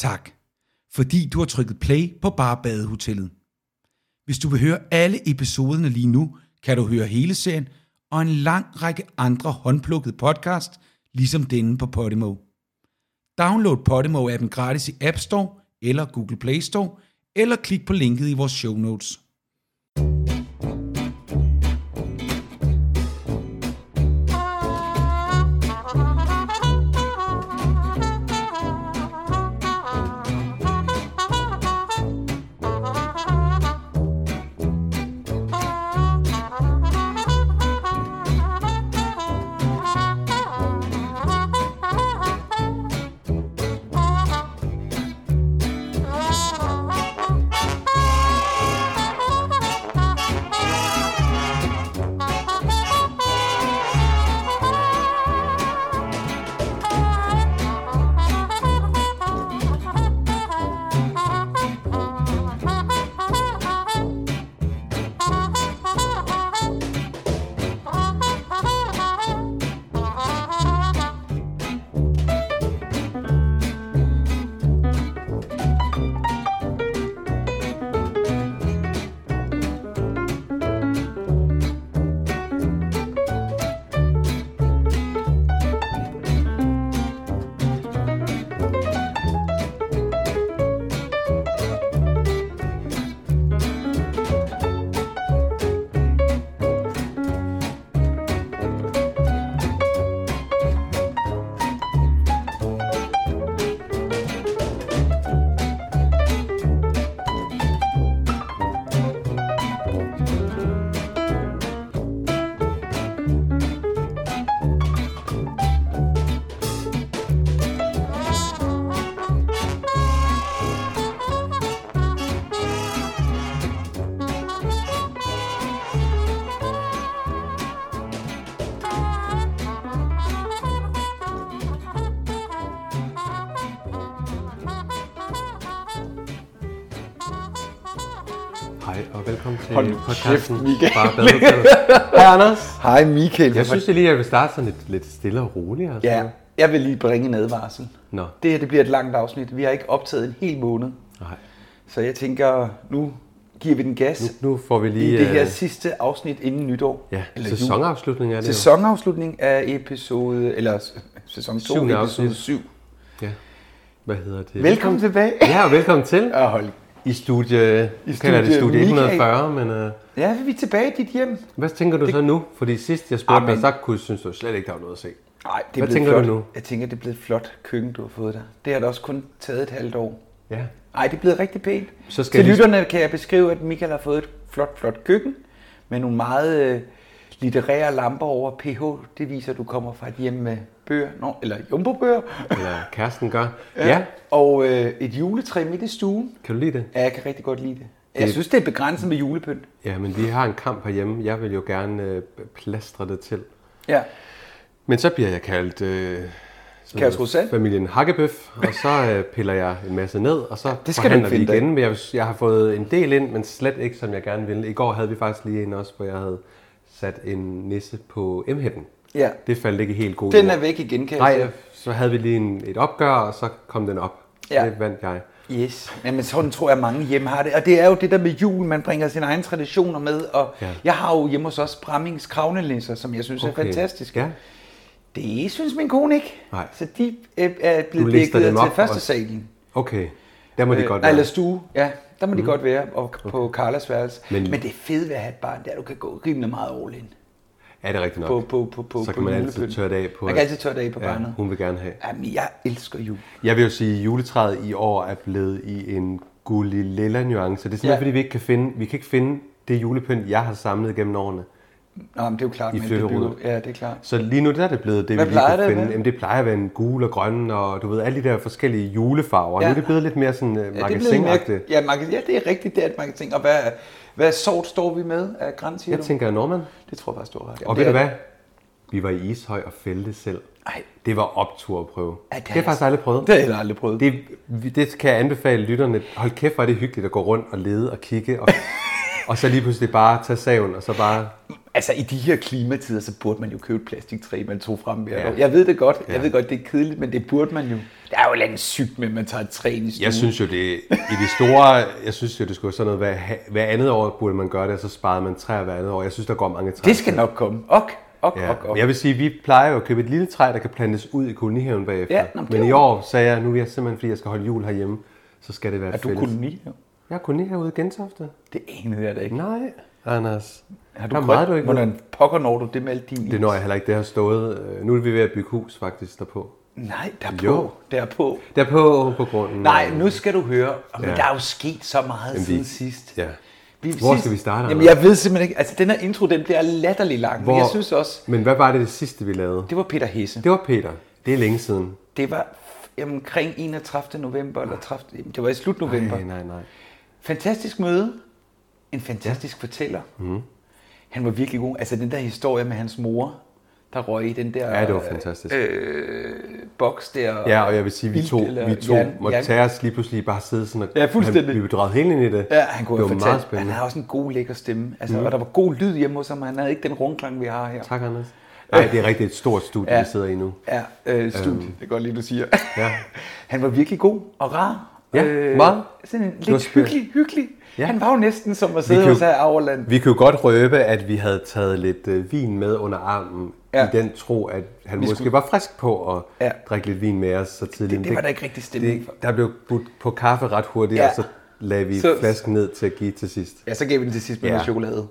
Tak, fordi du har trykket play på Bare Badehotellet. Hvis du vil høre alle episoderne lige nu, kan du høre hele serien og en lang række andre håndplukkede podcast, ligesom denne på Podimo. Download Podimo-appen gratis i App Store eller Google Play Store, eller klik på linket i vores show notes. Hej og velkommen til podcasten Bare Badehotellet. Hej Anders. Hej Michael. Jeg synes lige, at jeg vil starte sådan lidt stille og roligt. Altså. Ja, jeg vil lige bringe en advarsel. Nå. Det her bliver et langt afsnit. Vi har ikke optaget en hel måned. Nej. Så jeg tænker, nu giver vi den gas. Nu får vi lige... I det her sidste afsnit inden nytår. Ja, sæsonafslutning er det sæsonafslutning af episode, eller sæson 2, episode afsnit. 7. Ja, hvad hedder det? Velkommen tilbage. Ja, og velkommen til. Ja, hold. I studie 140, men... Ja, vi er tilbage i dit hjem. Hvad tænker du så nu? Fordi sidst jeg spurgte dig, så synes du slet ikke, der var noget at se. Nej, det er hvad tænker flot. du nu? Jeg tænker, det er blevet flot køkken, du har fået der. Det har da også kun taget et halvt år. Ja. Nej, det er blevet rigtig pænt. Så skal til lytterne kan jeg beskrive, at Michael har fået et flot køkken med nogle meget litterære lamper over pH. Det viser, at du kommer fra et hjem med bøger, eller jumbo-bøger. Eller kæresten gør. Ja. Og et juletræ midt i stuen. Kan du lide det? Ja, jeg kan rigtig godt lide det. Jeg synes, det er begrænset med julepynt. Ja, men vi har en kamp herhjemme. Jeg vil jo gerne plastre det til. Ja. Men så bliver jeg kaldt familien Hakkebøf, og så piller jeg en masse ned, og så forhandler vi igen. Men jeg har fået en del ind, men slet ikke, som jeg gerne ville. I går havde vi faktisk lige en også, hvor jeg havde sat en nisse på M-hætten. Ja. Det faldt ikke helt godt. Den er væk igen, kan jeg sige. Så havde vi lige et opgør, og så kom den op. Ja. Det vandt jeg. Yes, men sådan tror jeg, mange hjem har det. Og det er jo det der med jul, man bringer sine egne traditioner med. Og jeg har jo hjemme hos os Brammings kravnenisser, som jeg synes er fantastiske. Ja. Det synes min kone ikke. Nej. Så de er blevet dækket til første salen. Okay, der må de godt være. Eller stue, ja. Der må de godt være, og på Carlas værelse. Men det fede ved at have et barn, det er, at du kan gå rimelig meget all in. Ja, det er rigtigt nok. Så kan man altid tørre det af på. Man kan altid tørre det af på barnet. Hun vil gerne have. Jamen, jeg elsker jul. Jeg vil jo sige, at juletræet i år er blevet i en gullig lilla nuance. Det er simpelthen, fordi vi kan ikke finde det julepynt, jeg har samlet gennem årene. Nå, men det er jo klart. Ja, det er klart. Så lige nu der er det blevet det, vi lige kan finde. Jamen, det plejer at være en gul og grøn, og du ved, alle de der forskellige julefarver. Ja. Nu er det blevet lidt mere sådan magasinagtigt. Ja, det er rigtigt, det er et magasin. Og hvad sort står vi med af græns? Jeg tænker Norman. Det tror jeg faktisk, du har ret. Og ved du hvad? Vi var i Ishøj og fældte selv. Ej. Det var optur at prøve. Det har jeg faktisk aldrig prøvet. Det har jeg aldrig prøvet. Det kan jeg anbefale lytterne. Hold kæft, hvor er det hyggeligt at gå rundt og lede og kigge. Og så lige pludselig bare tage saven, og så bare Altså i de her klimatider, så burde man jo købe et plastiktræ, man tog frem hvert år. Jeg ved det godt, jeg ved godt, det er kedeligt, men det burde man jo. Der er jo lidt sygt med, at man tager et træ ind i stuen. Jeg synes jo, det i de store, jeg synes jo, det skulle sådan noget, hver andet år burde man gøre det, og så sparede man træer hver andet år. Jeg synes, der går mange træer. Det skal nok komme. Ok. Jeg vil sige, vi plejer jo at købe et lille træ, der kan plantes ud i kolonihaven bagefter. Men i år sagde jeg, nu er jeg simpelthen, fordi jeg skal holde jul herhjemme, så skal det være fælles. Er du kolonihave? Jeg er kolonihave ude i Gentofte. Det anede jeg da ikke. Nej, Anders. Har du meget, du ikke? Hvordan pokker når du det med alt din is? Det når jeg heller ikke. Det har stået. Nu er vi ved at bygge hus faktisk derpå. Nej, derpå. Derpå på grunden. Nej, nu skal du høre. Men der er jo sket så meget siden sidst. Ja. Hvor skal vi starte? Jamen, jeg ved simpelthen ikke. Altså, den her intro, den bliver latterlig lang. Men jeg synes også... Men hvad var det sidste, vi lavede? Det var Peter Hesse. Det var Peter. Det er længe siden. Det var omkring 31. november, eller 30. Det var i slut november. Nej. Fantastisk møde. En fantastisk fortæller. Han var virkelig god. Altså, den der historie med hans mor, der røg i den der... Ja, det var fantastisk. Boks der. Ja, og jeg vil sige, vi to måtte tage os lige pludselig bare sidde sådan, og fuldstændig. Vi blev draget helt ind i det. Ja, han kunne det have fortalt. Han har også en god, lækker stemme. Altså, og der var god lyd hjemme hos ham, han havde ikke den rundklang, vi har her. Tak, Anders. Nej, det er rigtig et stort studie, vi sidder i nu. Ja, studie. Det er godt lige, du siger. Ja. Han var virkelig god og rar. Ja, meget. Sådan en lidt hyggelig. Ja. Han var jo næsten som at sidde hos her Auerland. Vi kunne godt røbe, at vi havde taget lidt vin med under armen, i den tro, at han måske var frisk på at drikke lidt vin med os så tidligt. Det var der ikke rigtig stemning for. Der blev budt på kaffe ret hurtigt, og så lagde vi flasken ned til at give til sidst. Ja, så gav vi den til sidst med noget chokolade.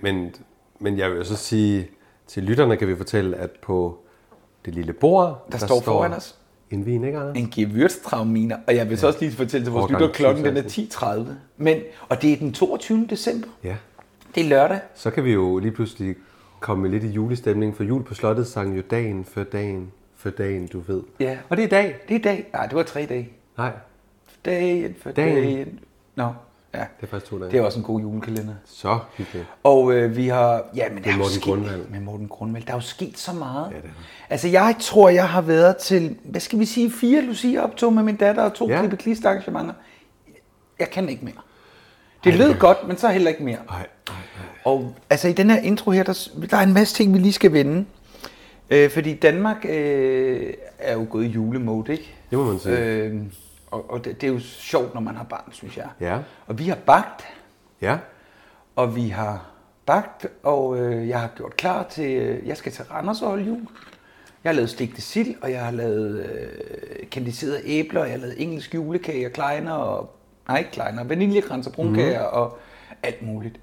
Men jeg vil så sige, til lytterne kan vi fortælle, at på det lille bord, der står foran os en vin, ikke Anders? En Gewürztraminer, og jeg vil så også lige fortælle til vores lytter, klokken den er 10:30. Og det er den 22. december. Ja. Det er lørdag. Så kan vi jo lige pludselig komme lidt i julestemning, for Jul på Slottet sang jo dagen for dagen, du ved. Ja. Og det er i dag. Det er i dag. Nej, det var 3 dage. Nej. Dagen for dagen. Nå. Ja, det er faktisk 2 dage. Det er også en god julekalender. Så hyggeligt. Og vi har... Ja, men med Morten Grundvald. Med Morten Grundvald. Der er jo sket så meget. Ja, det er. Altså, jeg tror, jeg har været til, hvad skal vi sige, 4 Lucia-optog med min datter og 2 klippe-klist-arrangementer. Jeg kan ikke mere. Det lød godt, men så heller ikke mere. Nej. Og altså, i den her intro her, der er en masse ting, vi lige skal vende. Fordi Danmark er jo gået i julemode, ikke? Det må man sige. Og det er jo sjovt, når man har barn, synes jeg. Ja. Og vi har bagt. Ja. Og vi har bagt, og jeg har gjort klar til, jeg skal til Randers og holde jul. Jeg har lavet stegte sild, og jeg har lavet kandiserede æbler, og jeg har lavet engelsk julekage og vaniljekrans og brunkager og alt muligt.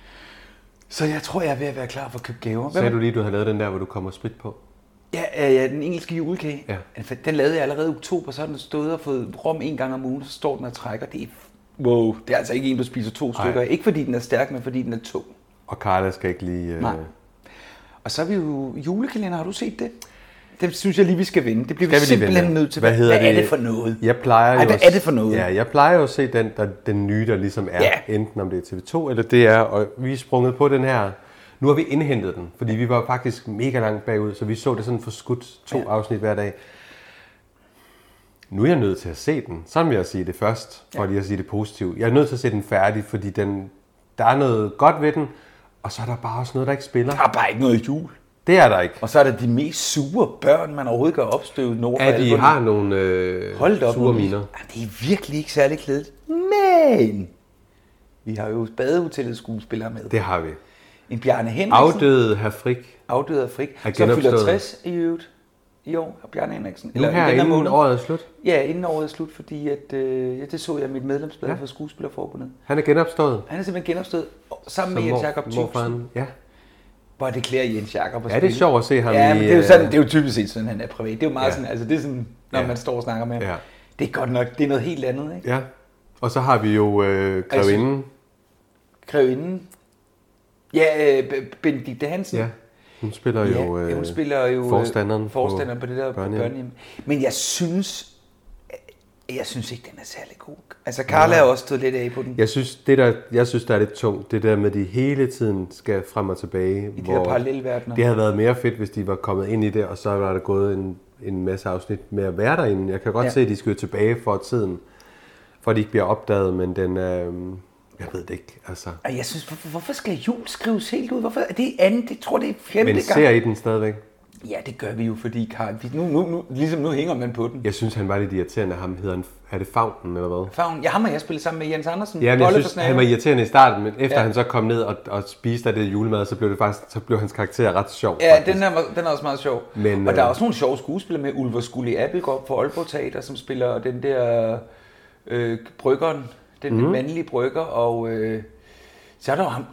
Så jeg tror, jeg er ved at være klar for at købe gaver. Sagde du lige, du havde lavet den der, hvor du kommer sprit på? Ja, den engelske julekage. Ja. Den lavede jeg allerede i oktober, så har den stået og fået rom 1 gang om ugen, så står den og trækker. Det er altså ikke en, du spiser 2 stykker. Ikke fordi den er stærk, men fordi den er tung. Og Carla skal ikke lige... Nej. Og så er vi jo julekalender, har du set det? Det synes jeg lige, vi skal vinde. Det bliver vi simpelthen nødt til. Hvad er det for noget? Jeg plejer hvad er det for noget? Ja, jeg plejer jo at se den nye, der ligesom er, enten om det er TV2 eller DR, og vi er sprunget på den her. Nu har vi indhentet den, fordi vi var faktisk mega langt bagud, så vi så det sådan forskudt 2 afsnit hver dag. Nu er jeg nødt til at se den. Så vil jeg sige det først, for lige at sige det positivt. Jeg er nødt til at se den færdig, fordi der er noget godt ved den, og så er der bare også noget, der ikke spiller. Der er bare ikke noget jul. Det er der ikke. Og så er der de mest sure børn, man overhovedet kan opstøve nord for de har nogle sure miner. Det er virkelig ikke særlig kedeligt. Men vi har jo Badehotellets skuespillere med. Det har vi. En Bjarne Henriksen. Afdøde hr. Frick. Så fylder 60 i øvrigt i år, Bjarne Henriksen. Eller her inden året er slut? Ja, inden året er slut, fordi at, det så jeg mit medlemsblad for Skuespillerforbundet. Han er genopstået? Han er simpelthen genopstået, sammen med Jens Jakob Thygsen. Ja. Hvor det klæder Jens Jakob at spille. Ja, det er sjovt at se ham men det er jo sådan, det er jo typisk set sådan, han er privat. Det er jo meget sådan, altså det er sådan, når man står og snakker med ham. Ja. Det er godt nok, det er noget helt andet, ikke? Ja. Og så har vi jo Grevinden. Grevinden. Ja, Benedikte Hansen. Ja. Hun spiller jo forstanderen på det der børnehjem. Men jeg synes ikke, den er særlig god. Altså, Carla er også stået lidt af på den. Jeg synes, der er lidt tungt, det der med, at de hele tiden skal frem og tilbage. I de her parallelverdener. Det havde været mere fedt, hvis de var kommet ind i det, og så var der gået en masse afsnit med at være derinde. Jeg kan godt se, at de skal tilbage for tiden, for at de ikke bliver opdaget, men den... Jeg ved det ikke, altså. Jeg synes, hvorfor skal jul skrives helt ud? Hvorfor er det andet? Jeg tror, det er 5. gang. Men ser I den stadigvæk? Ja, det gør vi jo, fordi Karl, nu hænger man på den. Jeg synes, han var lidt irriterende. Ham hedder han, er det Favnen, eller hvad? Favnen? Ja, ham og jeg spillede sammen med Jens Andersen. Ja, men jeg synes, han var irriterende i starten, men efter han så kom ned og spiste af det julemad, så blev hans karakter ret sjov. Ja, den er også meget sjov. Men, og der er også nogle sjove skuespillere med. Ulver Skulli Appelgaard på Aalborg Teater, som spiller den der bryggeren, den mandlige brygger, og så er der jo ham,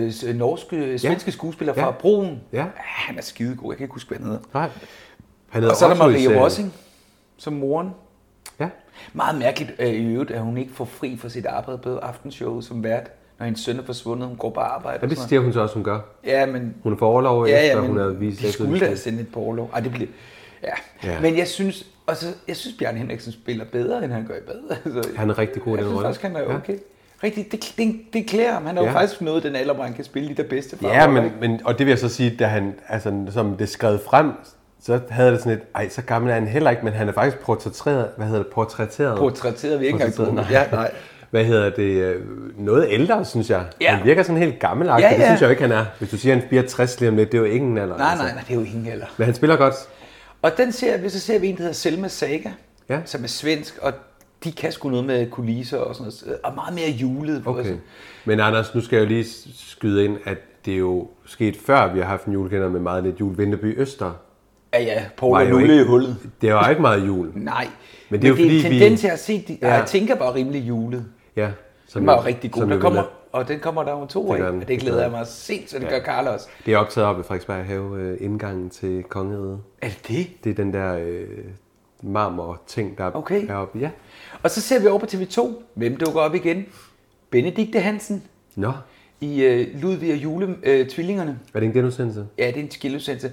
svenske skuespiller fra Broen. Ja. Han er skidegod, jeg kan ikke huske, hvad han hedder. Nej. Og så er der Marie Rossing som moren. Ja. Meget mærkeligt i øvrigt, at hun ikke får fri fra sit arbejde på aftenshowet som vært, når hendes søn er forsvundet, hun går på arbejde. Ja, det siger hun så også, hun gør. Ja, men hun er på overlov efter, hun har vist. De skulle da sende et på overlov. Det bliver... Ja. Men jeg synes Bjarne Henriksen spiller bedre, end han gør i bad. Altså, han er rigtig god i den rolle. Jeg synes faktisk, han er okay. Rigtig, det klæder ham. Han har jo faktisk nået den alder, hvor han kan spille de der bedste farver. Ja, men og det vil jeg så sige, da han, altså, som det skrev frem, så havde det sådan et, så gammel er han heller ikke, men han er faktisk portrætteret. Portrætteret, vi ikke engang på. Ja, nej. Hvad hedder det? Noget ældre, synes jeg. Ja. Han virker sådan helt gammelagtig. Ja. Det synes jeg jo ikke, han er. Hvis du siger, han bliver 60 lige om lidt, det er jo ingen alder. Nej, det er jo ingen alder. Men han spiller godt. Og så ser vi en, der hedder Selma Saga, som er svensk, og de kan sgu noget med kulisser og sådan noget, og meget mere julet. Okay. Men Anders, nu skal jeg jo lige skyde ind, at det er jo sket før, vi har haft en julekalender med meget lidt jul. Vinterby Øster. Ja, Poul og Lulle i hullet. Det var ikke meget jul. Nej, men det er jo fordi, tendens til at se, jeg tænker bare rimelig julet. Ja. Den var jo rigtig god. Den kommer der om 2 år, og det glæder jeg mig at se, så det gør Karl også. Det er optaget op i Frederiksberg Have, indgangen til Kongeriget. Er det det? Det er den der marmor-ting, der er heroppe. Ja. Og så ser vi over på TV2. Hvem dukker op igen? Benedikte Hansen. Nå. I Ludvig og Jule, tvillingerne. Er det en genudsendelse? Ja, det er en genudsendelse.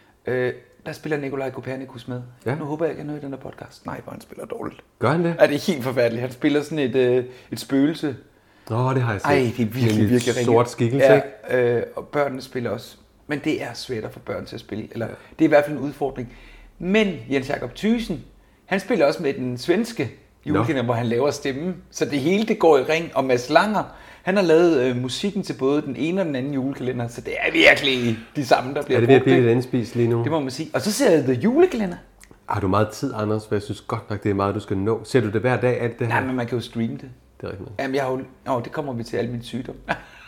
Der spiller Nikolaj Kopernikus med. Ja. Nu håber jeg ikke, at han hører den der podcast. Nej, hvor han spiller dårligt. Gør han det? Ja, det er helt forfærdeligt. Han spiller sådan et spøgelse. Det har jeg set. Ej, det er virkelig sort skikkelse, og børnene spiller også. Men det er svært at få børn til at spille. Eller, det er i hvert fald en udfordring. Men Jens Jakob Thyssen, han spiller også med den svenske julekalender, hvor han laver stemmen. Så det hele det går i ring. Og Mads Langer, han har lavet musikken til både den ene og den anden julekalender. Så det er virkelig de samme, der bliver brugt. Er det ved at blive lidt indspist lige nu? Det må man sige. Og så ser jeg The Julekalender. Har du meget tid, Anders? For jeg synes godt nok, det er meget, du skal nå. Ser du det hver dag, alt det her? Nej, men man kan jo streame det. Det er rigtigt. Jamen, det kommer vi til al min sygdom.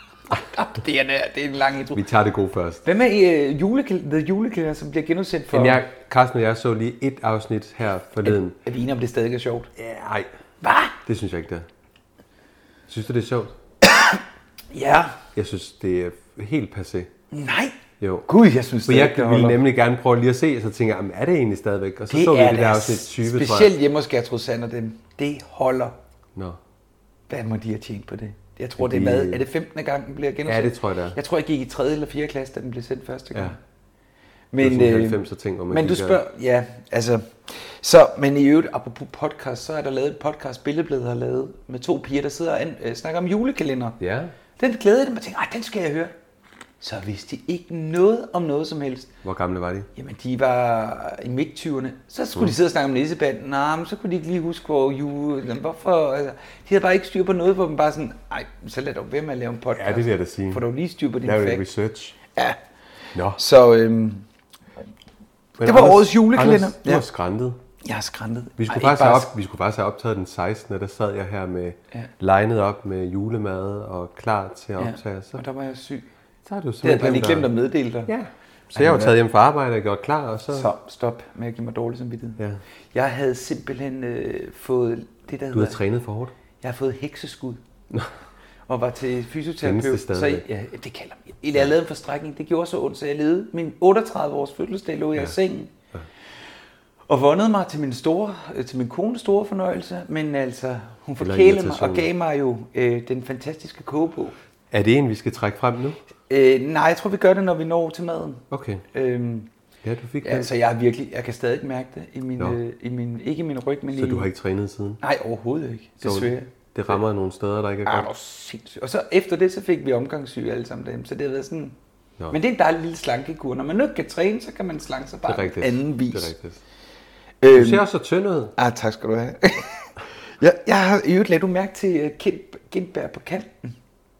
det er en lang intro. Vi tager det gode først. Hvem er The Julekalender, som bliver genudsendt for... Jamen, Carsten og jeg så lige et afsnit her forleden. Er vi enige om, det stadig er sjovt? Ja, nej. Hvad? Det synes jeg ikke, det er. Synes du, det er sjovt? Ja. Jeg synes, det er helt passé. Nej. Jo. Gud, jeg synes det jeg ville nemlig gerne prøve lige at se, og så tænker jeg, er det egentlig stadigvæk? Og så så vi det der afsnit 20, tror jeg. Specielt hjemme hos Gertrud Sander, det holder. Nå. Hvad må de have tjent på det? Jeg tror, det er det 15. gang, den bliver genudsendt? Ja, det tror jeg, det er. Jeg tror, jeg gik i 3. eller 4. klasse, da den blev sendt første gang. Ja. Men, det er 90'er ting, hvor man men du spørger, men i øvrigt, apropos podcast, så er der lavet et podcast, Billedbladet har lavet, med 2 piger, der sidder og snakker om julekalender. Ja. Den glædede dem, og tænkte, den skal jeg høre. Så vidste de ikke noget om noget som helst. Hvor gamle var de? Jamen, de var i midt-20'erne. Så skulle de sidde og snakke om nissebanden. Men så kunne de ikke lige huske, hvorfor... Altså, de havde bare ikke styr på noget, hvor man bare sådan... Så lad dog være med at lave en podcast. Ja, det vil jeg da sige. Får du lige styr på din facts. Lav research. Ja. Nå. Så det var årets julekalender. Anders, du har skræntet. Jeg har skræntet. Vi skulle faktisk have optaget den 16. Der sad jeg her med legnet op med julemad og klar til at optage. Og der var jeg syg. Så har du det havde jeg lige glemt at meddele dig. Ja. Så jeg var taget hjem fra arbejde og gjort klar. Og så stop med at give mig dårlig samvittighed. Ja. Jeg havde simpelthen fået det, der Du havde trænet for hårdt? Jeg har fået hekseskud. Og var til fysioterapeut. Så det kalder mig. Jeg lavede en forstrækning. Det gjorde så ondt, så jeg levede min 38-års fødselsdag, lå jeg i sengen. Ja. Og vundede mig til min kones store fornøjelse. Men altså, hun forkælede mig og gav mig jo den fantastiske kogebog. Er det en, vi skal trække frem nu? Nej, jeg tror, vi gør det, når vi når til maden. Okay. Ja, du fik det. Altså, jeg kan stadig mærke det i min ikke i min ryg, men så du har ikke trænet siden? Nej, overhovedet ikke. Desværre. Det rammer nogle steder, der ikke er godt? Sindssygt. Og så efter det, så fik vi omgangssyge alle sammen derhjemme, så det har været sådan... Nå. Men det er en dejlig lille slankekur. Når man ikke kan træne, så kan man slanke sig bare på anden vis. Det er rigtigt. Du ser også så tynd ud. Tak skal du have. Jeg har i øvrigt lagt mærke til Gintberg på kanten.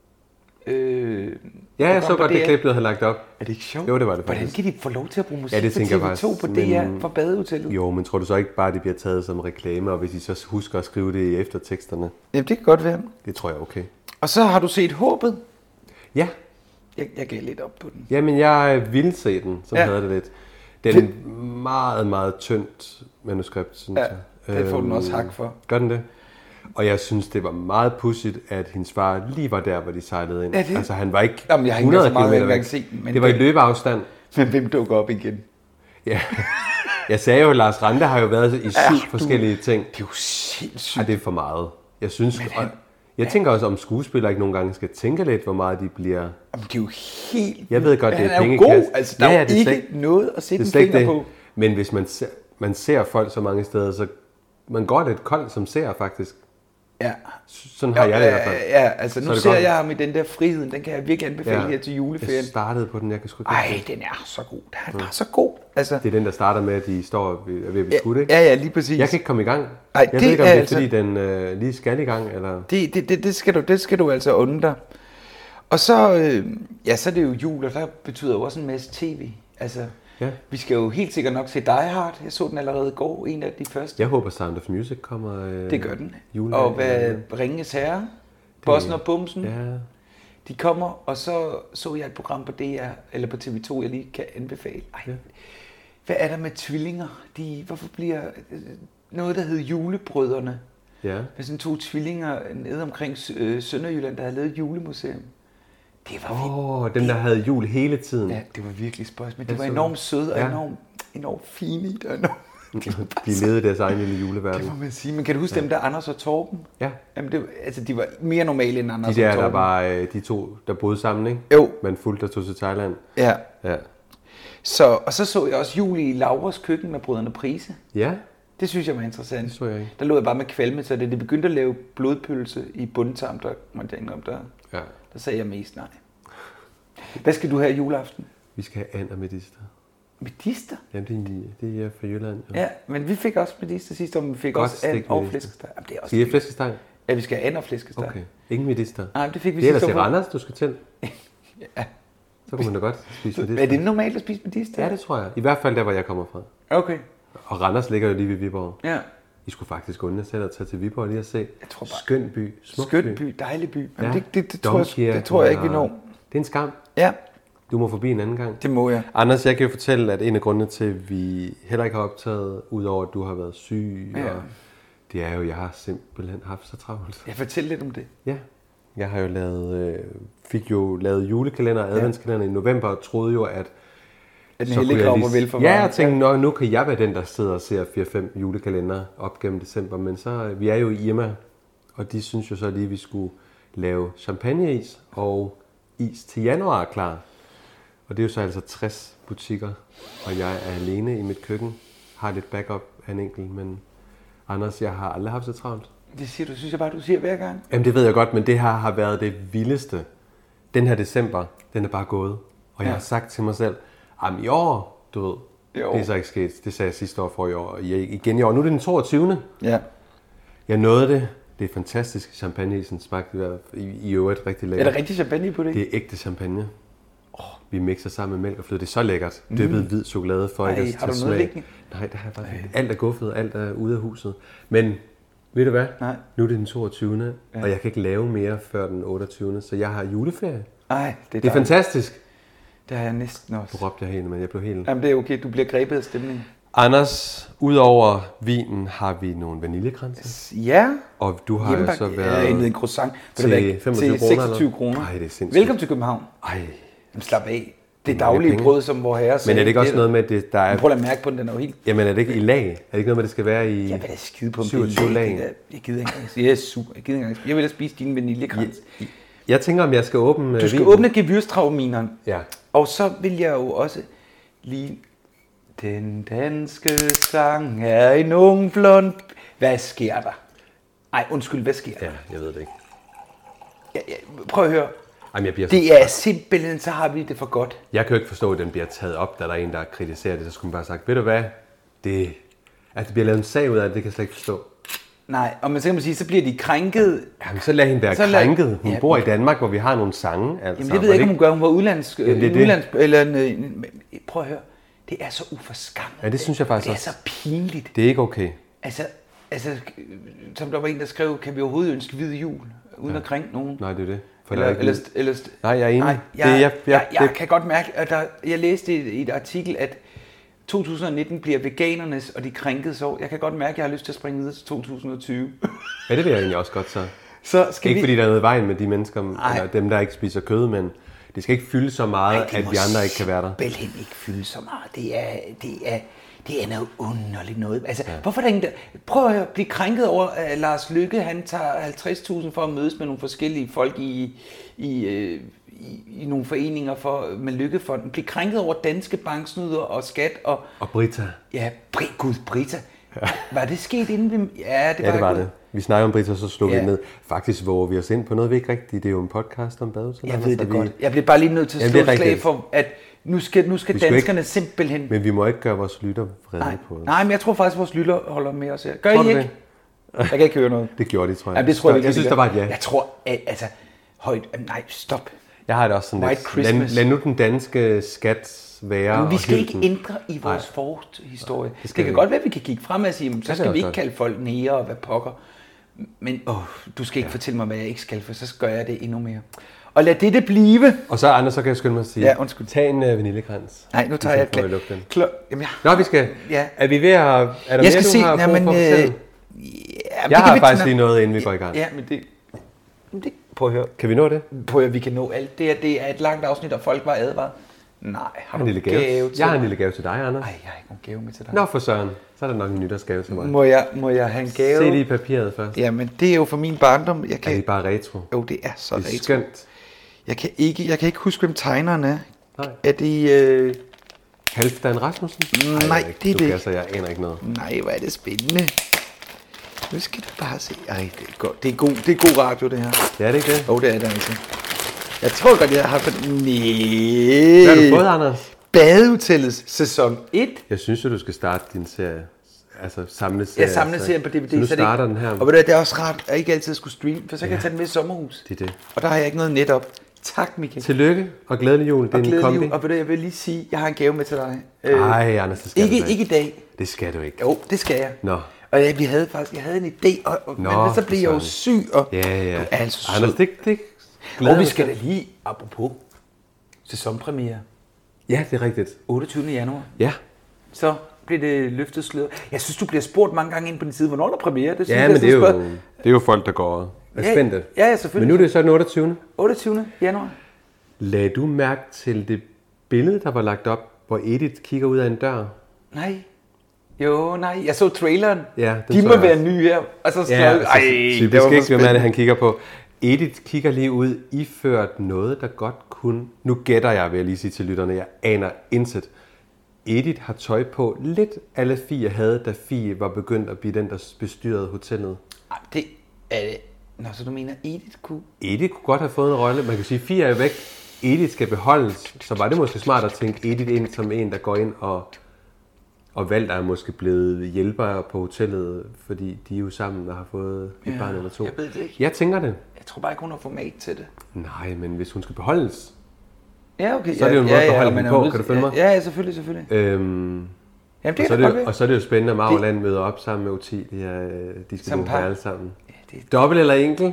Jeg så godt, det klip, du havde lagt op. Er det ikke sjovt? Jo, det var det faktisk. Hvordan kan de få lov til at bruge musik på TV2 på DR for Badehotellet? Jo, men tror du så ikke bare, det bliver taget som reklame, og hvis I så husker at skrive det i efterteksterne? Jamen, det kan godt være. Det tror jeg okay. Og så har du set Håbet? Ja. Jeg gav lidt op på den. Jamen, jeg ville se den, så havde det lidt. Det er en meget, meget tyndt manuskript, synes jeg. Det får den også hak for. Gør den det? Og jeg synes, det var meget pudsigt, at hendes far lige var der, hvor de sejlede ind. Altså, han var ikke 100 km væk. Det var i løbeafstand. Men hvem dukker op igen? Ja. Jeg sagde jo, at Lars Rante har jo været i 7 forskellige ting. Det er jo sindssygt. Det er for meget. Jeg synes, jeg tænker også, om skuespillere ikke nogle gange skal tænke lidt, hvor meget de bliver... Jamen, det er jo helt... Jeg ved godt, det er pengekast. Han er jo god. Altså, der er jo ikke noget at sætte en finger på. Men hvis man ser folk så mange steder, så man går lidt koldt som ser faktisk. Ja. Sådan har jeg det i hvert fald. Ja, altså nu ser jeg ham i den der friheden, den kan jeg virkelig anbefale her til juleferien. Jeg startede på den, jeg kan sgu ikke. Ej, den er så god. Den er bare så god. Altså, det er den, der starter med, at de står ved at blive skudt, ikke? Ja, lige præcis. Jeg kan ikke komme i gang. Jeg ved ikke, om det er, fordi den lige skal i gang, eller... Det skal du altså undre. Og så, så er det jo jul, og der betyder jo også en masse tv. Altså, vi skal jo helt sikkert nok se Die Hard. Jeg så den allerede i går, en af de første. Jeg håber Sound of Music kommer. Det gør den. Og hvad Ringenes Herre, Bossen og Bumsen, de kommer. Og så jeg et program på DR, eller på TV2, jeg lige kan anbefale. Hvad er der med tvillinger? Hvorfor bliver noget, der hedder Julebrødrene? Ja. Med sådan 2 tvillinger nede omkring Sønderjylland, der har lavet et julemuseum. Det var den der havde jul hele tiden. Ja, det var virkelig spøjs, men det var enormt søde og enormt fine. De levede deres egen lille juleverden. Det må man sige. Men kan du huske dem der, Anders og Torben? Ja. Jamen, de var mere normale end Anders og Torben. Der var de 2, der boede sammen, ikke? Jo. Man fulgte der tog til Thailand. Ja. Så jeg også jul i Lauras køkken med brødrene Prise. Ja. Det synes jeg var interessant. Det så jeg ikke. Der lå jeg bare med kvalme, så det begyndte at lave blodpølse i bundtarm, der måtte jeg indrømme der. Ja. Der sagde jeg mest nej. Hvad skal du have juleaften? Vi skal have and og medister. Medister? Jamen, det er fra Jylland. Ja, men vi fik også medister sidste år, men vi fik også and og flæskesteg. Jamen, det er også skal I have flæskesteg? Ja, vi skal have and og flæskesteg. Okay, ingen medister. Nej, det fik vi sidste år. Det er ellers i Randers, du skal til. Ja. Så kunne man da godt spise medister. Er det normalt at spise medister? Ja, det tror jeg. I hvert fald der, hvor jeg kommer fra. Okay. Og Randers ligger jo lige ved Viborg. Ja. I skulle faktisk undre selv at tage til Viborg lige og se. Jeg tror bare, skøn by, smuk by, dejlig by. Men ja. det tror jeg ikke, vi når. Det er en skam. Ja. Du må forbi en anden gang. Det må jeg. Anders, jeg kan jo fortælle, at en af grundene til, at vi heller ikke har optaget, udover at du har været syg, og det er jo, at jeg har simpelthen haft så travlt. Jeg fortæller lidt om det. Ja. Jeg har jo fik lavet julekalender og adventskalender i november, og troede jo, at den hellige kommer vel for mig. Ja, jeg tænkte, nu kan jeg være den, der sidder og ser 4-5 julekalender op gennem december, men så, vi er jo i Irma, og de synes jo så lige, at vi skulle lave champagneis og is til januar klar. Og det er jo så altså 60 butikker, og jeg er alene i mit køkken. Har lidt backup af en enkelt, men Anders, jeg har aldrig haft så travlt. Det siger du, synes jeg bare, du siger hver gang. Jamen det ved jeg godt, men det her har været det vildeste. Den her december, den er bare gået. Og jeg har sagt til mig selv, jamen i år, du ved, det er så ikke sket. Det sagde jeg sidste år for i år, og igen i år. Nu er det den 22. Ja. Jeg nåede det. Det er fantastisk. Champagneisen smagte i øvrigt rigtig lækkert. Er der rigtig champagne på det? Det er ægte champagne. Vi mixer sammen med mælk og fløde. Det er så lækkert. Dyppet hvid chokolade for ikke at tage smag. Har du noget liggende? Nej, det har jeg bare ikke. Alt er guffet, alt er ude af huset. Men ved du hvad? Nej. Nu er det den 22. Og jeg kan ikke lave mere før den 28. Så jeg har juleferie. Nej, det er fantastisk. Det har jeg næsten også. Du råbte jeg helt, men jeg blev helt... Jamen det er okay, du bliver grebet af stemningen. Anders, udover vinen har vi nogle vaniljekranse. Ja. Og du har jo så været... en croissant. Til 25 kroner. 26 kroner. Ej, det er sindssygt. Velkommen til København. Ej. Jamen, slap af. Det er daglige brød, som vor herre sagde. Men er det ikke også noget med, at der er... Prøv at mærke på den, den er jo helt... Jamen er det ikke i lag? Er det ikke noget med, at det skal være i... Jeg vil da skide på 27 lag. Jeg gider ikke engang. Jeg er super. Jeg vil da spise din vaniljekrans. Jeg tænker, om jeg skal åbne... Du skal åbne Gewürztraminer. Ja. Og så vil jeg jo også lige... Den danske sang er en ung blond... Hvad sker der? Ej, undskyld, hvad sker der? Ja, jeg ved det ikke. Prøv at høre. Jamen, det er simpelthen, så har vi det for godt. Jeg kan jo ikke forstå, at den bliver taget op, da der er en, der kritiserer det. Så skulle man bare have sagt, ved du hvad? Det bliver lavet en sag ud af det, kan jeg slet ikke forstå. Nej, og man så kan man sige, så bliver de krænket. Jamen, så lad hende være krænket. Hun bor i Danmark, hvor vi har nogle sange. Altså, jamen, det ved jeg ikke, om hun gør. Hun var udlandsk. Prøv at høre. Det er så uforskammet. Ja, det synes jeg faktisk også. Det er så pinligt. Det er ikke okay. Altså, som der var en, der skrev, kan vi overhovedet ønske hvid jul, uden at krænke nogen? Nej, det er det. Nej, jeg er enig. Jeg kan godt mærke, at jeg læste i et artikel, at 2019 bliver veganernes og de krænkedes år. Jeg kan godt mærke, at jeg har lyst til at springe videre til 2020. Ja, det vil jeg egentlig også godt så skal ikke fordi der er noget i vejen med de mennesker, eller dem, der ikke spiser kød, men det skal ikke fylde så meget, at vi andre ikke kan være der. Simpelthen ikke fylde så meget. Det er noget underligt noget. Altså, hvorfor er der ingen der... Prøv at blive krænket over, at Lars Løkke, han tager 50.000 for at mødes med nogle forskellige folk i nogle foreninger med Lykkefonden. Bliv krænket over danske banksnyder og skat og... Og Brita. Ja, Brita. Ja. Var det sket inden vi... Ja, det var det. Vi snakker om Brita, så slog vi ned. Faktisk våger vi os ind på noget, vi ikke rigtigt. Det er jo en podcast om badehoteller. Jeg ved det godt. Jeg bliver bare lige nødt til at slå et slag for, at nu skal danskerne ikke, simpelthen... Men vi må ikke gøre vores lytter vrede på os. Nej, men jeg tror faktisk, at vores lytter holder med os her. Gør I ikke? Jeg kan ikke høre noget. Det gjorde de, tror jeg. Jamen, det tror jeg synes, der var et ja. Jeg tror, altså... Højt... Nej, stop. Jeg har det også sådan lidt. Lad nu den danske skat være. Men vi skal ikke ændre i vores forhistorie. Det kan godt være, at vi kan kigge frem og sige, så skal vi ikke kalde folk nære og hvad pokker. Men du skal ikke fortælle mig, hvad jeg ikke skal, for så gør jeg det endnu mere. Og lad det blive. Og så Anders, så kan jeg skynde mig at sige, ja, undskyld. Tag en vaniljekrans. Nej, nu tager jeg Nå, vi skal. Ja. Er vi ved at... Er der jeg skal se, jeg har faktisk lige noget, inden vi går i gang. Ja, men det prøv at høre. Kan vi nå det? Prøv at høre, vi kan nå alt. Det er et langt afsnit, og folk var advaret. Nej, har du en lille gave til? Jeg har en lille gave til dig, Anders. Nej, jeg har ikke nogen gave med til dig. Nå for søren, så er der nok en nytårsgave til mig. Må jeg have en gave? Se lige papiret først. Jamen, det er jo for min barndom. Er det bare retro? Jo, det er så retro. Det er skønt. Jeg kan ikke huske, hvem tegneren er. Nej. Er det... Halvdan Rasmussen? Nej, det er det ikke. Jeg aner ikke noget. Nej, hvor er det spændende. Nu skal du bare se. Ej, det er godt. Det er god radio, det her. Det er det ikke det? Jo, det er det altså. Jeg tror godt, jeg har fået... Nej. Hvad har du fået, Anders? Badehotellets sæson 1. Jeg synes jo, du skal starte din serie. Altså samleserie. Ja, samleserien på DVD. Så nu starter den her. Og det er også rart, at jeg ikke altid skulle streame, for så kan jeg tage den med i sommerhus. Det er det. Og der har jeg ikke noget net op. Tak, Michael. Tillykke og glædelig jul. Det er en kombi. Og jeg vil lige sige, jeg har en gave med til dig. Ej, Anders, det skal du ikke i dag. Det skal du ikke. Jo, det skal jeg. Nå. Og jeg havde en idé, men så blev jeg jo syg. Og ja. Du er altså syg. Anders, det og vi skal da lige, apropos sæsonpremiere. Ja, det er rigtigt. 28. januar. Ja. Så bliver det løftet sløret. Jeg synes, du bliver spurgt mange gange ind på din side, hvornår der premiere. Det synes ja, men det er jo folk, der går spændte. Ja, selvfølgelig. Men nu er det så den 28. 28. januar. Lagde du mærke til det billede, der var lagt op, hvor Edith kigger ud af en dør? Nej. Jeg så traileren. Ja, de må være nye her. Og så typisk ikke, hvem er det, han kigger på. Edith kigger lige ud, iført noget, der godt kunne... Nu gætter jeg, vil jeg lige sige til lytterne, jeg aner intet. Edith har tøj på lidt alle Fie havde, da Fie var begyndt at blive den, der bestyrede hotellet. Det er det. Nå, så du mener, Edith kunne... Edith kunne godt have fået en rolle. Man kan sige, Fie er væk. Edith skal beholdes. Så var det måske smart at tænke Edith ind som en, der går ind og Valter er måske blevet hjælpere på hotellet, fordi de er jo sammen og har fået et barn eller to. Jeg ved det ikke. Jeg tænker det. Jeg tror bare ikke, hun har format til det. Nej, men hvis hun skal beholdes, ja, okay. Så er det jo en måde at beholde hende på. Kan du følge mig? Ja, selvfølgelig. Jamen, og så er det jo spændende, at Marveland møder op sammen med O10. De skal bo alle sammen. Ja, dobbelt eller enkelt?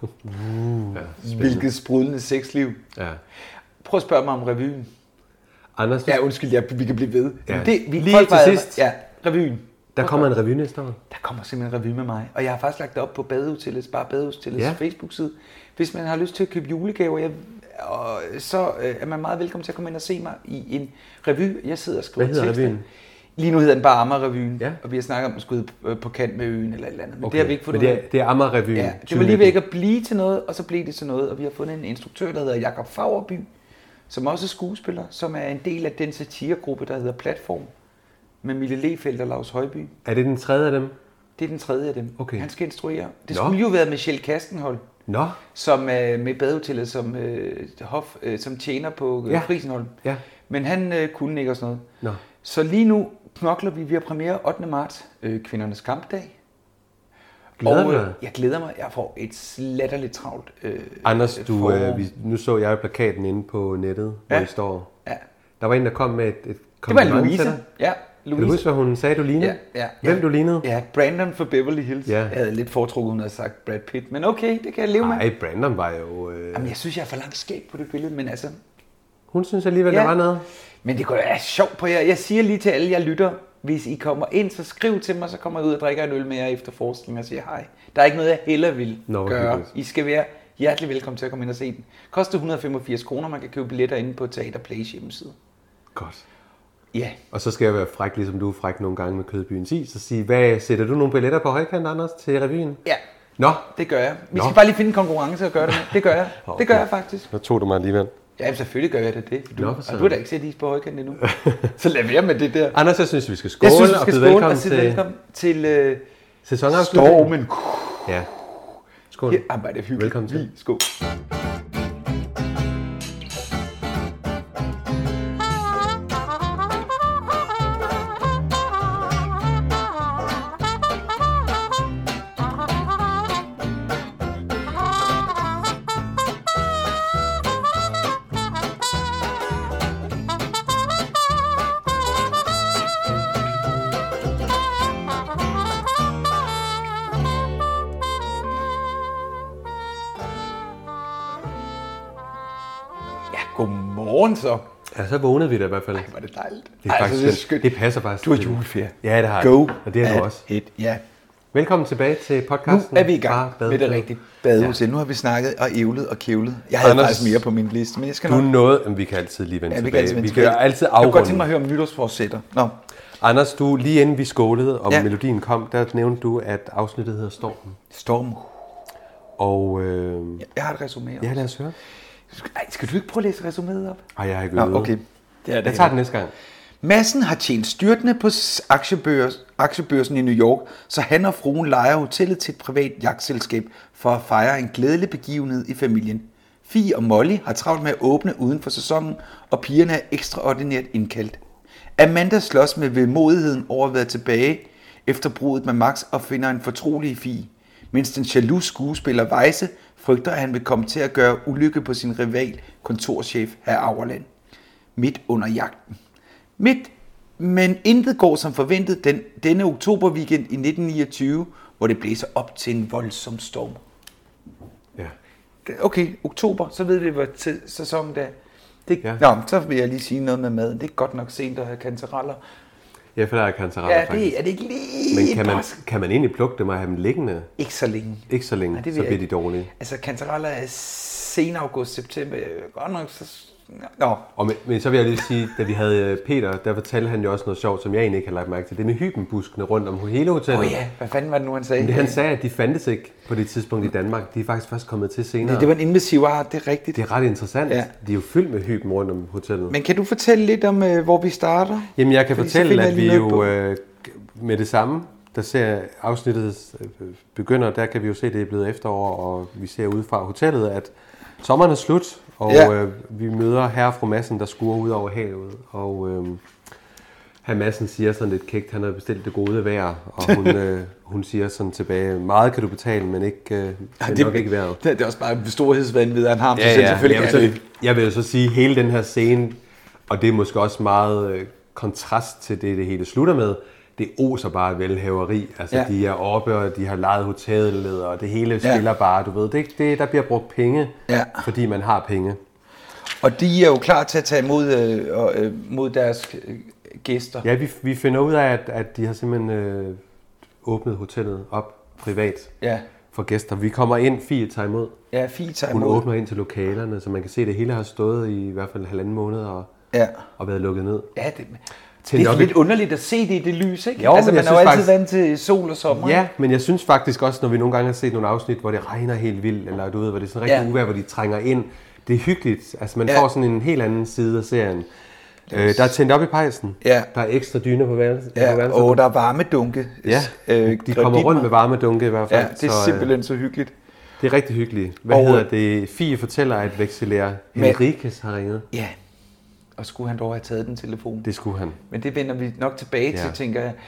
Hvilket sprudlende sexliv. Ja. Prøv at spørge mig om revyen. Anders, ja, undskyld, vi kan blive ved. Ja. Lige til sidst. Ja, revyen. Der kommer en revy næste år. Der kommer simpelthen en revy med mig. Og jeg har faktisk lagt det op på Badehotellets Facebook-side. Hvis man har lyst til at købe julegaver, så er man meget velkommen til at komme ind og se mig i en revy. Jeg sidder og skriver tekster. Hvad hedder revyen? Lige nu hedder den bare Amager-revyen, ja. Og vi har snakket om at skulle på kant med øen eller et eller andet. Men okay. Det har vi ikke fundet ud af. Det er Amager-revyen. Ja, det var lige ved ikke at blive til noget, og så blev det til noget. Og vi har fundet en instruktør, der hedder Jakob Fagerby, som også er skuespiller, som er en del af den satiregruppe, der hedder Platform, med Mille Lefeldt og Lars Højby. Er det den tredje af dem? Det er den tredje af dem. Okay. Han skal instruere. Det skulle jo være Michelle Kastenholm, som er med Badehotellet som tjener på Frisenholm. Ja. Men han kunne ikke og sådan noget. Så lige nu knokler vi har premiere 8. marts, kvindernes kampdag. Jeg glæder mig. Jeg får et slatterligt travlt Anders, nu så jeg plakaten inde på nettet, hvor I står. Ja. Der var en, der kom med et kompliment til dig. Ja. Louise. Kan du huske, hvad hun sagde, du lignede? Ja. Hvem du lignede? Ja, Brandon for Beverly Hills. Ja. Jeg havde lidt foretrukket, hun havde sagt Brad Pitt, men okay, det kan jeg leve med. Nej, Brandon var jo... Jamen, jeg synes, jeg er for langt skæg på det billede, men altså... Hun synes alligevel, der var noget. Men det går da sjovt på jer. Jeg siger lige til alle, jeg lytter, hvis I kommer ind, så skriv til mig, så kommer jeg ud og drikker en øl med jer efter forskning og siger hej. Der er ikke noget, jeg heller vil gøre. I skal være hjertelig velkommen til at komme ind og se den. Koster 185 kroner, man kan købe billetter inde på Teater Plays hjemmeside. Godt. Ja. Og så skal jeg være fræk, ligesom du er fræk nogle gange med Kødbyens Is, og sige, sætter du nogle billetter på højkant, Anders, til revyen? Ja. Nå. Det gør jeg. Vi skal bare lige finde en konkurrence og gøre det med. Det gør jeg. Okay. Det gør jeg faktisk. Så tog du mig alligevel. Ja, selvfølgelig gør jeg det. Du har da ikke set is på højkant endnu. Så lad være med det der. Anders, jeg synes, vi skal skåle og byde velkommen til sæsonafslutningen. Stormen. Ja. Skål. Her arbejder hyggeligt. Velkommen til. Skål. Godmorgen så. Ja, så vågnede vi da i hvert fald. Ej, var det dejligt. Det er faktisk skønt. Det passer bare. Du har juleferie. Ja, det har jeg. Go. Og det har du også. Ja. Velkommen tilbage til podcasten. Nu er vi i gang med det rigtige badehus. Ja. Nu har vi snakket og ævlet og kævlet. Jeg havde faktisk mere på min liste, men jeg skal nok... vi kan altid lige vende tilbage. Vi kan altid afrunde. Jeg kan godt tænke mig at høre om nytårsforsætter. Nå. Anders, lige inden vi skålede, og melodien kom, der nævnte du, at afsnittet hedder Stormen. Stormen. Og... jeg har et resumé også. Ja, lad os høre. Skal du ikke prøve at læse resuméet op? Nej, jeg har ikke øvet. Okay. Jeg tager det næste gang. Madsen har tjent styrtende på aktiebørsen i New York, så han og fruen lejer hotellet til et privat jagtselskab for at fejre en glædelig begivenhed i familien. Fie og Molly har travlt med at åbne uden for sæsonen, og pigerne er ekstraordinært indkaldt. Amanda slås med vemodigheden over at være tilbage efter bruddet med Max og finder en fortrolig i Fie, mens den jaloux skuespiller Weisse frygter, at han vil komme til at gøre ulykke på sin rival, kontorchef hr. Auerland, midt under jagten. Men intet går som forventet denne oktoberweekend i 1929, hvor det blæser op til en voldsom storm. Ja. Okay, oktober, så ved vi, hvad sæsonen der. Nå, så vil jeg lige sige noget med maden. Det er godt nok sent at have kantareller. Ja, for der er kantareller faktisk. Ja, det er ikke lige... Men kan man egentlig plukke dem og have dem liggende? Ikke så længe. Ikke så længe, så bliver de dårlige. Altså, kantareller er sen august, september. Godt nok, så... Nå. Men så vil jeg lige sige, da vi havde Peter, der fortalte han jo også noget sjovt, som jeg egentlig ikke har lagt mærke til. Det med hybenbuskene rundt om hele hotellet. Ja, hvad fanden var det nu, han sagde? Men han sagde, at de fandtes ikke på det tidspunkt i Danmark. De er faktisk først kommet til senere. Det var en invasiv art, det er rigtigt. Det er ret interessant. Ja. De er jo fyldt med hyben rundt om hotellet. Men kan du fortælle lidt om, hvor vi starter? Jamen, jeg kan fortælle, at vi jo med det samme, der ser afsnittet begynder, der kan vi jo se, at det er blevet efterår, og vi ser ud fra hotellet, at sommeren er slut, og vi møder herre og fru Madsen, der skuer ud over havet, og herre Madsen siger sådan lidt kægt, han har bestilt det gode vejr, og hun siger sådan tilbage, meget kan du betale, men ikke, det nok ikke vejret. Det er også bare en storhedsvanvid, han har, selvfølgelig jeg vil jo så sige, hele den her scene, og det er måske også meget kontrast til det hele slutter med, det oser bare velhaveri. Altså, de er oppe, og de har lejet hotellet, og det hele spiller bare, du ved. Der bliver brugt penge, fordi man har penge. Og de er jo klar til at tage imod mod deres gæster. Ja, vi finder ud af, at de har simpelthen åbnet hotellet op privat for gæster. Vi kommer ind, Fie tager imod. Ja, Fie tager imod. Hun åbner ind til lokalerne, så man kan se, at det hele har stået i hvert fald 1,5 måned og været lukket ned. Ja, det er lidt underligt at se det i det lys, ikke? Jo, altså, man er jo altid vant til sol og sommer. Ja, men jeg synes faktisk også, når vi nogle gange har set nogle afsnit, hvor det regner helt vildt, eller du ved, hvor det er sådan rigtig uvejr, hvor de trænger ind. Det er hyggeligt. Altså, man får sådan en helt anden side af serien. Der er tændt op i pejsen. Ja. Der er ekstra dyner på værelset. Ja, og der er varmedunke. Ja, de kommer rundt med varmedunke i hvert fald. Ja, det er simpelthen så hyggeligt. Det er rigtig hyggeligt. Hvad hedder det? Fie fortæller, at vekselærer Henriques har ringet. Ja. Og skulle han dog have taget den telefon? Det skulle han. Men det vender vi nok tilbage til, tænker jeg.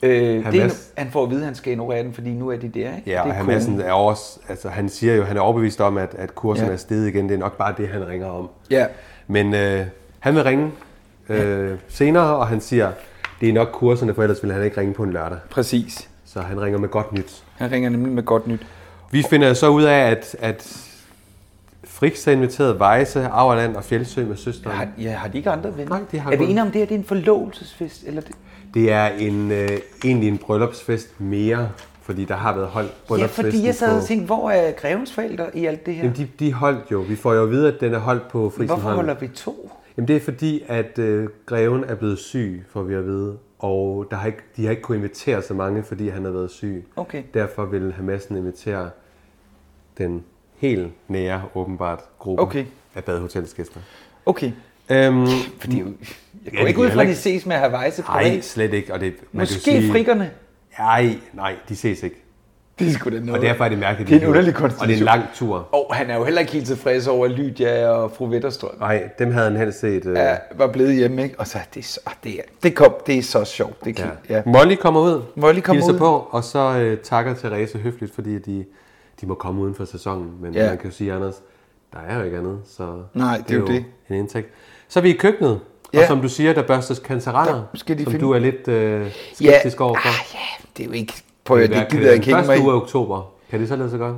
Han får at vide, at han skal ignorere den, fordi nu er de der, ikke? Ja, og Herr Madsen er også, altså han siger jo, han er overbevist om, at kurserne er steget igen. Det er nok bare det, han ringer om. Ja. Men han vil ringe senere, og han siger, det er nok kurserne, for ellers vil han ikke ringe på en lørdag. Præcis. Så han ringer med godt nyt. Han ringer nemlig med godt nyt. Vi finder så ud af, at Friks har inviteret Weisse, Auerland og Fjeldsø med søsteren. Har de ikke andre venner? Nej, de har er vi enige om det her, det er en forlovelsesfest? Eller det? Det er egentlig en bryllupsfest mere, fordi der har været holdt bryllupsfesten. Ja, fordi jeg sad og tænkte, hvor er grevens forældre i alt det her? Jamen, de holdt jo. Vi får jo at vide, at den er holdt på Frisenholm. Hvorfor holder vi 2? Jamen, det er fordi, at greven er blevet syg, får vi at vide. Og de har ikke kunnet invitere så mange, fordi han har været syg. Okay. Derfor vil Herr Madsen invitere den helt nære, åbenbart, gruppe af badehotellets gæster. Okay. Fordi jeg går ikke ud fra, at de ses med Hawaii privat. Nej, slet ikke. Og det, måske frikkerne? Nej, de ses ikke. Det er sgu da noget. Og derfor er det mærkeligt. Det er en underlig konstellation. Og det er en lang tur. Han er jo heller ikke helt tilfreds over Lydia og fru Wetterstrøm. Nej, dem havde han helst set. Var blevet hjemme, ikke? Og så det er så sjovt. Det ja. Molly kommer ud. Hilser på, og så takker Therese høfligt, fordi de må komme uden for sæsonen. Men man kan jo sige, Anders, der er jo ikke andet. Så nej, det er jo det. En indtægt. Så er vi i køkkenet. Og som du siger, der børstes kantareller, som du er lidt skeptisk overfor. Det er jo ikke... det gider jeg ikke hænge mig i. 1. uge af oktober. Kan det så lade sig gøre?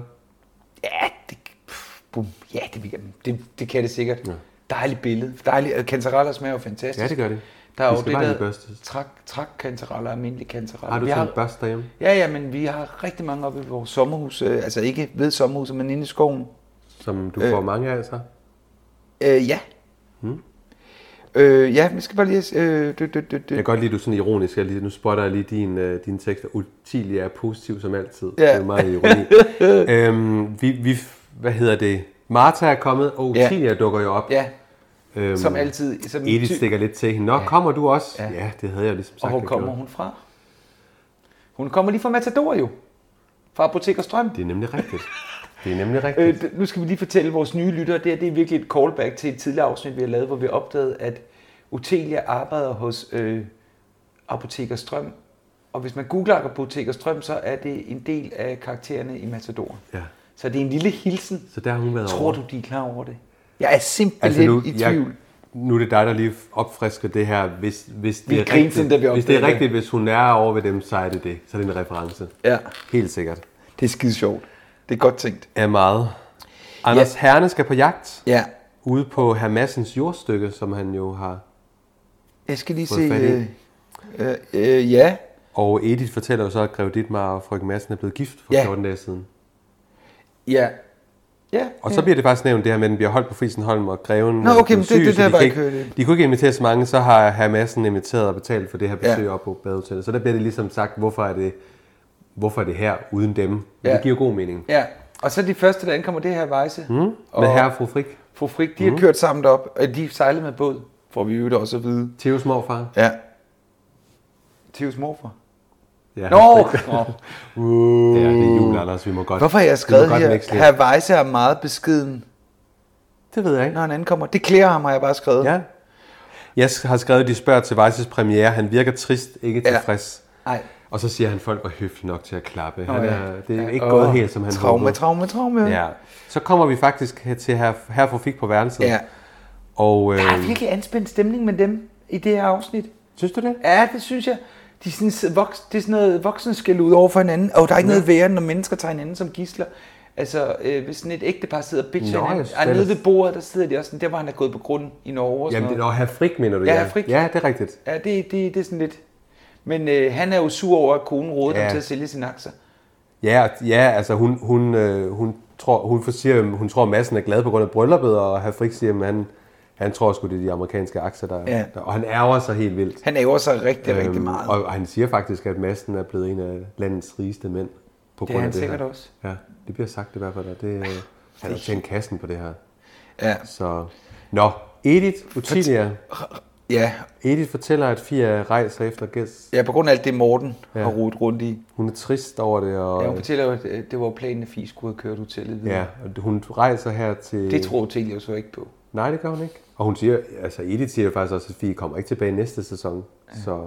Det kan det sikkert. Ja. Dejligt billede. Kantareller smager jo fantastisk. Ja, det gør det. Der er jo det der trak-kantareller, almindelige kantareller. Har du sådan en børste derhjemme? Ja, men vi har rigtig mange oppe i vores sommerhus. Altså ikke ved sommerhuset, men inde i skoven. Som du får mange af, så? Ja. Vi skal bare lige... Jeg kan godt lide, du er sådan ironisk. Nu spotter jeg lige din tekst. Utilia er positiv som altid. Ja. Det er meget ironi. Hvad hedder det? Martha er kommet, og Utilia dukker jo op. Ja. Som altid. Edith stikker lidt til hende. Nå, kommer du også? Ja, det havde jeg ligesom sagt. Og hvor kommer hun fra? Hun kommer lige fra Matador jo. Fra Apotek og Strøm. Det er nemlig rigtigt. Nu skal vi lige fortælle vores nye lyttere. Det er virkelig et callback til et tidligere afsnit, vi har lavet, hvor vi opdagede, at Utilia arbejder hos Apotek og Strøm. Og hvis man googler Apotek og Strøm, så er det en del af karaktererne i Matador. Ja. Så det er en lille hilsen. Så der har hun været Tror over. du, de er klar over det? Jeg er simpelthen i tvivl. Nu er det dig, der lige opfrisker det her. Hvis det er rigtigt, hvis hun er over ved dem, så er det. Så er det en reference. Ja. Helt sikkert. Det er skide sjovt. Det er godt tænkt. Er meget. Anders Herne skal på jagt. Ja. Ude på Herr Madsens jordstykke, som han jo har. Jeg skal lige se. Ja. Og Edith fortæller jo så, at Grev Dietmar og frøken Madsen er blevet gift for 14 dage siden. Ja. Og så bliver det faktisk nævnt det her med, at den bliver holdt på Frisenholm, og greven men syg, det der var ikke hørt. De kunne ikke invitere så mange, så har Herr Madsen inviteret og betalt for det her besøg op på badehotellet. Så der bliver det ligesom sagt, hvorfor er det her uden dem? Ja. Det giver god mening. Ja, og så de første, der ankommer, det her Weisse. Med herre og fru Frik. Fru Frik, de har kørt sammen op, og de sejlede med båd, får vi jo også at vide. Theos morfar. Ja. Theos morfar. Ja, det er jul, Anders, vi må godt. Hvorfor har jeg skrevet her, herr Weisse er meget beskeden? Det ved jeg ikke. Når han ankommer. Det klæder ham, har jeg bare skrevet. Ja. Jeg har skrevet, de spørger til Weisses premiere. Han virker trist, ikke tilfreds. Nej. Og så siger han, folk var høflige nok til at klappe. Det er ikke gået helt, som han Traume. Ja. Så kommer vi faktisk til herre fru Fik på værelset. Ja. Og, der er virkelig anspændt stemning med dem i det her afsnit. Synes du det? Ja, det synes jeg. Det er sådan noget voksenskæld ud over for hinanden. Og der er ikke noget værre, når mennesker tager hinanden som gidsler. Altså, hvis sådan et ægtepar sidder og bitcher hinanden. Nede ved bordet, der sidder de også sådan, der var han er gået på grunden i Norge og sådan noget. Jamen, herre Frik, mener du? Ja, herre Frik. Ja, det er rigtigt. Ja, det er sådan lidt. Men han er jo sur over, at konen rådede ham til at sælge sine aktier. Ja, altså hun tror, at Madsen er glad på grund af brylluppet, og herre Frik siger, at han tror sgu, det er de amerikanske aktier, der og han ærger sig helt vildt. Han ærger sig rigtig meget. Og han siger faktisk, at Madsen er blevet en af landets rigeste mænd på grund af det her. Det er han sikkert også. Ja, det bliver sagt i hvert fald. Han har tjent kassen på det her. Ja. Så, Edith, Utilia. Ja. Edith fortæller, at Fia rejser efter gæst. Ja, på grund af alt det Morten har rodet rundt i. Hun er trist over det. Og hun fortæller jo, at det var planen, at Fie skulle have kørt hotellet videre. Ja, og hun rejser her til... Det tror Utilia jo så ikke på. Nej, det gør hun ikke. Og hun siger, Edith siger faktisk også, at Fie kommer ikke tilbage næste sæson. Ja.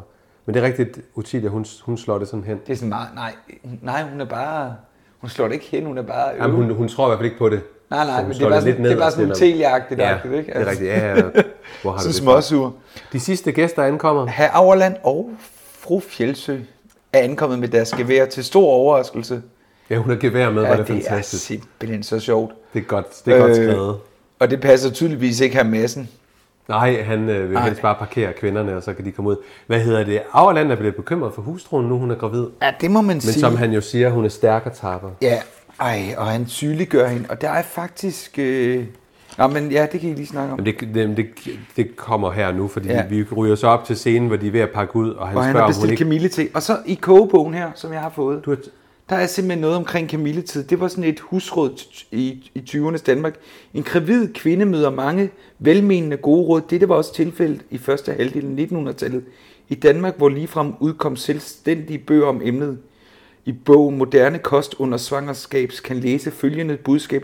Men det er rigtigt, Utilia, hun slår det sådan hen. Det er sådan meget, nej, hun er bare, hun slår det ikke hen, hun er bare øve. Jamen, hun tror i hvert fald ikke på det. Nej, men det er bare sådan Utilia-agtigt, ikke? Det er rigtigt, ja. Hvor har så småsur. De sidste gæster ankommer. Hr. Auerland og fru Fjeldsø er ankommet med deres gevær til stor overraskelse. Ja, hun har gevær med, var det fantastisk. Det er simpelthen så sjovt. Det er godt skrevet. Og det passer tydeligvis ikke her Madsen. Nej, han vil helst bare parkere kvinderne, og så kan de komme ud. Hvad hedder det? Auerland er blevet bekymret for hustruen nu, hun er gravid. Ja, det må man sige. Men som han jo siger, hun er stærk og tapper. Ja, og han sygeliggør hende. Og der er faktisk... Nå, men ja, det kan I lige snakke om. Det kommer her nu, fordi vi ryger så op til scenen, hvor de er ved at pakke ud, og han spørger, har bestilt Camille til. Og så i kogebogen her, som jeg har fået, der er simpelthen noget omkring Camille-tid. Det var sådan et husråd i 20'ernes Danmark. En gravid kvinde møder mange velmenende gode råd. Dette var også tilfældet i første halvdel af 1900-tallet i Danmark, hvor ligefrem udkom selvstændige bøger om emnet. I bogen Moderne kost under svangerskabs kan læse følgende budskab.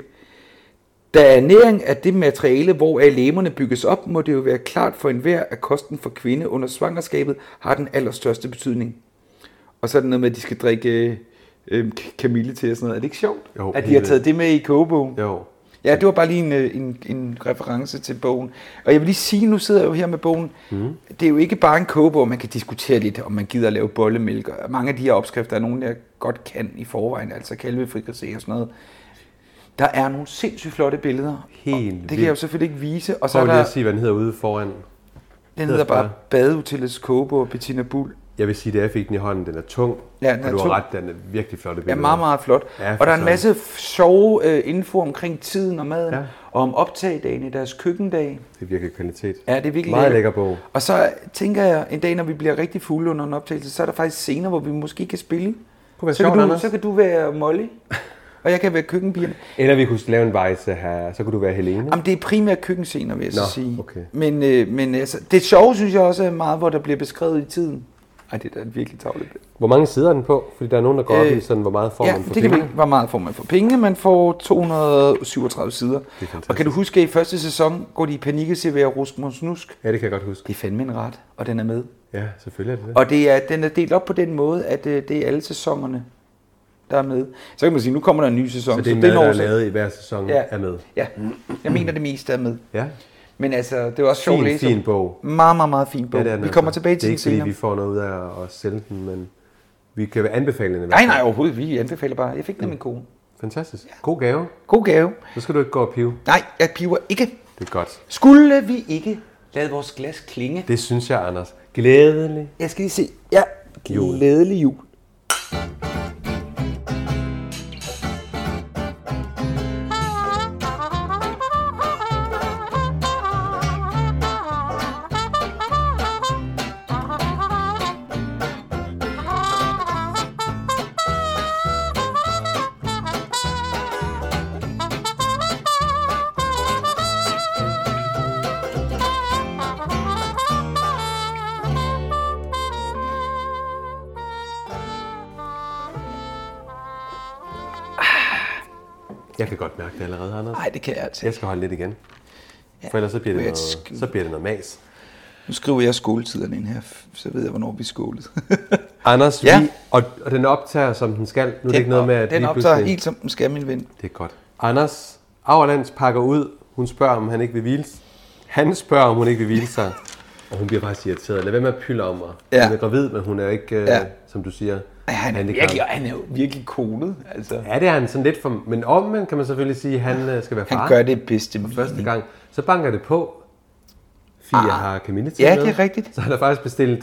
Da ernæring er det materiale, hvor lemerne bygges op, må det jo være klart for enhver, at kosten for kvinde under svangerskabet har den allerstørste betydning. Og så er det noget med, at de skal drikke Camille til og sådan noget. Er det ikke sjovt, jo, at de har taget det med i kogebogen? Jo. Ja, det var bare lige en reference til bogen. Og jeg vil lige sige, nu sidder jeg jo her med bogen. Det er jo ikke bare en kogebog, man kan diskutere lidt, om man gider at lave bollemælk. Og mange af de her opskrifter er nogen, jeg godt kan i forvejen, altså kalvefrikassé og sådan noget. Der er nogle sindssygt flotte billeder. Helt det kan jeg jo selvfølgelig ikke vise. Og så prøv lige at sige, hvad den hedder ude foran. Den hedder bare Badehotellets kogebog, Bettina Bull. Jeg vil sige, at jeg fik den i hånden. Den er tung. Ja, den er og du tung. har ret, den er virkelig flotte billeder. Ja, meget, meget flot. Ja, og der er en masse sjove info omkring tiden og maden, og om optagdagen i deres køkkendag. Det er virkelig kvalitet. Ja, det er virkelig meget lækker bog. Og så tænker jeg, en dag, når vi bliver rigtig fulde under en optagelse, så er der faktisk scener, hvor vi måske kan spille. Så kan du være Molly. Og jeg kan være køkkenpigerne. Eller vi kunne lave en vejse her, så kunne du være Helene. Jamen, det er primært køkkenscener, vil jeg så sige. Okay. Men altså, det sjove, synes jeg også er meget, hvor der bliver beskrevet i tiden. Ej, det er da virkelig tavligt. Hvor mange sider er den på? Fordi der er nogen, der går op i sådan, hvor meget får man for penge. Hvor meget får man for penge? Man får 237 sider. Og kan du huske, at i første sæson går de i panik og serverer rusmusnusk? Ja, det kan jeg godt huske. Det er fandme en ret, og den er med. Ja, selvfølgelig er det det. Og den er delt op på den måde, at det er alle sæsonerne, der er med. Så kan man sige, nu kommer der en ny sæson. Så det er mad, der er lavet i hver sæson, er med? Ja, jeg mener det meste er med. Ja. Men altså, det er også sjovt at læse. Fin bog. Meget, meget, meget fin bog. Ja, vi kommer tilbage til den senere. Det er ikke fordi, vi får noget ud af at sælge den, men vi kan anbefale den. Nej, overhovedet. Vi anbefaler bare. Jeg fik den af min kone. Fantastisk. God gave. God gave. Så skal du ikke gå og pive. Nej, jeg piver ikke. Det er godt. Skulle vi ikke lade vores glas klinge? Det synes jeg, Anders. Glædelig. Jeg skal lige se. Ja, glædelig jul. Jeg kan godt mærke det allerede, Anders. Nej, det kan jeg altså. Jeg skal holde lidt igen. For ellers så bliver det noget mas. Nu skriver jeg skoletiderne ind her, så ved jeg, hvornår vi skålet. Anders, og den optager, som den skal. Nu er det ikke noget med, at den optager helt, som den skal, min ven. Det er godt. Anders Auerlands pakker ud. Hun spørger, om han ikke vil hvile. Han spørger, om hun ikke vil hvile sig. Og hun bliver faktisk irriteret. Lad være med at pylde om mig. Hun er gravid, men hun er ikke, som du siger, han er jo virkelig konet. Altså. Ja, det er han sådan lidt for... Men omvendt kan man selvfølgelig sige, at han skal være far. Han gør det bedste for første gang. Så banker det på. Fia har Camille til med. Ja, det er rigtigt. Så han har faktisk bestilt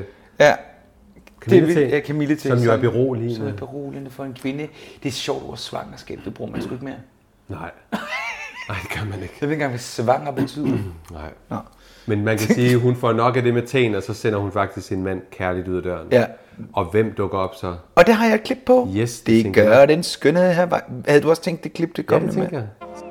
Camille til. Som jo er beroligende. Som er beroligende for en kvinde. Det er sjovt, vores svangerskab. Det bruger man sgu ikke mere. Nej, det kan man ikke. Jeg ved ikke engang, hvad svanger betyder. Nej. Nå. Men man kan sige, at hun får nok af det med ten, og så sender hun faktisk sin mand kærligt ud af døren. Ja. Og hvem dukker op så? Og det har jeg et klip på. Yes, det gør den skønne her. Havde du også tænkt det klip, det kom med? Jeg.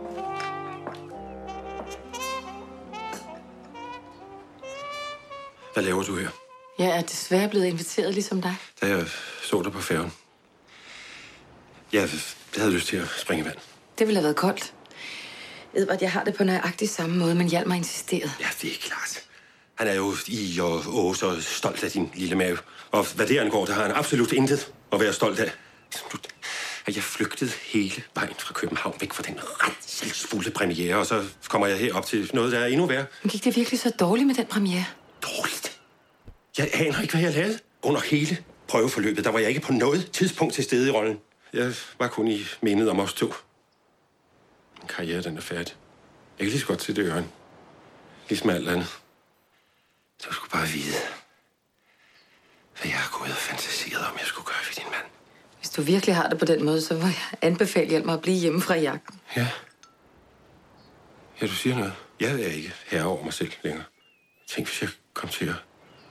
Hvad laver du her? Jeg er desværre blevet inviteret ligesom dig. Da jeg så dig på færgen. Jeg havde lyst til at springe i vand. Det ville have været koldt. Edvard, jeg har det på nøjagtig samme måde, men Hjalmar insisterede. Ja, det er klart. Han er jo i og så stolt af din lille mave. Og hvad det angår, der har han absolut intet at være stolt af. At jeg flygtede hele vejen fra København væk fra den rædselsfulde premiere, og så kommer jeg herop til noget, der er endnu værre. Men gik det virkelig så dårligt med den premiere? Dårligt? Jeg aner ikke, hvad jeg lavede. Under hele prøveforløbet, der var jeg ikke på noget tidspunkt til stede i rollen. Jeg var kun i mindet om os to. Min karriere, den er færdig. Jeg kan lige så godt til det ørerne. Ligesom alt andet. Du skulle bare vide, hvad jeg har gået og fantaseret om, jeg skulle gøre ved din mand. Hvis du virkelig har det på den måde, så vil jeg anbefale mig at blive hjemme fra jagten. Ja. Ja, du siger noget. Jeg er ikke herre over mig selv længere. Tænk, hvis jeg kom til at...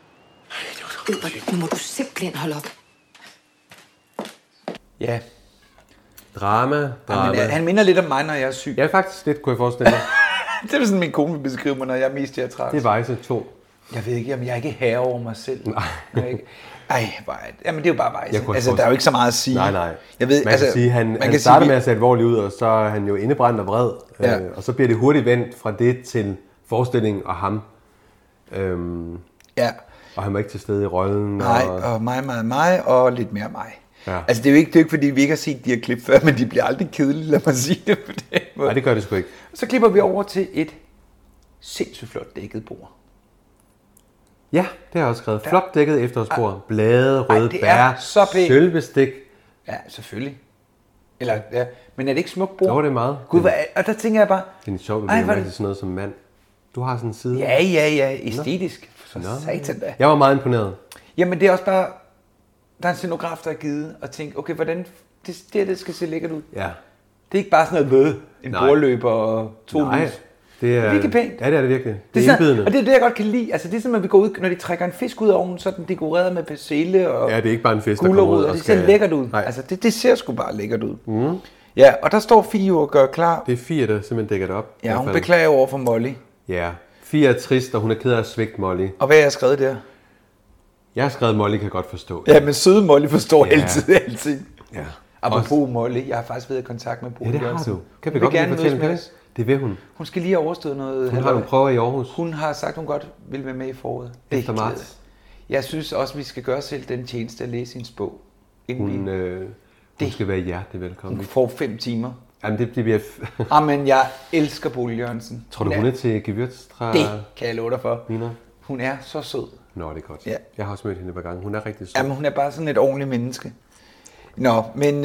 Nu må du simpelthen holde op. Ja. Drama. Han minder lidt om mig, når jeg er syg. Ja, faktisk lidt, kunne jeg forestille mig. Det er sådan, min kone vil beskrive mig, når jeg er mest teatralsk. Det er Weisse 2. Jeg ved ikke, om jeg er ikke herre over mig selv. Nej. Jamen det er jo bare Weisse. Altså, der er jo ikke så meget at sige. Nej. Jeg ved, man kan sige, han starter med at se alvorligt ud, og så er han jo indebrændt og vred. Ja. Og så bliver det hurtigt vendt fra det til forestillingen og ham. Ja. Og han var ikke til stede i rollen. Nej, og mig, og lidt mere mig. Ja. Altså det er jo ikke, fordi vi ikke har set de her klip før, men de bliver aldrig kedelige, lad mig sige det på den måde. Nej, det gør det sgu ikke. Så klipper vi over til et sindssygt flot dækket bord. Ja, det har jeg også skrevet. Flot dækket efterårsbord, blade, røde bær, sølvbestik. Ja, selvfølgelig. Eller, ja. Men er det ikke smukt bord? Jo, det er meget. Gud, og der tænker jeg bare... Det er sjovt, at du sådan noget som mand. Du har sådan en side. Ja, æstetisk. Så satan da. Jeg var meget imponeret. Jamen det er også bare... Der er en scenograf, der er givet, og tænke, okay, hvordan... Det skal se lækkert ud. Ja. Det er ikke bare sådan noget en bordløber og 2 lys. Det er virkelig pænt. Ja, det er det virkelig. Det er indbydende. Og det er det, jeg godt kan lide. Altså, det er som, at vi går ud, når de trækker en fisk ud af ovnen, så er den dekoreret med persille og... Ja, det er ikke bare en fisk, der kommer ud. Og det ser lækkert ud. Nej. Altså, det ser sgu bare lækkert ud. Mm. Ja, og der står Fie og gør klar. Det er Fie, der simpelthen dækker det op. Ja, hun beklager over for Molly. Ja, Fie er trist, og hun er ked af at svigte Molly. Og hvad har jeg skrevet der? Jeg har skrevet, Molly kan godt forstå. Ja, men søde Molly forstår altid. Ja. Apropos Molly, jeg har faktisk været i kontakt med Bodil Jørgensen. Ja, det har du. Kan vi godt lige fortælle det? Det vil hun. Hun skal lige have overstået noget. Hun har nogle prøver i Aarhus. Hun har sagt, hun godt vil være med i foråret. Efter marts. Jeg synes også, vi skal gøre selv den tjeneste at læse hendes bog. Hun skal være hjertelig velkommen. Hun får 5 timer. Jamen, det bliver... Jamen, jeg elsker Bodil Jørgensen. Tror du, hun er til Gewürztraminer? Det kan jeg love dig for. Hun er så sød. Nå, det er godt. Ja. Jeg har også mødt hende et par gange. Hun er rigtig sød. Jamen, hun er bare sådan et ordentligt menneske. Nå, men...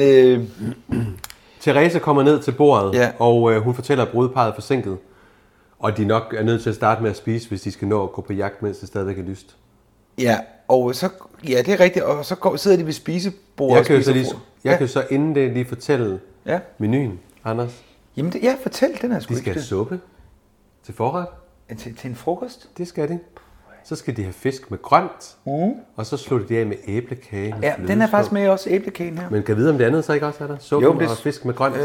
Therese kommer ned til bordet, og hun fortæller, at brudeparret er forsinket. Og de nok er nødt til at starte med at spise, hvis de skal nå at gå på jagt, mens det stadigvæk er lyst. Ja, og så... Ja, det er rigtigt. Og så sidder de ved spisebordet. Jeg kan jo så inden det lige fortælle menuen, Anders. Jamen, fortæl. Den er sgu de skal have suppe til forret. Til en frokost? Det skal de. Så skal de have fisk med grønt, og så slutter de af med æblekage. Ja, den er faktisk med også, æblekagen her. Men kan vide, om det andet så ikke også er der? Suppe og fisk med grønt.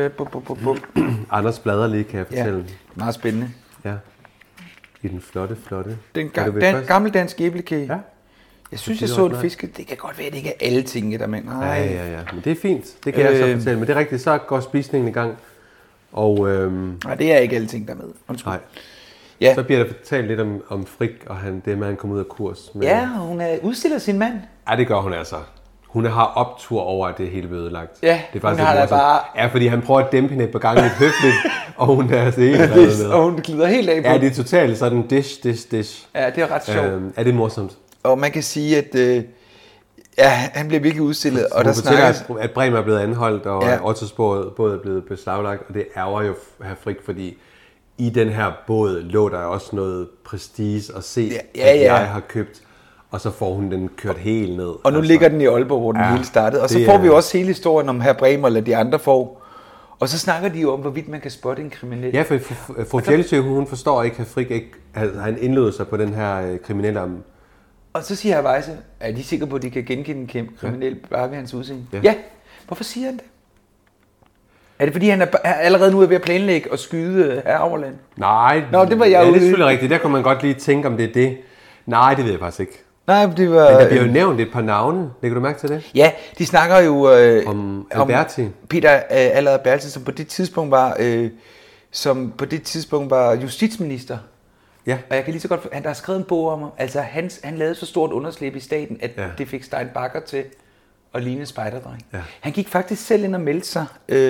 Anders bladrer lige, kan jeg fortælle. Ja, meget spændende. Ja, i den flotte. Den gammeldanske æblekage. Ja. Jeg synes, jeg så en fisk. Det kan godt være, at det ikke er alle tingene, der med. Ja. Men det er fint. Det kan jeg så fortælle. Men det er rigtigt, så går spisningen i gang. Og, nej, det er ikke alle ting, der med. Undskyld. Nej. Ja. Så bliver der fortalt lidt om Frik, og det med, at han kommer ud af kurs. Men... Ja, hun udstiller sin mand. Ja, det gør hun altså. Hun har optur over, at det hele blev ødelagt. Ja, det er faktisk hun har bare... Ja, fordi han prøver at dæmpe hende et par gange lidt høfligt, og hun er altså helt med. Og hun glider helt af på. Ja, det er totalt sådan dish. Ja, det er ret sjovt. Er det morsomt? Og man kan sige, at han bliver virkelig udstillet. Og der snakkes... at Bremer er blevet anholdt, og Ottos båd er blevet beslaglagt, og det ærger jo herr Frik, fordi i den her båd lå der også noget prestige at se, at jeg har købt. Og så får hun den kørt helt ned. Og nu ligger den i Aalborg, hvor den hele startede. Og så får vi også hele historien om herr Bremer, eller de andre får. Og så snakker de jo om, hvorvidt man kan spotte en kriminel. Ja, for fru Fjeldsø, hun forstår ikke, at Frik ikke han indlød sig på den her kriminelle. Og så siger herr Weisse, er de sikre på, at de kan genkende en kriminel bare ved hans udseende? Ja. Hvorfor siger han det? Er det fordi, han er allerede nu ved at planlægge og skyde herr Auerland? Nej, det var jeg det er selvfølgelig rigtigt. Der kunne man godt lige tænke, om det er det. Nej, det ved jeg faktisk ikke. Nej, det var... Men der bliver jo nævnt et par navne. Lægger du mærke til det? Ja, de snakker jo... om Alberti. Peter Alberti, som på det tidspunkt var justitsminister Ja. Og jeg kan lige så godt... Der er skrevet en bog om ham. Altså, han lavede så stort underslæb i staten, at det fik Stein Bakker til at ligne en spejderdreng. Ja. Han gik faktisk selv ind og meldte sig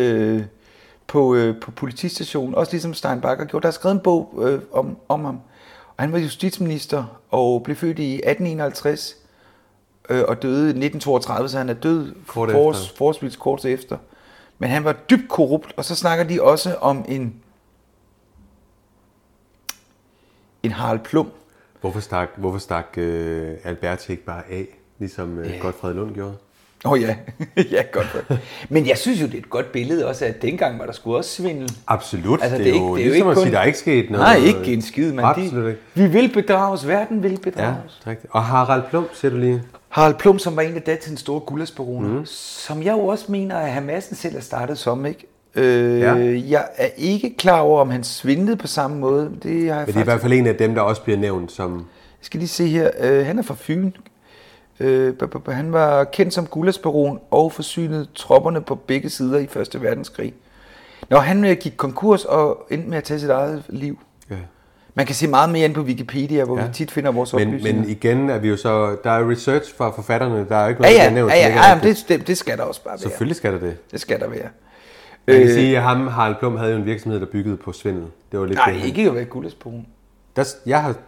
på politistationen, også ligesom Stein Bakker gjorde. Der er skrevet en bog om ham. Og han var justitsminister og blev født i 1851 og døde i 1932, så han er død forholdsvis kort efter. Men han var dybt korrupt, og så snakker de også om en Harald Plum. Hvorfor stak Alberti ikke bare af, ligesom Godfred Lund gjorde? Ja, ja, godt. Men jeg synes jo, det er et godt billede også, at dengang var der sgu også svindel. Absolut, altså, det er jo ligesom at sige, der er ikke sket noget. Nej, ikke en skid, men absolut ikke. Vi vil bedrages, verden vil bedrages. Ja, rigtigt. Og Harald Plum, siger du lige? Harald Plum, som var en af datidens store gullaschbaroner, som jeg jo også mener, at Herr Madsen selv er startet som, ikke? Jeg er ikke klar over, om han svindlede på samme måde. Men det er i hvert fald en af dem, der også bliver nævnt som... Jeg skal lige se her. Han er fra Fyn. Han var kendt som gullaschbaron og forsynede tropperne på begge sider i 1. verdenskrig. Når han gik konkurs og endte med at tage sit eget liv. Ja. Man kan se meget mere ind på Wikipedia, hvor vi tit finder vores oplysninger. Men igen er vi jo så... Der er research fra forfatterne, der er jo ikke noget, der er nævnt. Det skal der også bare være. Selvfølgelig skal der det. Det skal der være. Man kan sige, at Harald Plum havde jo en virksomhed, der byggede på svindel. Det var lidt ikke at være gullaschbaron. Jeg har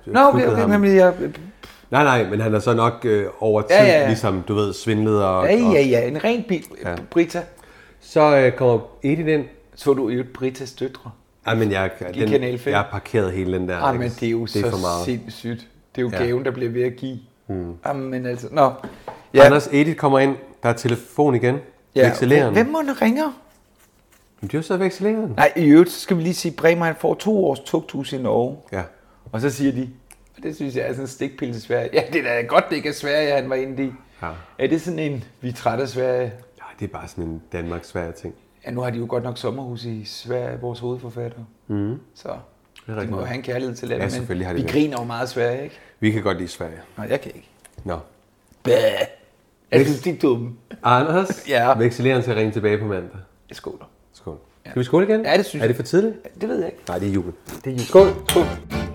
Nej, men han er så nok over tid, ligesom du ved, svindlet og... Ja, en ren Brita. Så kommer Edith ind. Så du jo Britas døtre? Ej, men jeg har parkeret hele den der. Ej, men det er jo så sindssygt. Det er jo gaven, der bliver ved at give. Men altså, Anders, Edith kommer ind. Der er telefon igen. Vekseleren. Hvem må der ringer? Men det er jo så vekseleren. Nej, i øvrigt skal vi lige sige, Bremer han får 2 års tugthus i Norge. Ja. Og så siger de, og det synes jeg er sådan en stikpille til Sverige. Ja, det er da godt, det ikke er Sverige, han var inde i. Ja. Er det sådan en, vi er trætte af Sverige? Nej, det er bare sådan en Danmark-Sverige-ting. Ja, nu har de jo godt nok sommerhus i Sverige, vores hovedforfatter. Så de må jo have en kærlighed til landet, selvfølgelig har de vi griner jo meget af Sverige, ikke? Vi kan godt lide Sverige. Nej, jeg kan ikke. Nå. Jeg synes, det er dumme. Anders, vekseleren skal ringe tilbage på mandag. Skål. Skål. Skal vi skåle igen? Ja, det synes jeg. Er det for tidligt? Det ved jeg ikke. Nej, det er jul. Det er jul. Skål. Skål.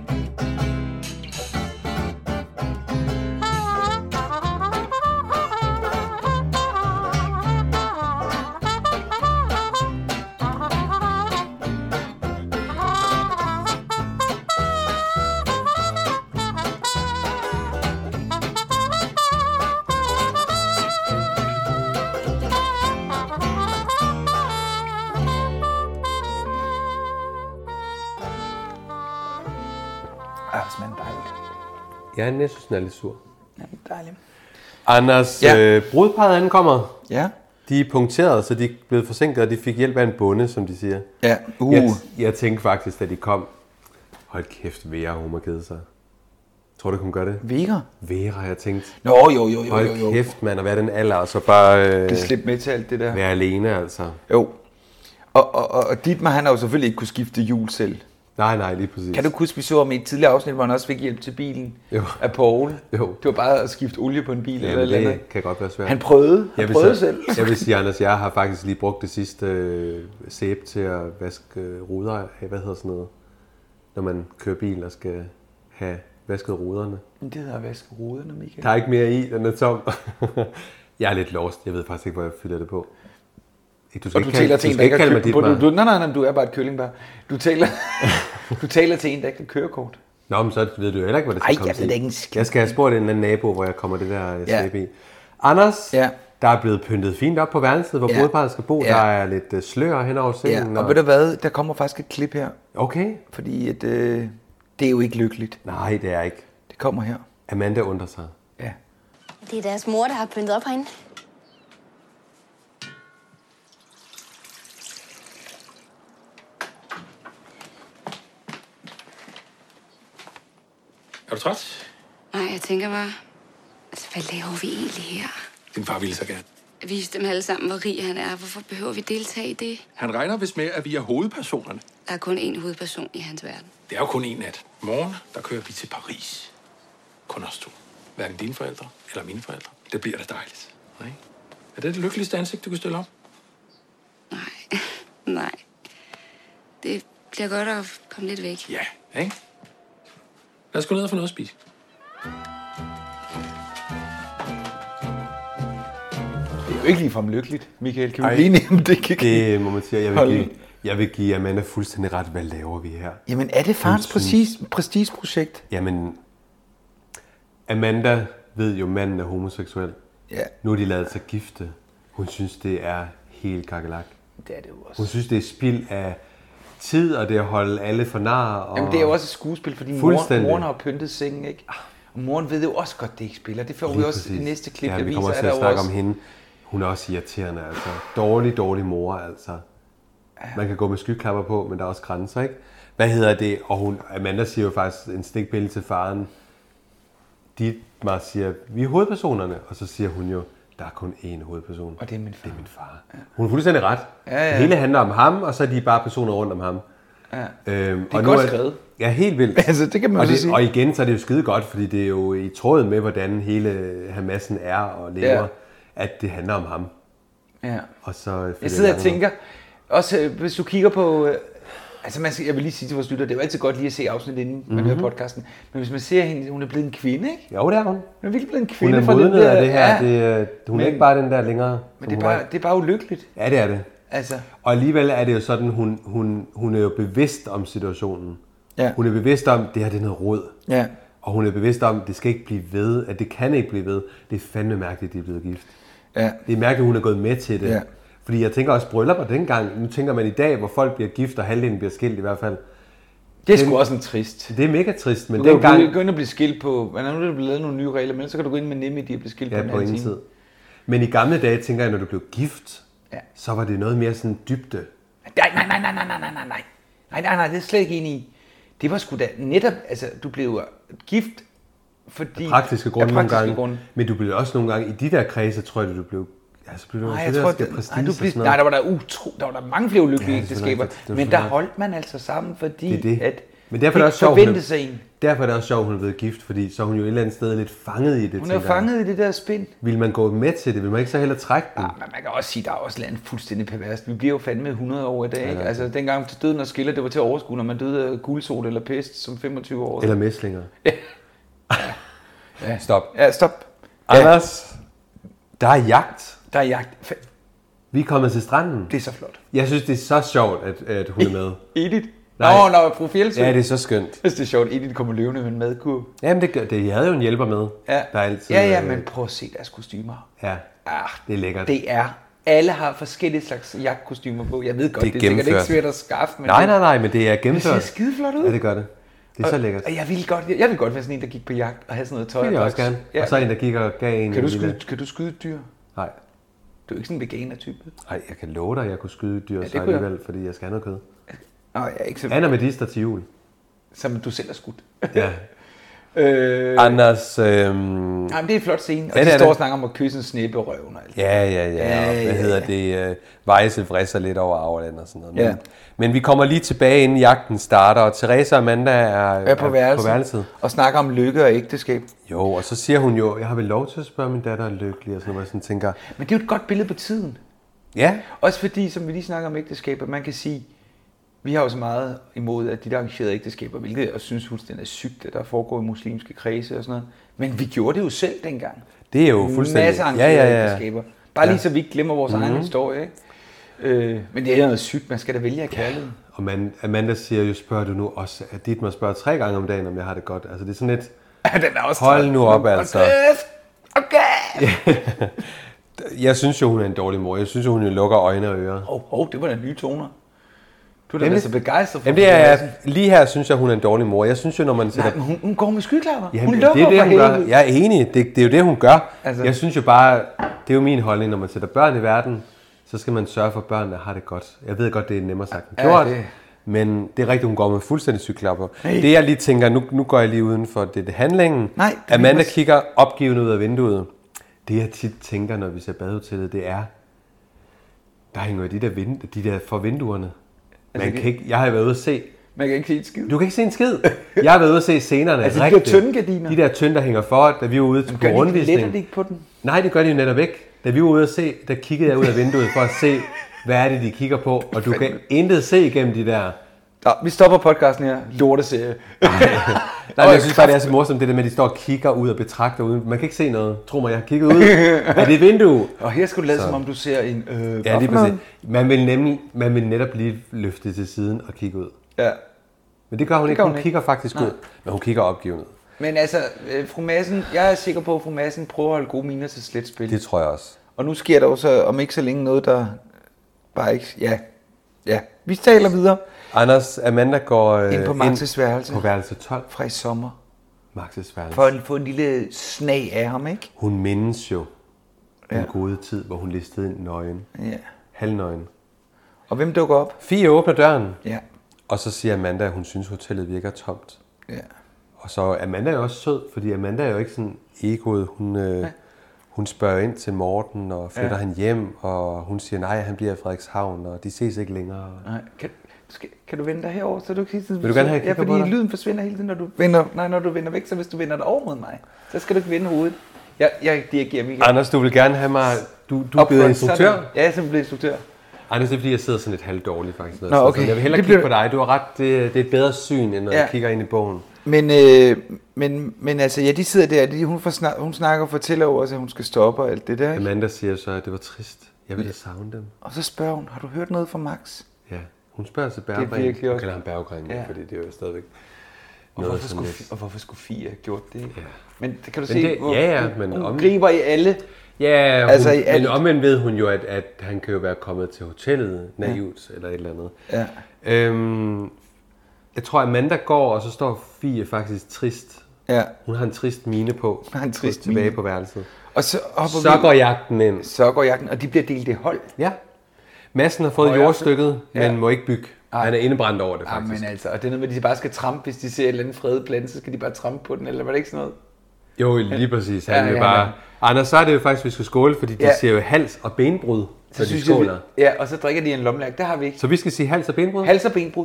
Ja, jeg synes, den er lidt sur. Ja, dejligt. Anders, brudparret ankommer. Ja. De er punkteret, så de er blevet forsinket, og de fik hjælp af en bonde, som de siger. Ja. Jeg tænkte faktisk, da de kom, hold kæft, Vera, hun må kede sig. Tror du, hun gør det? Vera, jeg tænkte. Jo. Hold kæft, mand, at være den alder, og så bare... det slip med til alt det der. Være alene, altså. Jo. Og Dietmar, han har jo selvfølgelig ikke kunne skifte hjul selv. Nej, lige præcis. Kan du huske, vi så om i et tidligere afsnit, hvor han også fik hjælp til bilen af Paul? Jo. Det var bare at skifte olie på en bil eller det andet. Kan godt være svært. Han prøvede selv. Jeg vil sige, Anders, jeg har faktisk lige brugt det sidste sæbe til at vaske ruder af. Hvad hedder sådan noget? Når man kører bil og skal have vasket ruderne. Men det hedder at vaske ruderne, Michael. Der er ikke mere i, den er tom. Jeg er lidt lost. Jeg ved faktisk ikke, hvor jeg fylder det på. Du taler til en, der ikke har kørekort. Nej, du er bare et kyllingbær. Du taler til en, der ikke har kørekort. Nå, men så ved du heller ikke, hvor det skal komme til. Jeg skal have spurgt en anden nabo, hvor jeg kommer det der slæbe i. Anders, der er blevet pyntet fint op på værelset, hvor brudparret skal bo. Der er lidt slør hen over sengen. Ja, og ved du hvad, der kommer faktisk et klip her. Okay. Fordi det er jo ikke lykkeligt. Nej, det er ikke. Det kommer her. Amanda undrer sig. Ja. Det er deres mor, der har pyntet op herinde. Er du træt? Nej, jeg tænker bare, altså, hvad laver vi egentlig her? Din far ville så gerne. Vise dem alle sammen, hvor rig han er. Hvorfor behøver vi deltage i det? Han regner vist med, at vi er hovedpersonerne. Der er kun én hovedperson i hans verden. Det er jo kun en nat. Morgen, der kører vi til Paris. Kun os to. Hverken dine forældre eller mine forældre. Det bliver da dejligt. Nej? Er det det lykkeligste ansigt, du kan stille op? Nej. Det bliver godt at komme lidt væk. Ja, ikke? Lad os gå ned og få noget at spise. Det er jo ikke ligefrem lykkeligt, Michael. Kan vi blive enige om det? Det må man sige. Jeg vil give Amanda fuldstændig ret. Hvad laver vi her? Jamen, er det farens prestigeprojekt? Jamen, Amanda ved jo, manden er homoseksuel. Ja. Nu er de lavet sig gifte. Hun synes, det er helt kakkelak. Det er det jo også. Hun synes, det er spild af tid, og det er at holde alle for nar. Og jamen, det er jo også et skuespil, fordi moren har pyntet sengen, ikke? Og moren ved jo også godt, det ikke spiller. Det får vi også i næste klip, der viser. Ja, vi kommer også til at snakke om hende. Hun er også irriterende, altså. Dårlig mor, altså. Man kan gå med skyklapper på, men der er også grænser, ikke? Hvad hedder det? Og Amanda siger jo faktisk en stikbillede til faren. Dietmar siger, vi er hovedpersonerne. Og så siger hun jo, der er kun én hovedperson. Og det er min far. Det er min far. Ja. Hun er fuldstændig ret. Ja. Det hele handler om ham, og så er de bare personer rundt om ham. Ja. Det er godt skrevet. Ja, helt vildt. Altså, det kan man også sige. Og igen, så er det jo skide godt, fordi det er jo i tråd med, hvordan hele Hamassen er og lever, at det handler om ham. Ja. Og så jeg sidder og tænker, også hvis du kigger på, altså jeg vil lige sige til vores lytter, det er jo altid godt lige at se afsnit inden man hører podcasten, men hvis man ser hende, hun er blevet en kvinde, ikke? Jo, det er hun. Hun er virkelig blevet en kvinde. Hun er modnet af det her, hun er ikke bare den der længere. Men det er bare ulykkeligt. Ja, det er det. Altså. Og alligevel er det jo sådan, hun er jo bevidst om situationen. Ja. Hun er bevidst om, det her det er noget rod. Ja. Og hun er bevidst om, det skal ikke blive ved, at det kan ikke blive ved. Det er fandme mærkeligt, at de er blevet gift. Ja. Det er mærkeligt, at hun er gået med til det. Ja. Fordi jeg tænker også bryllupper dengang. Nu tænker man i dag, hvor folk bliver gift, og halvdelen bliver skilt i hvert fald. Det er sgu også en trist. Det er mega trist, men dengang... Du kan gå ind og blive skilt på... Nu er der blevet lavet nogle nye regler, men så kan du gå ind med NemID og blive skilt på en halv time. Men i gamle dage, tænker jeg, når du blev gift, så var det noget mere sådan dybde. Nej, det er slet ikke enig i. Det var sgu da netop... Altså, du blev gift, fordi... Af praktiske grunde nogle gange. Men du blev også nogle gange... I de der kredse, tror jeg, du blev... Altså, der var der mange flere ulykkelige ægteskaber, men der holdt man altså sammen, fordi at men derfor det forventede sig en. Derfor er det også sjovt, hun er blevet gift, fordi så er hun jo et eller andet sted lidt fanget i det. Hun er fanget i det der spind. Vil man gå med til det? Vil man ikke så heller trække den? Ja, men man kan også sige, der er også landet fuldstændig perverst. Vi bliver jo fandme 100 år i dag, ikke? Altså dengang til døden og skiller, det var til overskud, når man døde af guldsot eller pest som 25 år. Eller mæslinger. Ja. Stop. Ja, stop. Anders, der er jagt. Der er jagt. Vi er kommet til stranden. Det er så flot. Jeg synes, det er så sjovt, at hun er med. Edith? Nå, fru Fjeldsø. Ja, det er så skønt. Det er sjovt, Edith kommer løvende med en madkurv. Jamen, jeg havde jo en hjælper med. Ja, der altid, men prøv at se deres kostymer. Ja, det er lækkert. Det er. Alle har forskellige slags jagtkostymer på. Jeg ved godt, det er sikkert ikke svært at skaffe. Men nej, men det er gennemført. Det ser skide flot ud. Ja, det gør det. Det er så lækkert. Jeg vil godt være sådan en, der gik på jagt og have sådan noget tøj. Det vil jeg også gerne. Ja. Og så en, der gik og gav en... Kan du skyde et dyr? Nej. Du er ikke sådan en veganer-type? Nej, jeg kan love dig, at jeg kunne skyde et dyr så alligevel, fordi jeg skal have noget kød. Nej, jeg er ikke så... Anna Medister til jul. Som du selv har skudt. Ja. Anders... Jamen, det er en flot scene. Og de står og snakker om at kysse en snæppe røven og alt. Ja. Hvad hedder det? Vejse vrisser lidt over Auerland og sådan noget. Men vi kommer lige tilbage, inden jagten starter, og Therese og Amanda er på værelset. Og snakker om lykke og ægteskab. Jo, og så siger hun jo, jeg har vel lov til at spørge min datter er lykkelig, og sådan noget, sådan tænker... Men det er jo et godt billede på tiden. Ja. Også fordi, som vi lige snakker om ægteskab, at man kan sige... Vi har jo så meget imod, at de der arrangerede ægteskaber, hvilket jeg synes fuldstændig er sygt, at der foregår i muslimske kredse og sådan noget. Men vi gjorde det jo selv dengang. Det er jo fuldstændig... Masser af arrangerede ægteskaber. Bare lige så vi ikke glemmer vores egen historie, ikke? Men det er noget sygt, man skal da vælge af kærligheden. Og Amanda siger jo, spørger du nu også, at Dietmar spørger 3 gange om dagen, om jeg har det godt. Altså det er sådan lidt... Ja, den er også hold nu op, altså. Okay. Jeg synes jo, hun er en dårlig mor. Jeg synes jo, hun lukker øjne og ører. Det var da nye toner. Du er da så begejstret for. Jamen det er, lige her synes jeg, hun er en dårlig mor. Jeg synes jo, når man sætter... Nej, hun går med skyklapper. Jamen, hun lukker det, hun gør. Jeg er enig. Det er jo det, hun gør. Altså... Jeg synes jo bare, det er jo min holdning, når man sætter børn i verden, så skal man sørge for, at børnene har det godt. Jeg ved godt, det er nemmere sagt end gjort. Det... Men det er rigtigt, hun går med fuldstændig skyklapper. Hey. Det jeg lige tænker, nu går jeg lige uden for det handlingen. Nej, Amanda kigger opgivende ud af vinduet. Det jeg tit tænker, når vi ser badehotellet, det er, der hænger jo de der for vinduerne. Man kan ikke, jeg har været ude at se. Man kan ikke se en skid. Du kan ikke se en skid. Jeg har været ude at se scenerne. Altså de der tynde gardiner. De der tynde, der hænger for, da vi var ude på rundvisning. Letter de ikke på den? Nej, det gør de jo netop ikke. Da vi var ude at se, der kiggede jeg ud af vinduet for at se, hvad er det, de kigger på. Og du kan intet se igennem de der... Ja, vi stopper podcasten her. Lorteserie. Nej, jeg synes bare, det er så morsomt, det der med, at de står og kigger ud og betragter uden. Man kan ikke se noget. Tro mig, jeg har kigget ud. Er det et vindue? Og her skulle du lade, som om du ser en... ja, lige præcis. Man vil netop lige løfte til siden og kigge ud. Ja. Men det gør hun ikke. Hun kigger faktisk ud. Men hun kigger opgivende. Men altså, fru Madsen, jeg er sikker på, at fru Madsen prøver at holde gode miner til slet spil. Det tror jeg også. Og nu sker der også om ikke så længe noget, der bare ikke... Ja, vi taler videre. Anders, Amanda går ind på Max's værelse. På værelse 12. Fra i sommer. Max's værelse. For at få en lille snag af ham, ikke? Hun mindes jo den gode tid, hvor hun listede ind nøgen. Ja. Halvnøgen. Og hvem dukker op? Fie åbner døren. Ja. Og så siger Amanda, at hun synes, hotellet virker tomt. Ja. Og så Amanda er jo også sød, fordi Amanda er jo ikke sådan egoet. Hun spørger ind til Morten og flytter han hjem, og hun siger, nej, han bliver i Frederikshavn, og de ses ikke længere. Nej, kan du vende dig herover, så du kan sige... Vil du gerne have kigget på dig? Fordi lyden forsvinder hele tiden, når du vender væk, så hvis du vender dig over mod mig, så skal du ikke vende hovedet. Jeg dirigerer mig. Anders, du vil gerne have mig... Du er blevet instruktør? Ja, jeg er simpelthen blevet instruktør. Anders, det er fordi, jeg sidder sådan lidt halvdårligt faktisk. Nå, okay. Så jeg vil hellere kigge på dig. Du har ret, det er et bedre syn, end når jeg kigger ind i bogen. Men altså, ja, de sidder der, hun snakker og fortæller over os, at hun skal stoppe og alt det der, ikke? Amanda siger så, at det var trist. Jeg ville savne dem. Og så spørger hun, har du hørt noget fra Max? Ja, hun spørger til Berggren. Det er virkelig også... Hun kalder ham Berggren, fordi det er jo stadigvæk... Og hvorfor skulle Fie have gjort det? Ja. Men kan du se, men hun griber i alle... Ja, men omvendt ved hun jo, at han kan jo være kommet til hotellet naivt, eller et eller andet. Ja. Jeg tror, at Amanda går, og så står Fie faktisk trist. Ja. Hun har en trist mine på. Tilbage på værelset. Og så går jagten ind. Så går jagten, og de bliver delt i hold. Ja. Madsen har fået jordstykket, men må ikke bygge. Han er indebrændt over det, faktisk. Men altså, og det er noget med, at de bare skal trampe, hvis de ser et eller andet fredet plante, så skal de bare trampe på den, eller var det ikke sådan noget? Jo, lige præcis. Han vil bare... Anders, så er det jo faktisk, vi skal skåle, fordi de siger jo hals og benbrud, så de skåler. Ja, og så drikker de en lommelærk. Det har vi ikke. Så vi skal sige hals og benbrud? Hals og benbrud.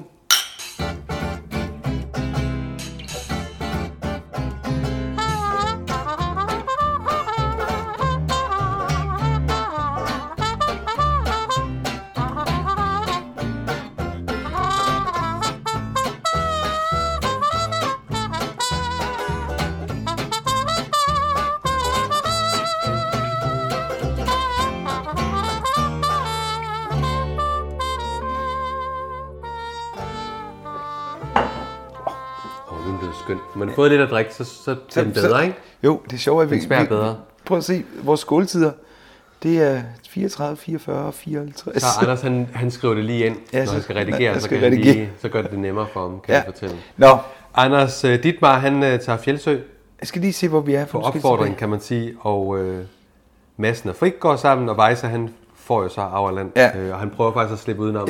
Man har fået lidt at drikke, så er det bedre, ikke? Jo, det er sjovt, at det smager bedre. Prøv at se, vores skåletider, det er 34, 44 og 54. Så Anders, han skriver det lige ind, når han skal redigere, så gør det nemmere for ham, kan jeg fortælle. Nå. Anders Dietmar, han tager Fjeldsø. Jeg skal lige se, hvor vi er. På opfordring, kan man sige, og Madsen og Frik går sammen, og Weisse, han får jo så Auerland, og han prøver faktisk at slippe udenom,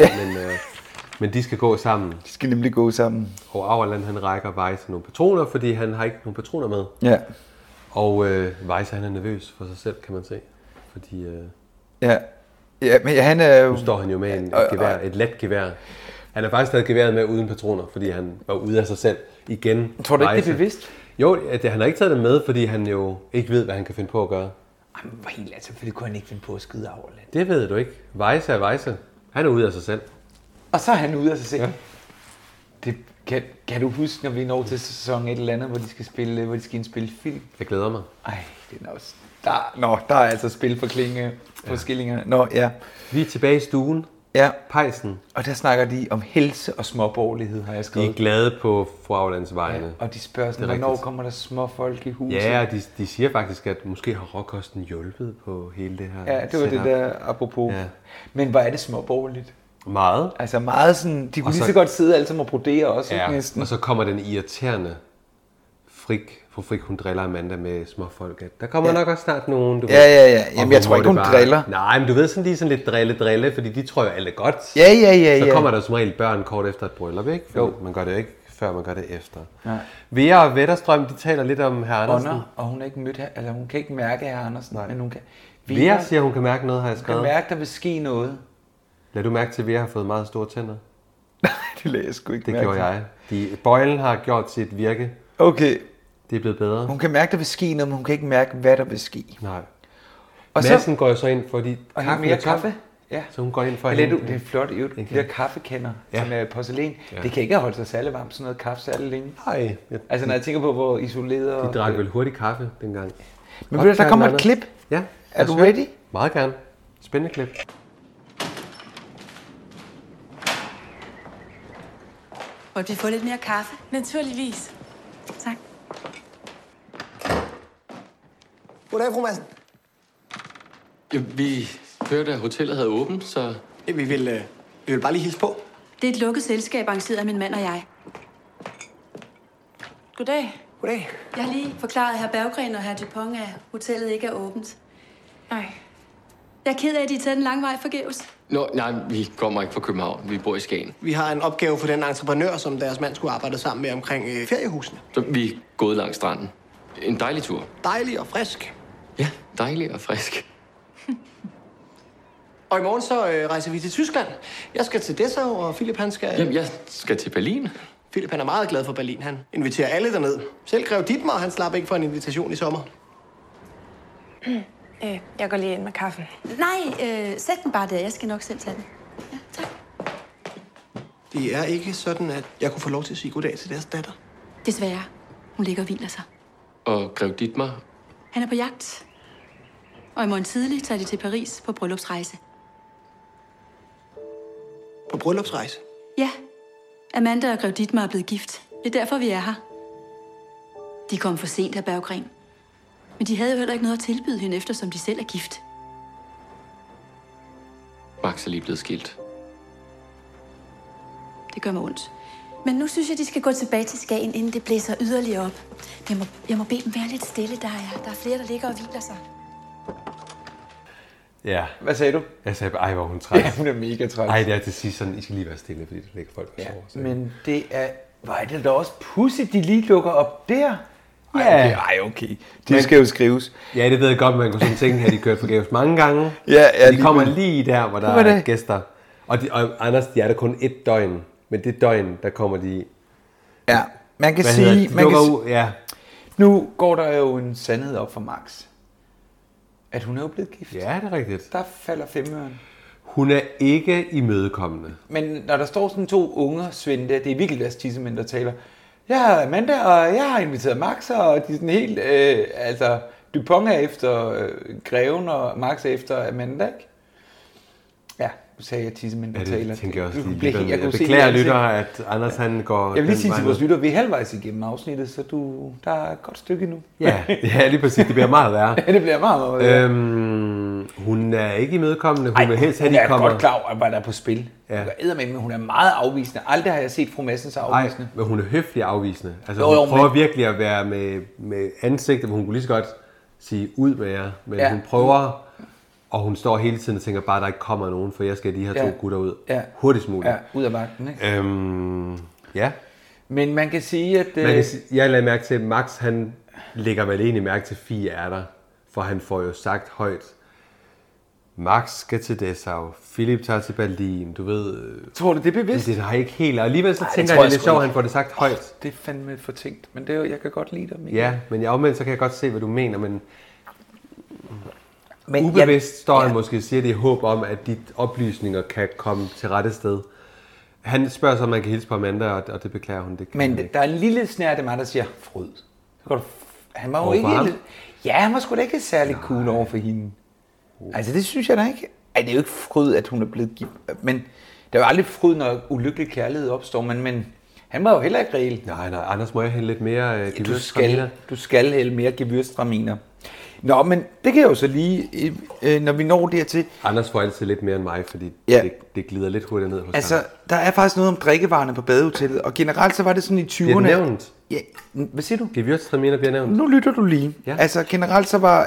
men de skal gå sammen. De skal nemlig gå sammen. Og Auerland, han rækker Weisse nogle patroner, fordi han har ikke nogen patroner med. Ja. Og Weisse, han er nervøs for sig selv, kan man se. Fordi... Ja, men han er jo... Nu står han jo med et let gevær. Han har faktisk taget geværet med uden patroner, fordi han var ude af sig selv igen. Tror du ikke, det er bevidst? Jo, han har ikke taget det med, fordi han jo ikke ved, hvad han kan finde på at gøre. Jamen, hvor helt altså, selvfølgelig kunne han ikke finde på at skyde Auerland. Det ved du ikke. Weisse er Weisse. Han er ude af sig selv. Og så er han ude af sig selv. Ja. Det, kan du huske, når vi når til sæson et eller andet, hvor de skal indspille film? Jeg glæder mig. Ej, det er også... Der er altså spil for klinge på skillingerne. Nå, ja. Vi er tilbage i stuen. Ja. Pejsen. Og der snakker de om helse og småborgerlighed, har jeg skrevet. De er glade på fru Auerlands vegne. Ja, og de spørger sådan, hvornår kommer der små folk i huset? Ja, de siger faktisk, at måske har råkosten hjulpet på hele det her. Ja, det var det der apropos. Ja. Men hvor er det småborgerligt? Meget. Altså meget sådan, de kunne lige så godt sidde alle sammen og brodere også, ja, næsten. Og så kommer den irriterende fru Frik, hun driller Amanda med småfolk. At der kommer nok også snart nogen, du ved. Ja. Jamen, jeg tror ikke, hun driller. Nej, men du ved sådan lige sådan lidt drille, fordi de tror jo alt er godt. Ja. Så kommer der som regel børn kort efter et bryllup, ikke? Jo. Man gør det jo ikke, før man gør det efter. Nej. Vera og Wetterstrøm, de taler lidt om herr Andersen. Og hun er ikke mødt her, eller hun kan ikke mærke herr Andersen, men hun kan... Vera siger, hun kan mærke noget, har jeg skrevet. Hun kan mærke, der vil ske noget. Lad du mærke til, at Vera har fået meget store tænder? Nej, det lader jeg sgu ikke mærke. Det gjorde jeg. Bøjlen har gjort sit virke. Okay. Det er blevet bedre. Hun kan mærke, der vil ske noget, men hun kan ikke mærke, hvad der vil ske. Nej. Og Madsen går jo så ind, fordi og mere kaffe. Ja. Så hun går ind for det er flot. De der kaffekander, som er porcelæn, det kan ikke holde sig særlig varmt, sådan noget kaffe særlig længe. Nej. Altså når jeg tænker på, hvor isoleret... De drak vel hurtigt kaffe dengang. Men ved du, der kommer et klip. Ja. Er du ready? Meget gerne. Spændende klip. Måtte vi få lidt mere kaffe? Naturligvis. Tak. Goddag, fru Madsen. Vi hørte, at hotellet havde åbent, så... Vi vil bare lige hilse på. Det er et lukket selskab, arrangeret af min mand og jeg. Goddag. Goddag. Jeg har lige forklaret hr. Berggren og hr. Dupont, at hotellet ikke er åbent. Nej. Jeg er ked af, at de er taget en lang vej forgæves. Nej, vi kommer ikke fra København. Vi bor i Skagen. Vi har en opgave for den entreprenør, som deres mand skulle arbejde sammen med omkring feriehusene. Så vi er gået langs stranden. En dejlig tur. Dejlig og frisk. Ja, dejlig og frisk. Og i morgen så rejser vi til Tyskland. Jeg skal til Dessau, og Philip han skal... Jamen, jeg skal til Berlin. Philip han er meget glad for Berlin. Han inviterer alle derned. Selv Grev Dietmar, han slap ikke for en invitation i sommer. Jeg går lige ind med kaffen. Nej, sæt den bare der. Jeg skal nok selv tage den. Ja, tak. Det er ikke sådan, at jeg kunne få lov til at sige goddag til deres datter. Desværre. Hun ligger og hviler sig. Og Grev Dietmar? Han er på jagt. Og i morgen tidlig tager de til Paris på bryllupsrejse. På bryllupsrejse? Ja. Amanda og Grev Dietmar er blevet gift. Det er derfor, vi er her. De kom for sent, hr. Berggren. Men de havde jo heller ikke noget at tilbyde hende, eftersom de selv er gift. Max er lige blevet skilt. Det gør mig ondt. Men nu synes jeg, de skal gå tilbage til Skagen, inden det blæser yderligere op. Jeg må bede dem være lidt stille, der er flere, der ligger og hviler sig. Ja. Hvad sagde du? Jeg sagde, ej, hvor hun træt. Ja, hun er mega træt. Ej, det er til sidst sådan, I skal lige være stille, fordi der ligger folk og sover. Men det er... Hvor er det da også pudsigt, de lige lukker op der? Ja. Ej, okay. Det skal jo skrives. Ja, det ved jeg godt, man kunne sådan tænke, at de kørt forgæves mange gange. Ja, de kommer lige der, hvor der er gæster. Og Anders, de er der kun et døgn. Men det døgn, der kommer de... Ja, man kan sige... Nu går der jo en sandhed op for Max. At hun er jo blevet gift. Ja, det er rigtigt. Der falder femøren. Hun er ikke imødekommende. Men når der står sådan to unger, Svend, det er virkelig deres tissemænd, der taler. Jeg er Amanda, og jeg har inviteret Max, og de er sådan helt... Dupont er efter Greven, og Max er efter Amanda, ikke? Ja, nu sagde jeg tissemænd, der taler. Ja, det tænker jeg også lige. Jeg beklager lytter, at Anders han går... Jeg vil lige sige til vores lytter, vi er halvvejs igennem afsnittet, så der er et godt stykke nu. Ja, lige præcis. Det bliver meget værre. Ja, det bliver meget værre. Hun er ikke imødekommende. Hun vil helst have, de kommer... Hun er godt klar over, hvad der er på spil. Ja. Men hun er meget afvisende. Aldrig har jeg set fru Madsens afvisende. Nej, men hun er høflig afvisende. Altså, hun prøver virkelig at være med ansigtet, hvor hun kunne lige så godt sige ud med jer. Men hun prøver... Og hun står hele tiden og tænker bare, at der ikke kommer nogen, for jeg skal de her to gutter ud hurtigst muligt. Ja, ud af vagten, ikke? Ja. Men man kan sige, at... Jeg lagde mærke til, at Max, han lægger vel egentlig mærke til Fie er der, for han får jo sagt højt, Max skal til Dessau, Philip tager til Berlin, du ved... Tror du, det er bevidst? Det har ikke helt, og alligevel så tænker jeg, det er lidt sjovt, at han får det sagt højt. Det er fandme for tænkt, men det er jo, jeg kan godt lide dig. Mikkel. Ja, men omvendt så kan jeg godt se, hvad du mener, men ubevidst står han måske og siger, det er håb om, at de oplysninger kan komme til rette sted. Han spørger så, om man kan hilse på Amanda, og det beklager hun. Det men der er en lille snært af mig, der siger, fryd. Han var jo ikke helt... Ja, han var sgu da ikke særlig cool over for hende. Altså, det synes jeg da ikke. Ej, det er jo ikke fryd, at hun er blevet gift. Men det er jo aldrig fryd, når ulykkelig kærlighed opstår. Men han var jo heller ikke reel. Nej, Anders, må jeg hælde lidt mere gewürztraminer? Du skal hælde mere gewürztraminer. Nå, men det kan jeg jo så lige, når vi når dertil... Anders får altid lidt mere end mig, fordi det glider lidt hurtigt ned hos ham. Der er faktisk noget om drikkevarerne på badehotellet, og generelt så var det sådan i 20'erne... Bliver det nævnt? Ja, hvad siger du? Gewürztraminer bliver nævnt. Nu lytter du lige. Ja. Altså generelt så var,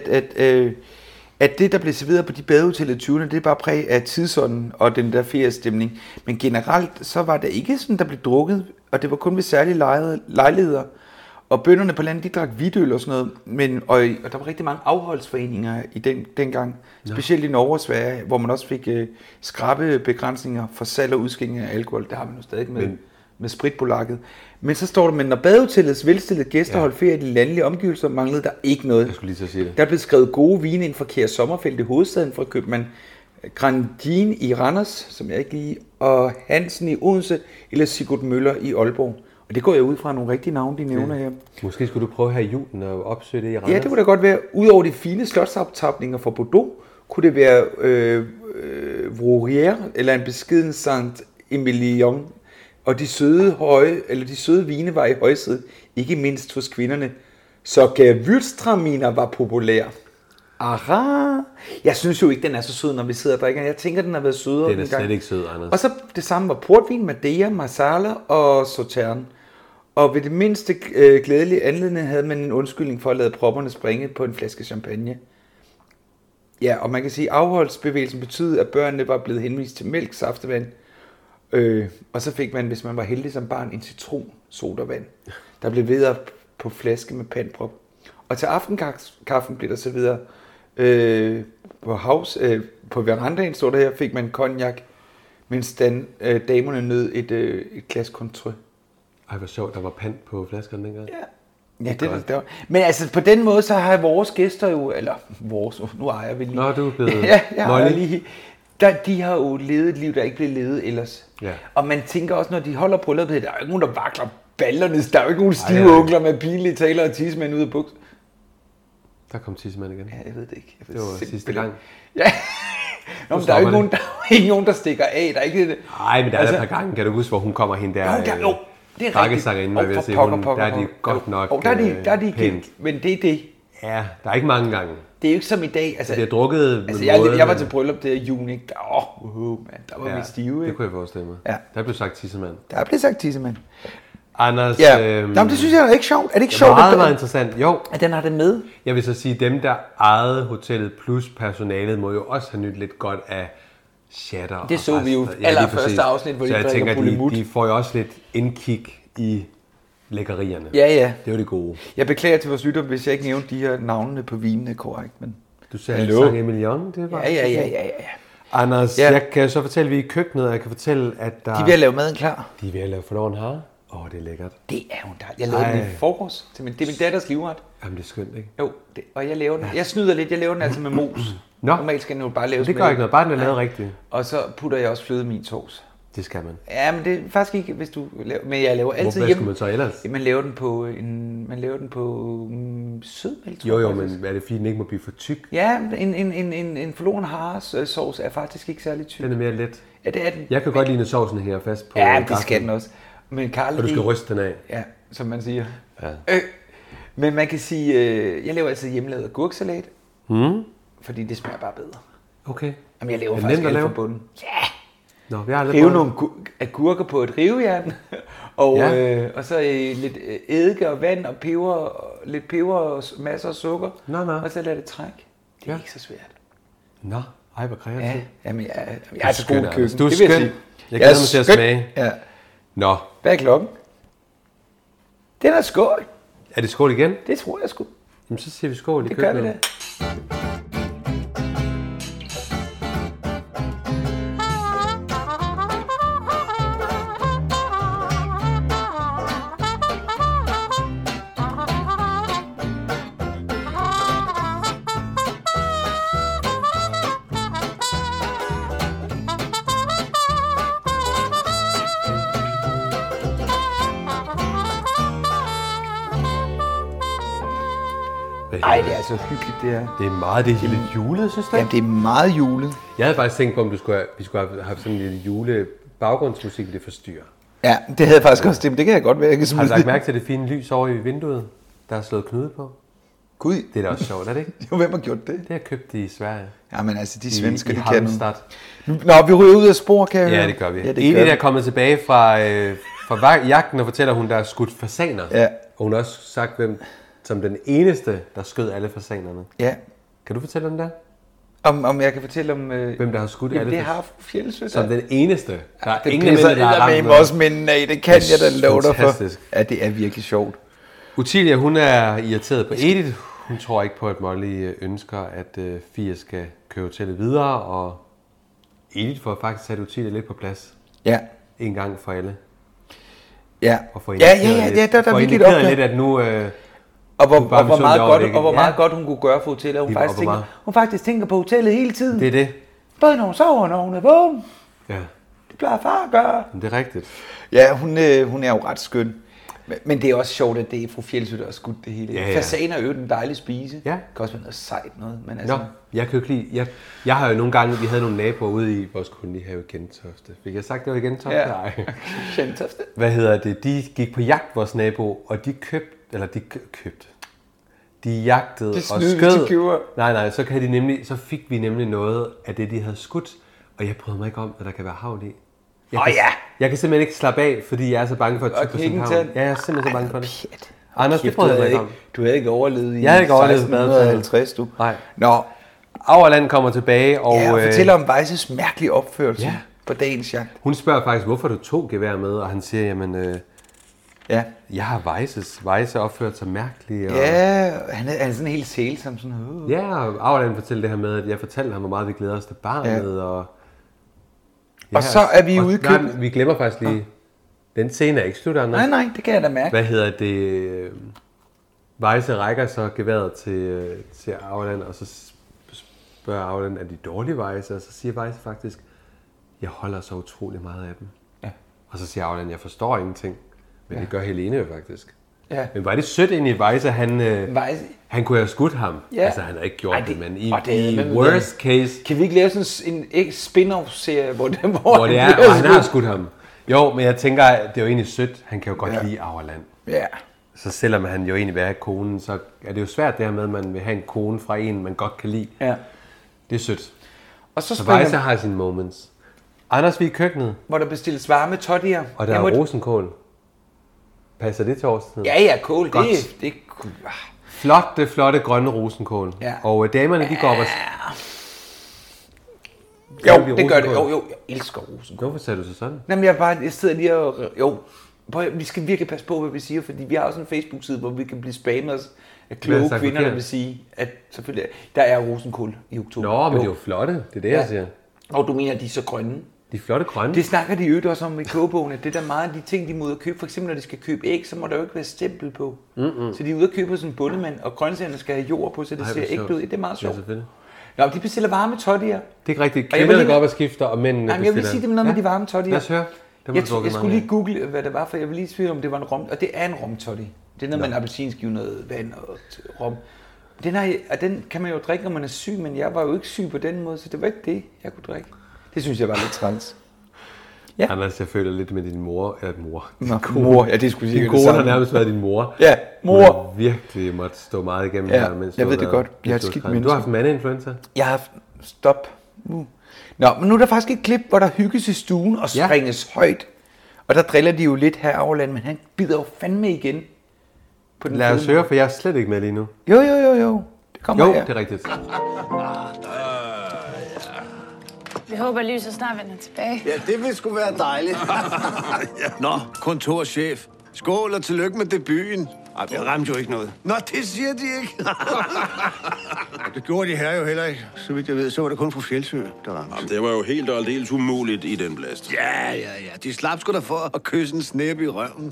at det, der blev serveret på de badehoteller i 20'erne, det er bare præg af tidsånden og den der feriestemning. Men generelt så var det ikke sådan, der blev drukket, og det var kun ved særlige lejligheder. Og bønderne på landet, de drak hvidøl og sådan noget, og der var rigtig mange afholdsforeninger i dengang, specielt i Norge og Sverige, hvor man også fik skrappe begrænsninger for salg og udskænkning af alkohol. Det har vi nu stadig med spritbolaget. Men så står der, men når badehotellets velstillede gæster holdt ferie i de landlige omgivelser, manglede der ikke noget. Jeg skulle lige så sige det. Der blev skrevet gode vine ind fra Kjær Sommerfelt i hovedstaden fra købmand Grandin i Randers, som jeg ikke lige, og Hansen i Odense, eller Sigurd Møller i Aalborg. Og det går jeg ud fra nogle rigtige navne, de nævner her. Måske skulle du prøve her i julen at opsøge det i Randers? Ja, det kunne da godt være. Udover de fine slotsoptapninger fra Bordeaux, kunne det være Vrourier, eller en beskeden Saint-Emilion. Og de søde vine var i højsædet, ikke mindst hos kvinderne. Så Gewürztraminer var populær. Aha. Jeg synes jo ikke, den er så sød, når vi sidder og drikker. Jeg tænker, den har været sødere. Den er slet ikke sød, Anders. Og så det samme var portvin, Madeira, Marsala og Sauterne. Og ved det mindste glædelige anledning havde man en undskyldning for at lade propperne springe på en flaske champagne. Ja, og man kan sige, at afholdsbevægelsen betød, at børnene var blevet henvist til mælk, saftevand. Og så fik man, hvis man var heldig som barn, en citronsodavand, der blev videre på flaske med pandprop. Og til aftenkaffen blev der så videre på verandaen, stod der her, fik man cognac, mens damerne nød et glas Cointreau. Ej, hvor sjovt, der var pant på flaskerne dengang. Ja, det var. Men altså på den måde, så har vores gæster jo, eller vores, nu ejer vi lige. Nå, du er blevet ja, jeg ejer lige. De har jo levet et liv, der ikke blev levet ellers. Ja. Og man tænker også, når de holder brylluppet, der er jo ikke nogen, der vakler ballerne. Der er jo ikke nogen stive onkler med pinlige taler og tissemænd ud af buks. Der kom tissemænd igen. Ja, jeg ved det ikke. Det var sidste gang. Ja. Nå, men der er jo ikke nogen, der stikker af. Der er ikke det. Nej, men der er et par gange, kan du huske, hvor hun kommer hen der. Jo, det er rigtigt. Der er de godt nok der er de pænt. Men det er det. Ja, der er ikke mange gange. Det er jo ikke som i dag. Altså, det er drukket altså, jeg var til bryllup der i juni, ikke? Der var vi stive, ikke? Det kunne jeg forestille mig. Ja. Der blev sagt tissemand. Der blev sagt tissemand. Anders... Ja. Nå, det synes jeg er ikke sjovt. Er det ikke sjovt? Meget interessant. Jo. At den har det med. Jeg vil så sige, dem der ejede hotellet plus personalet må jo også have nyt lidt godt af chatter. Det så vi jo allerførste afsnit, hvor de drikker bulimut. De får jo også lidt indkig i lækkerierne. Ja. Det er jo det gode. Jeg beklager til vores lytter, hvis jeg ikke nævnte de her navnene på vinene korrekt, men... Du sagde Saint-Emilion, det var... Ja. Anders, jeg kan så fortælle, at vi er i køkkenet, og jeg kan fortælle, at der... De er ved at lave maden klar. De er ved at lave forloven har. Det er lækkert. Det er jo dejligt. Jeg lavede den i forgårs. Det er min datters livret. Jamen, det er skønt, ikke? Jo, og jeg laver den. Jeg snyder lidt. Jeg laver den altså med mos. Normalt skal den jo bare laves med... Det gør ikke noget. Bare den er lavet rigtigt. Og så putter jeg også flødeminsovs. Det skal man. Ja, men det er faktisk ikke, hvis du laver... Men jeg laver altid hjemme. Hvad skulle man så ellers? Man laver den på sødmælk. Jo, men er det fint, den ikke må blive for tyk? Ja, en forloren haresovs er faktisk ikke særlig tyk. Den er mere let. Ja, det er den. Jeg kan godt lide, når sovsen hænger fast på... Ja, det skal den også. Men Karl, og du skal ryste den af. Ja, som man siger. Ja. Men man kan sige, jeg laver altid hjemmelavet agurksalat. Fordi det smager bare bedre. Okay. Jamen, jeg laver faktisk alt fra bunden. Ja. Nå, vi har rive nogle agurker på et rivejern, og så lidt eddike og vand og peber, og lidt peber og masser af sukker, og så lade det trække. Det er ikke så svært. Nå, ej, hvor kreativt. Ja, jamen, jeg er så god i køkken. Du er skøn. Jeg glæder mig til at smage. Ja. Nå. Hvad er klokken? Den er skål. Er det skål igen? Det tror jeg sgu. Jamen, så siger vi skål i køkkenet. Det gør vi da. Ej, det er så hyggeligt, det her. Det er meget, det er lidt julet, synes du? Ja, det er meget julet. Jeg havde faktisk tænkt på, om vi skulle have haft sådan en lille julebaggrundsmusik, det forstyrrer. Ja, det havde jeg faktisk også det, men det kan jeg godt være. Har du lagt mærke til det fine lys over i vinduet, der er slået knude på? Gud. Det er da også sjovt, er det ikke? Jo, hvem har gjort det? Det har jeg købt i Sverige. Ja, men altså, de svensker, de kan noget. Nå, vi ryger ud af spor, kan jeg høre. Ja, det gør vi. Ja, Edith er kommet tilbage fra jagten og fortæller hun, der er skudt fasaner. Ja. Og hun har også sagt, hvem som den eneste, der skød alle fasanerne. Ja. Kan du fortælle om det? Om jeg kan fortælle om... hvem der har skudt alle fasaner? Det har Fjeldsø. Som den eneste. Der er ingen mænd, der har ramt noget. Også mændene af. Det kan jeg da love dig for. Ja, det er virkelig sjovt. Utilia, hun er irriteret på Edith. Hun tror ikke på, at Molly ønsker, at Fie skal køre hotellet videre, og Edith får faktisk sat Utilia lidt på plads. Ja. En gang for alle. Ja. Og får der er virkelig op lidt, at nu... Og hvor meget godt hun kunne gøre for hotellet. Hun faktisk tænker på hotellet hele tiden. Det er det. Både når hun sover, og når hun er vågen. Ja. Det plejer far at gøre. Det er rigtigt. Ja, hun er jo ret skøn. Men det er også sjovt, at det er fru Fjeldsø, der har skudt det hele. Ja. Fasaner er jo en dejlig spise. Ja. Det kan også være noget sejt noget. Men altså... jeg kan jo ikke lide... Jeg har jo nogle gange... Vi havde nogle naboer ude i vores kolonihave i Gentofte. Fik jeg sagt, det var i Gentofte? Ja. Gentofte. Hvad hedder det? De gik på jagt, vores nabo, og de købte... De jagtede og skød. Nej, så fik vi nemlig noget af det, de havde skudt. Og jeg bryder mig ikke om, at der kan være havl i. Jeg kan simpelthen ikke slappe af, fordi jeg er så bange for at tykke på sin havl. Ja, jeg er simpelthen så bange for det. Anders, det bryder jeg mig ikke om. Du havde ikke overlevet i 1650, du. Nej. Nå. Auerland kommer tilbage og... Ja, og fortæller om Weisses mærkelige opførelse på dagens jagt. Hun spørger faktisk, hvorfor du tog gevær med, og han siger, jamen... Jeg har Weisse opført sig mærkeligt. Og... Ja, han er sådan helt sælsom. Sådan, Ja, og Auerland fortæller det her med, at jeg fortalte ham, hvor meget vi glæder os til barnet. Og så er vi ude i købet. Vi glemmer faktisk lige... Den scene er ikke slut, Anders. Nej, det kan jeg da mærke. Hvad hedder det? Weisse rækker så geværet til Auerland, og så spørger Auerland, er de dårlige Weisse? Og så siger Weisse faktisk, jeg holder så utrolig meget af dem. Ja. Og så siger Auerland, jeg forstår ingenting. Men det gør Helene jo faktisk. Ja. Men var det sødt ind i Weisse, han kunne have skudt ham. Ja. Altså, han har ikke gjort det, men i worst case... Kan vi ikke lave sådan en spin-off-serie, hvor det er, og han har skudt ham? Jo, men jeg tænker, det er jo egentlig sødt. Han kan jo godt lide Auerland. Ja. Så selvom han jo egentlig vil have konen, så er det jo svært det her med, at man vil have en kone fra en, man godt kan lide. Ja. Det er sødt. Og så Weisse har sine moments. Anders, vi er i køkkenet. Hvor der bestilles varme toddier. Og der er rosenkål. Passer det til årstiden? Ja, kål. Det flotte grønne rosenkål. Ja. Og damerne, de går op og... Jo, det gør det. Jo, jeg elsker rosenkål. Hvorfor sagde du så sådan? Jamen, jeg sidder lige og... vi skal virkelig passe på, hvad vi siger, fordi vi har også en Facebook-side, hvor vi kan blive spammet af kloge kvinder, der vil sige, at selvfølgelig, der er rosenkål i oktober. Nå, men det er jo flotte. Det er det, jeg siger. Og du mener, at de er så grønne? De er flotte grønne. Det snakker de jo også om i kogebogen, at det der meget af de ting, de må ud at købe. For eksempel, når de skal købe æg, så må der jo ikke være stempel på. Så de er ude at købe sådan en bundemand, og grøntsagerne skal have jord på, så det ser ikke ud. Det er meget sjovt. Nå, de bestiller varme toddier. Det er ikke rigtigt. Kvinderne går op og skifter, og mændene bestiller. Jeg vil sige det med noget med de varme toddier. Lad os høre. Jeg skulle lige google, hvad det var, for jeg vil lige svide om det var en rom. Og det er en romtoddy. Det er noget med en appelsinskive, noget vand og rom. Den kan man jo drikke, når man er syg, men jeg var jo ikke syg på den måde, så det var ikke det, jeg kunne drikke. Det synes jeg var lidt træls. Ja. Anders, jeg føler lidt med din mor. Mor, ja, det skulle sige. Din kone har nærmest været din mor. Ja, mor. Du har virkelig måtte stå meget igennem her. Mens jeg ved det godt. Jeg har et skidt menneske. Du har haft mandeinfluenza? Jeg har haft... Stop. Nå, men nu er der faktisk et klip, hvor der hygges i stuen og springes højt. Og der driller de jo lidt her Auerland, men han bider jo fandme igen. På den Lad os høre, for jeg er slet ikke med lige nu. Jo. Det kommer her. Det er rigtigt. Vi håber, lyset snart vender tilbage. Ja, det vil sgu være dejligt. Nå, kontorchef. Skål og tillykke med debuten. Ej, jeg ramte jo ikke noget. Nå, det siger de ikke. Det gjorde de her jo heller ikke. Så vidt jeg ved, så var det kun fru Fjeldsø, der ramte. Jamen, det var jo helt og aldeles umuligt i den blast. Ja. De slap sgu da for at kysse en snæb i røven.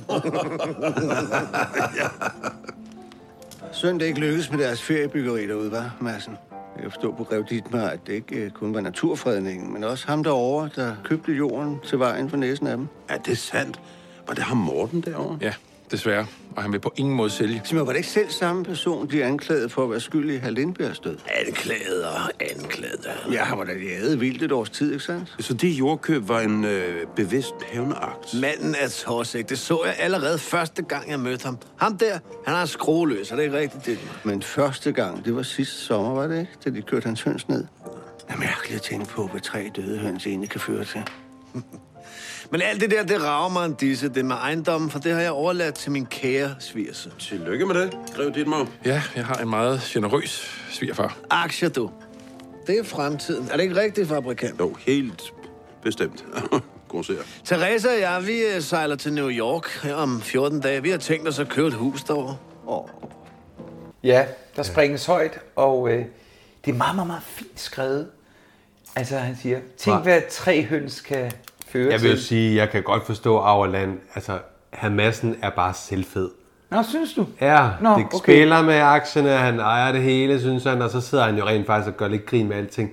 Synd det ikke lykkedes med deres feriebyggeri derude, hva', Madsen? Jeg forstod på Grev Dietmar, at det ikke kun var naturfredningen, men også ham derovre, der købte jorden til vejen for næsen af dem. Er det sandt? Var det ham Morten derovre? Ja, desværre. Og han vil på ingen måde sælge. Sig mig, var det ikke selv samme person, de anklagede for at være skyldig i Hr. Lindbergs død? Anklaget. Ja, han var da jaget vildt et års tid, ikke sandt? Så det jordkøb var en bevidst hævneakt? Manden er torsæk. Det så jeg allerede første gang, jeg mødte ham. Ham der, han er skrueløs, er det ikke rigtigt, det? Men første gang, det var sidste sommer, var det ikke? Da de kørte hans høns ned. Det er mærkeligt at tænke på, hvad 3 døde høns egentlig kan føre til. Men alt det der, det rager mig en disse, det med ejendommen, for det har jeg overladt til min kære svigerse. Tillykke med det, Grev Dietmar. Ja, jeg har en meget generøs svigerfar. Aktier, du. Det er fremtiden. Er det ikke rigtigt, fabrikant? Jo, helt bestemt. God ser. Teresa og jeg, vi sejler til New York her om 14 dage. Vi har tænkt os at købe et hus derovre. Ja, der springes højt, og det er meget, meget, meget fint skrevet. Altså, han siger, tænk hvad 3 høns kan føre til. Jeg vil jo sige, jeg kan godt forstå Auerland. Altså, Hr. Madsen er bare selvfed. Nå, synes du? Ja, det spiller med aktierne, han ejer det hele, synes han, og så sidder han jo rent faktisk og gør lidt grin med alting.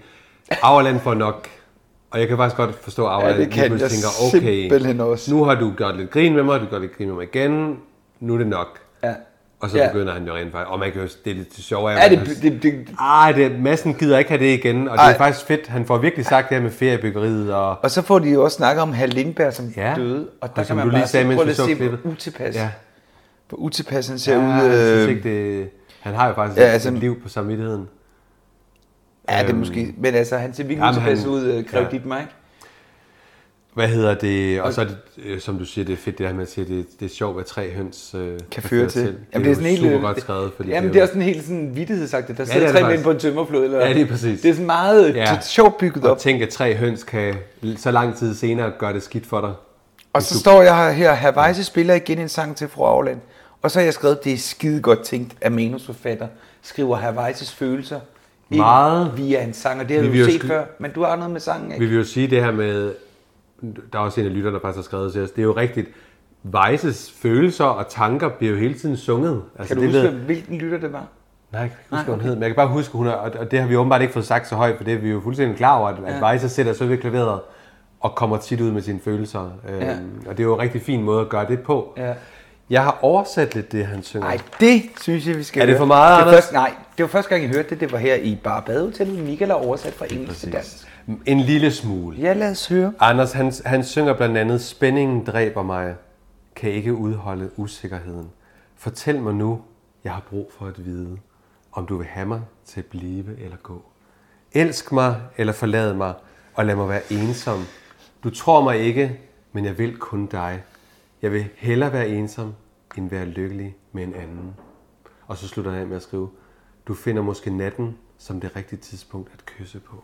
Auerland får nok. Og jeg kan faktisk godt forstå, at Auerland tænker, okay, nu har du gjort lidt grin med mig, du gør lidt grin med mig igen, nu er det nok. Ja. Og så begynder han jo rent faktisk, og man kan jo, det er lidt sjovt af, Madsen gider ikke have det igen, og det er faktisk fedt, han får virkelig sagt det her med feriebyggeriet. Og så får de jo også snakket om Herr Lindberg, som døde, og der kan man bare prøve at se, hvor utilpas. Ja. Hvor utilpas han ser ud. Han har jo faktisk et liv på samvittigheden. Ja, det er måske, men altså, han ser virkelig utilpas ud, Grev Dietmar, ikke? Hvad hedder det? Og så er det, som du siger, det er fedt, det her med at sige, det er sjovt, hvad 3 høns kan føre til. Jamen, det er sådan super godt skrevet. Fordi jamen, det er også en helt sådan vittighedsagtigt. Der sidder 3 mænd på en tømmerflod. Eller, det er præcis. Det er sådan meget sjovt bygget op. Og tænk, at 3 høns kan så lang tid senere gøre det skidt for dig. Og så står jeg her, Herr Weisse spiller igen en sang til fru Auerland. Og så har jeg skrevet, det er skide godt tænkt, at manusforfatter skriver Herr Weisses følelser meget via en sang. Og det har du jo set før, men du har noget med sangen, ikke? Vi vil jo sige det her med... Der er også en af lytterne, der faktisk har skrevet til os. Det er jo rigtigt. Weisses følelser og tanker bliver jo hele tiden sunget. Altså, kan du huske, hvilken lytter det var? Nej, jeg kan ikke huske, hvad hun hed. Men jeg kan bare huske, hun er, og det har vi åbenbart ikke fået sagt så højt, for det er vi jo fuldstændig klar over, at Weisse sætter sig ved klaveret og kommer tit ud med sine følelser. Og det er jo en rigtig fin måde at gøre det på. Ja. Jeg har oversat lidt det, han synger. Nej, det synes jeg, vi skal høre. Er det for meget, Anders? Nej, det var første gang, jeg hørte det. Det var her i Bar Badehotellet. Michael har oversat fra engelsk til dansk. En lille smule. Ja, lad os høre. Anders, han synger blandt andet, spændingen dræber mig, kan ikke udholde usikkerheden. Fortæl mig nu, jeg har brug for at vide, om du vil have mig til at blive eller gå. Elsk mig eller forlad mig, og lad mig være ensom. Du tror mig ikke, men jeg vil kun dig. Jeg vil hellere være ensom, end være lykkelig med en anden. Og så slutter han af med at skrive, du finder måske natten som det rigtige tidspunkt at kysse på.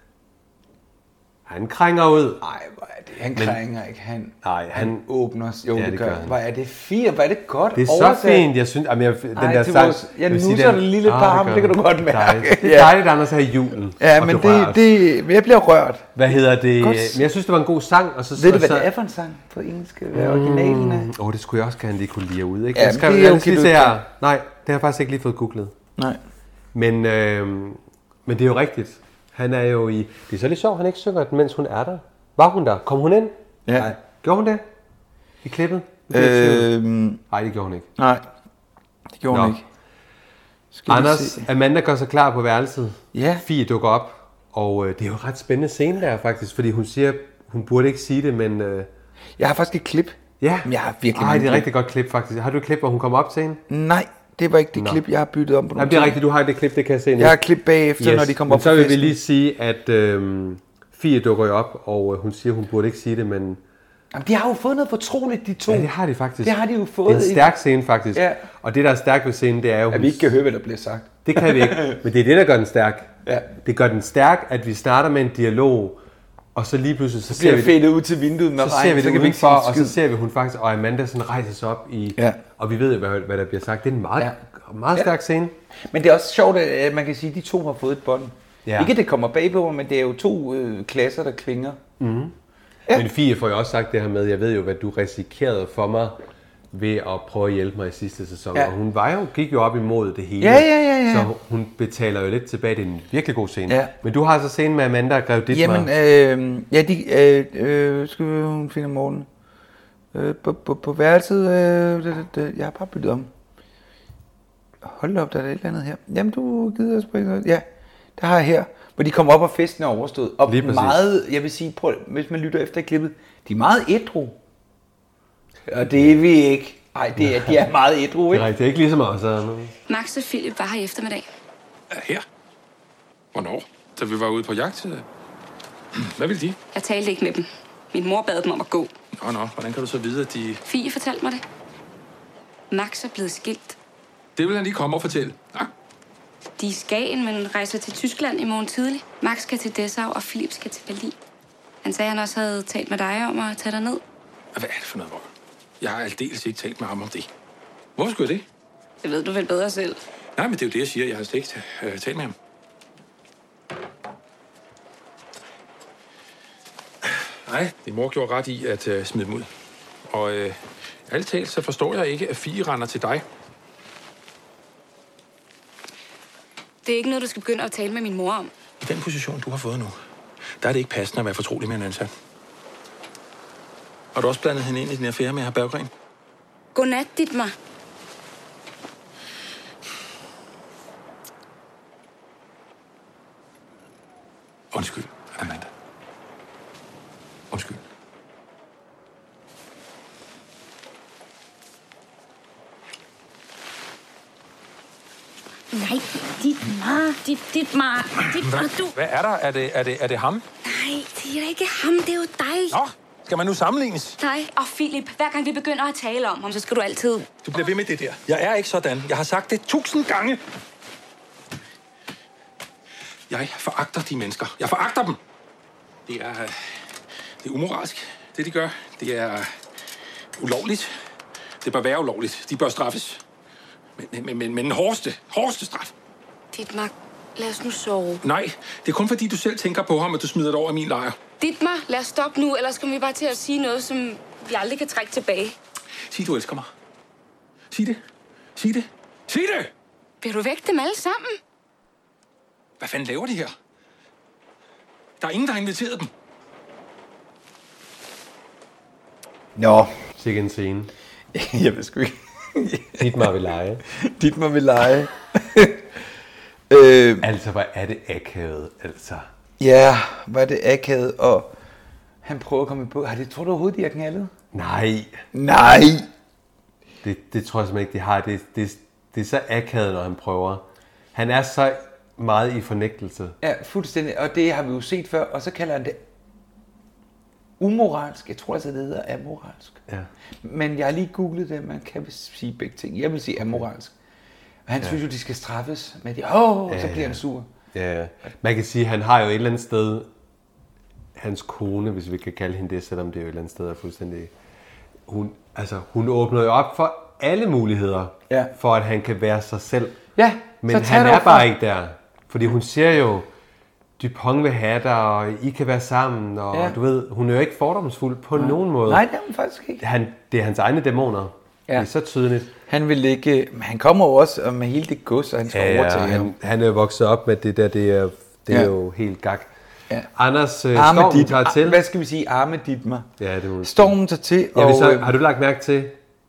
Han krænger ud. Nej, hvor er det? Han krænger ikke. Han åbner. Jo, det gør han. Hvor er det fint. Hvor er det godt oversat. Det er så fint. Jeg synes, den der sang... Jeg nusser det lille par ham, det kan du godt mærke. Det er dejligt, Anders, her i julen. Ja, men jeg bliver rørt. Hvad hedder det? Men jeg synes, det var en god sang. Og så, ved du, hvad det er for en sang på engelsk? Originalen af? Det skulle jeg også gerne lige kunne lide ud. Ikke? Ja, det er okay. Nej, det har jeg faktisk ikke lige fået googlet. Nej. Men det er jo rigtigt. Han er jo i... Det er så lidt sjovt, han ikke synger den, mens hun er der. Var hun der? Kom hun ind? Ja. Nej. Gjorde hun det? I klippet? Nej, det gjorde hun ikke. Nej, det gjorde hun ikke. Anders, Amanda gør sig klar på værelset. Ja. Fie dukker op. Og det er jo en ret spændende scene der faktisk, fordi hun siger, hun burde ikke sige det, men... Jeg har faktisk et klip. Ja. Jeg har virkelig det er et rigtig godt klip faktisk. Har du et klip, hvor hun kommer op til hende? Nej. Det var ikke det klip, jeg har byttet om på nogle ting. Det er rigtigt, du har det klip, det kan jeg se nu. Jeg har klip bagefter, når de kommer op på festen. Så vil vi lige sige, at Fie dukker jo op, og hun siger, hun burde ikke sige det, men... Jamen, de har jo fået noget fortroligt, de to. Ja, det har de faktisk. Det har de jo fået. Det er en stærk scene, faktisk. Ja. Og det, der er stærkt ved scenen, det er jo... At vi ikke kan høre, hvad der bliver sagt. Det kan vi ikke, men det er det, der gør den stærk. Ja. Det gør den stærk, at vi starter med en dialog, og så lige pludselig... Så bliver vi fældet ud til vinduet med regn, så ser vi det udenfor, og så ser vi, hun faktisk... Og Amanda sådan rejser sig op i... Ja. Og vi ved, hvad der bliver sagt. Det er en meget stærk scene. Men det er også sjovt, at man kan sige, at de to har fået et bånd. Ja. Ikke at det kommer bag på, men det er jo 2 klasser, der klinger. Mm-hmm. Ja. Men Fie får jo også sagt det her med, jeg ved jo, hvad du risikerede for mig ved at prøve at hjælpe mig i sidste sæson. Ja. Og hun gik jo op imod det hele. Ja. Så hun betaler jo lidt tilbage. Det er en virkelig god scene. Ja. Men du har så scenen med Amanda og Grev Dietmar. Jamen, skal hun finde morgen på værelset. Jeg har bare byttet om. Hold op, der er et eller andet her. Jamen, du gider at springe noget. Ja, der har jeg her. Hvor de kommer op, og festen er overstået. Og meget, jeg vil sige, prøv, hvis man lytter efter klippet, de er meget ædru. Og det er vi ikke. Nej, de er meget ædru, ikke? Nej, det er ikke lige så meget. Så... Max og Philip var her i eftermiddag. Her? Hvornår? Da vi var ude på jagt? Hvad ville de? Jeg talte ikke med dem. Min mor bad dem om at gå. Nå, hvordan kan du så vide, at de... Fie fortalte mig det. Max er blevet skilt. Det vil han lige komme og fortælle. Ja. De er i Skagen, men rejser til Tyskland i morgen tidlig. Max skal til Dessau, og Philip skal til Berlin. Han sagde, at han også havde talt med dig om at tage dig ned. Hvad er det for noget, Rob? Jeg har aldeles ikke talt med ham om det. Hvorfor skulle jeg det? Det ved du vel bedre selv. Nej, men det er jo det, jeg siger. Jeg har slet ikke talt med ham. Nej, din mor gjorde ret i at smide dem ud. Og alt talt, så forstår jeg ikke, at Fie render til dig. Det er ikke noget, du skal begynde at tale med min mor om. I den position, du har fået nu, der er det ikke passende at være fortrolig med en ansat. Har du også blandet hende ind i din affære med hr. Berggren? Godnat, Dietmar. Undskyld, Amanda. Undskyld. Nej, Dietmar, du... Hvad er der? Er det ham? Nej, det er ikke ham, det er jo dig. Nå, skal man nu sammenlignes? Dig og Philip. Hver gang vi begynder at tale om ham, så skal du altid... Du bliver ved med det der. Jeg er ikke sådan. Jeg har sagt det 1000 gange. Jeg foragter de mennesker. Jeg foragter dem. Det er umoralsk, det de gør. Det er ulovligt. Det bør være ulovligt. De bør straffes. Men den hårdeste straf. Dietmar, lad os nu sove. Nej, det er kun fordi, du selv tænker på ham, at du smider det over i min lejr. Dietmar, lad os stoppe nu, ellers kommer vi bare til at sige noget, som vi aldrig kan trække tilbage. Sig, du elsker mig. Sig det. Sig det. Sig det! Vil du vække dem alle sammen? Hvad fanden laver de her? Der er ingen, der har inviteret dem. Nå. Sikke en scene. Jeg ved sgu ikke. Dietmar vil lege. Dietmar vil lege. Altså, hvor er det akavet, altså. Ja, hvor er det akavet, og han prøver at komme på. Tror du overhovedet, de har knaldet? Nej. Nej! Det tror jeg simpelthen ikke, de har. Det er så akavet, når han prøver. Han er så meget i fornægtelse. Ja, fuldstændig. Og det har vi jo set før. Og så kalder han det umoralsk. Jeg tror altså, det hedder amoralsk. Ja. Men jeg har lige googlet det. Man kan sige begge ting. Jeg vil sige amoralsk. Og han synes jo, de skal straffes med det. Så bliver han sur. Ja. Man kan sige, at han har jo et eller andet sted, hans kone, hvis vi kan kalde hende det, selvom det jo et eller andet sted er fuldstændig... Hun åbner jo op for alle muligheder, for at han kan være sig selv. Ja, men han er bare ikke der. Fordi hun siger jo, Dupont vil have dig, og I kan være sammen, og du ved, hun er jo ikke fordomsfuld på nogen måde. Nej, det er hun faktisk ikke. Det er hans egne dæmoner. Ja. Det er så tydeligt. Han vil ikke... Han kommer jo også med hele det gods, og han skal overtage ham. Han er jo vokset op med det der, det er jo helt gak. Ja. Anders, stormen tager til. Hvad skal vi sige? Arme Dietmar. Ja, det må stormen tager til. Har du lagt mærke til?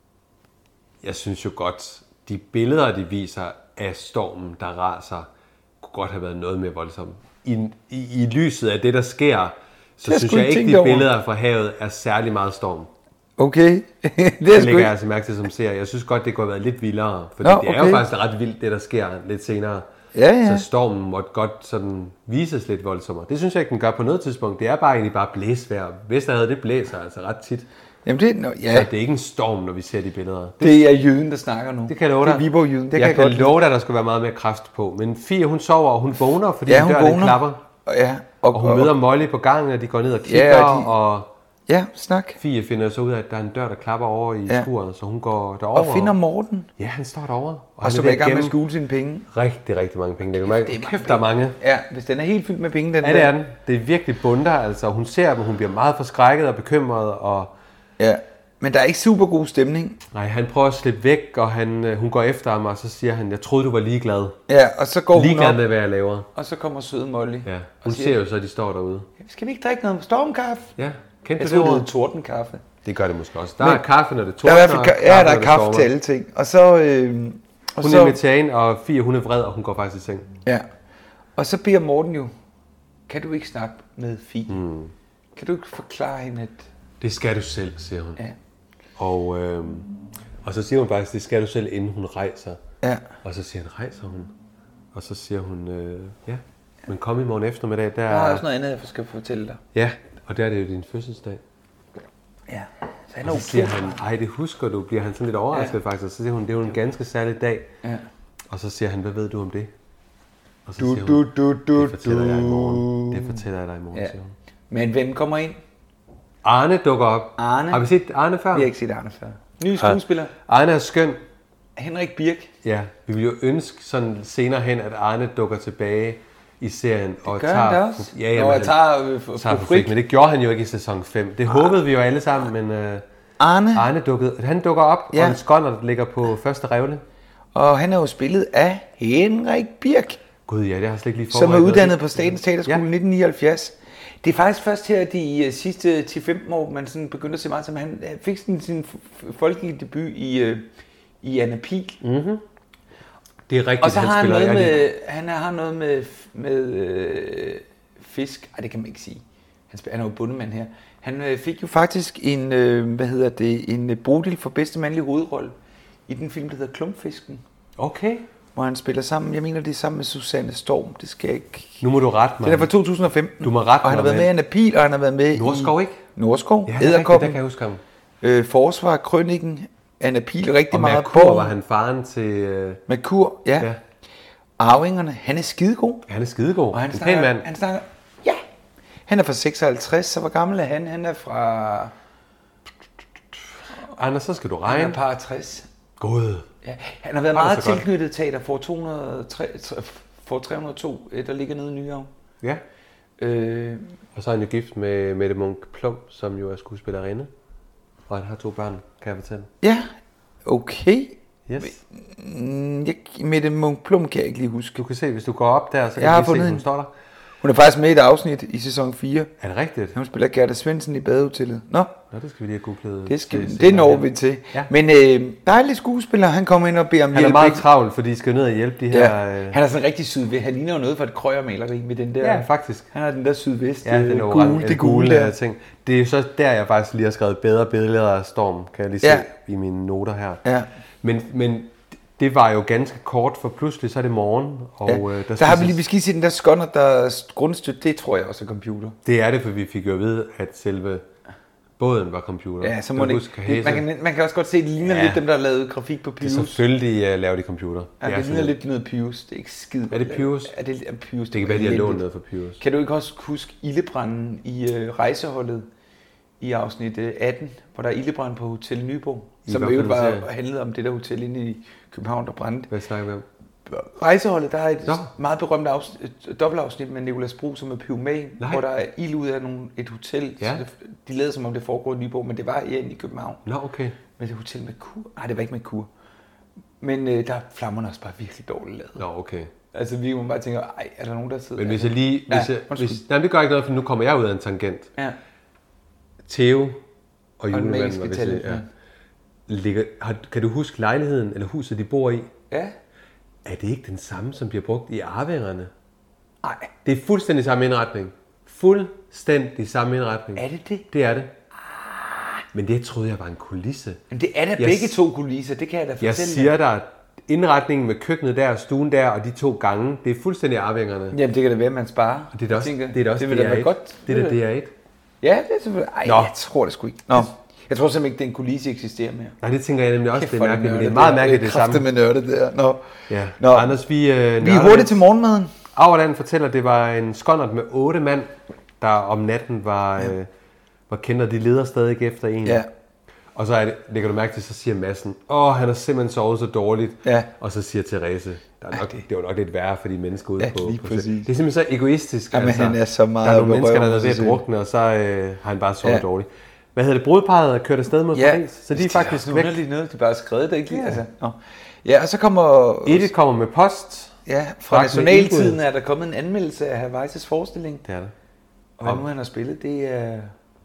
Jeg synes jo godt, de billeder, de viser af stormen, der raser, kunne godt have været noget mere voldsomt. I lyset af det, der sker, så synes jeg ikke, de billeder fra havet er særlig meget storm. Okay. Det lægger jeg altså mærke til som ser. Jeg synes godt, det kunne have været lidt vildere. Fordi det er jo faktisk ret vildt, det der sker lidt senere. Ja. Så stormen måtte godt sådan vises lidt voldsommere. Det synes jeg ikke, den gør på noget tidspunkt. Det er bare egentlig bare blæsvejr. Vesterhavet, det blæser altså ret tit. Jamen det er ikke en storm, når vi ser de billeder. Det er jøden, der snakker nu. Det kan jeg love dig. Det er Viborg-jøden. Jeg kan love dig, at der skal være meget mere kraft på. Men Fie, hun sover, og hun vågner, fordi døren klapper. Ja. Og hun møder Molly på gangen, og de går ned og kigger, Ja, snak. Fie finder så ud af, at der er en dør, der klapper over i skuret, så hun går derover. Og finder Morten. Ja, han står derovre. Og så er i gang med at skjule sine penge. Rigtig mange penge. Det er kæft, der er mange. Ja, hvis den er helt fyldt med penge, den det er den. Det er virkelig bunder, altså. Hun ser dem, hun bliver meget forskrækket og bekymret. Og... Ja, men der er ikke super god stemning. Nej, han prøver at slippe væk, og hun går efter ham, og så siger han, jeg troede, du var ligeglad. Ja, og så går ligeglad hun op. med, hvad jeg laver. Og så kommer søde Molly. Ja, hun ser jo så, at de står derude. Ja, skal vi ikke drikke noget stormkaffe? Ja. Jeg tror, det er tordenkaffe. Det gør det måske også. Der er kaffe, når det tordner. Der er kaffe til alle ting. Og så... hun er inviterer ind, og Fie, hun er vred, og hun går faktisk i seng. Ja. Og så beder Morten jo, kan du ikke snakke med Fie? Kan du ikke forklare hende, at... Det skal du selv, siger hun. Ja. Og så siger hun faktisk, det skal du selv, inden hun rejser. Ja. Og så siger han, rejser hun? Og så siger hun, men kom i morgen eftermiddag. Der er også noget andet, jeg skal fortælle dig. Ja. Og der er det jo din fødselsdag. Ja. Så siger han, det husker du, bliver han sådan lidt overrasket faktisk. Og så siger hun, det er jo en ganske særlig dag. Ja. Og så siger han, hvad ved du om det? Og så siger hun, det fortæller jeg i morgen. Det fortæller jeg dig i morgen, siger hun. Men hvem kommer ind? Arne dukker op. Arne. Har vi set Arne før? Vi har ikke set Arne før. Nye skuespiller. Arne er skøn. Henrik Birk. Ja, vi vil jo ønske sådan senere hen, at Arne dukker tilbage i serien og tager han da også. Ja, han tager frit, men det gjorde han jo ikke i sæson 5. Det håbede vi jo alle sammen, men Arne dukker op, og en skånder ligger på første revle. Og han er jo spillet af Henrik Birk. Gud ja, det har jeg slet ikke lige forberedt. Som er uddannet på Statens Teaterskole 1979. Det er faktisk først her de sidste 10-15 år, man sådan begyndte at se meget som han fik sin folkelige debut i Anna Pihl. Mm-hmm. Det er rigtigt, og så har han noget med, han har noget med fisk. Ej, det kan man ikke sige. Han er jo bundemand her. Han fik jo faktisk en Bodil for bedste mandlige hovedrolle i den film, der hedder Klumpfisken. Okay. Hvor han spiller sammen, jeg mener det er sammen med Susanne Storm, det skal jeg ikke... Nu må du rette mig. Den er fra 2015. Du må rette mig. Og han har været med i Anna Pihl, og han har været med Nordskov, ikke? Nordskov, ja, Edderkoppen. Der kan jeg huske ham. Forsvar, Krøniken, Anna Pihl, rigtig og meget. Og Merkur var han faren til... Merkur, ja. Arvingerne, han er skidegod. Han er skidegod. Og han snakker, mand. Han snakker, ja. Han er fra 56, så hvor gammel er han? Han er fra... Anders, så skal du regne. Han er par 60. God. Ja, han har været meget tilknyttet teater for 302, der ligger nede i Nyhavn. Ja. Og så er han jo gift med Mette Munk Plum, som jo er skuespillerinde. Og han har 2 børn, kan jeg fortælle. Ja, okay. Yes. Mette Munk Plum kan jeg ikke lige huske. Du kan se, hvis du går op der, så kan du se, hun står der. Hun er faktisk med i et afsnit i sæson 4. Er det rigtigt? Hun spiller Gerda Svendsen i Badehotellet. Nå, det skal vi lige have googlet. Det når vi til. Ja. Men dejlig skuespiller, han kommer ind og beder om hjælp. Han er meget travlt, fordi de skal ned og hjælpe de her... Ja. Han er sådan rigtig sydvest. Han ligner jo noget for et krøjermaleri med den der... Ja, faktisk. Han har den der sydvest. Ja, den gule der ting. Det er jo så der, jeg faktisk lige har skrevet bedre billeder af Storm, kan jeg lige se i mine noter her. Ja. Men det var jo ganske kort, for pludselig så er det morgen. Og, der har vi lige beskrevet den der skånder, der grundstøt, det tror jeg også er computer. Det er det, for vi fik jo at vide, at selve båden var computer. Ja, så må det man kan også godt se, at det ligner lidt dem, der har lavet grafik på Pius. Det er selvfølgelig laver de computer. Ja, det ligner lidt noget Pius. Det er ikke skide. Er det Pius? Ja, det er Pius. Det kan være, de har lånt noget for Pius. Kan du ikke også huske ildebranden i rejseholdet i afsnit 18, hvor der er ildebrand på Hotel Nyborg, som jo bare handlede om det der hotel inde i København, der brændte. Hvad snakker vi om? Rejseholdet, der er et meget berømt dobbeltafsnit med Nicolas Bro, som er pyroman, hvor der er ild ud af et hotel. Ja. Så de lavede som om det foregår i Nyborg, men det var inde i København. Nå, okay. Men det hotel med kur? Nej, det var ikke med kur. Men der er flammerne også bare virkelig dårligt lavet. Nå, okay. Altså vi må bare tænke, ej, er der nogen, der sidder... Men hvis jeg lige... Nej, det gør ikke noget, for nu kommer jeg ud af en tangent. Ja. Theo og julemanden, var kan du huske lejligheden, eller huset, de bor i? Ja. Er det ikke den samme, som bliver brugt i Arvingerne? Nej. Det er fuldstændig samme indretning. Fuldstændig samme indretning. Er det det? Det er det. Men det troede jeg var en kulisse. Men det er da begge 2 kulisser, det kan jeg da fortælle. Jeg siger dig, indretningen med køkkenet der, stuen der og de 2 gange, det er fuldstændig Arvingerne. Jamen det kan da være, man sparer. Og det er da også, det vil da være godt. Det er da DR1. Ja, det er selvfølgelig. Ej, jeg tror det sgu ikke. Nå. Jeg tror simpelthen ikke, den kulisse eksisterer mere. Nej, det tænker jeg nemlig også, det er mærkeligt. Det er meget mærkeligt, det samme. Med nørdet der. Nå. Ja. Nå. Anders, vi er hurtigt til morgenmaden. Auerland fortæller, at det var en skonnert med 8 mand, der om natten var kender, de leder stadig efter en. Ja. Og så lægger du mærke til, så siger Madsen, han har simpelthen sovet så dårligt. Ja. Og så siger Therese, det var nok lidt værre for de mennesker ude på. Det er simpelthen så egoistisk. Jamen, han er så meget. Der er nogle mennesker, der er ved at drukne, og så har han bare sovet dårligt. Hvad hedder det? Brudparret er kørt afsted mod Paris, så de er faktisk væk. Det noget, de bare har skrevet det, ikke lige? Altså, ja, og så kommer... Edith kommer med post. Ja, fra Nationaltiden er der kommet en anmeldelse af Herr Weisses forestilling. Det er det. Og hvad nu han har spillet, det er...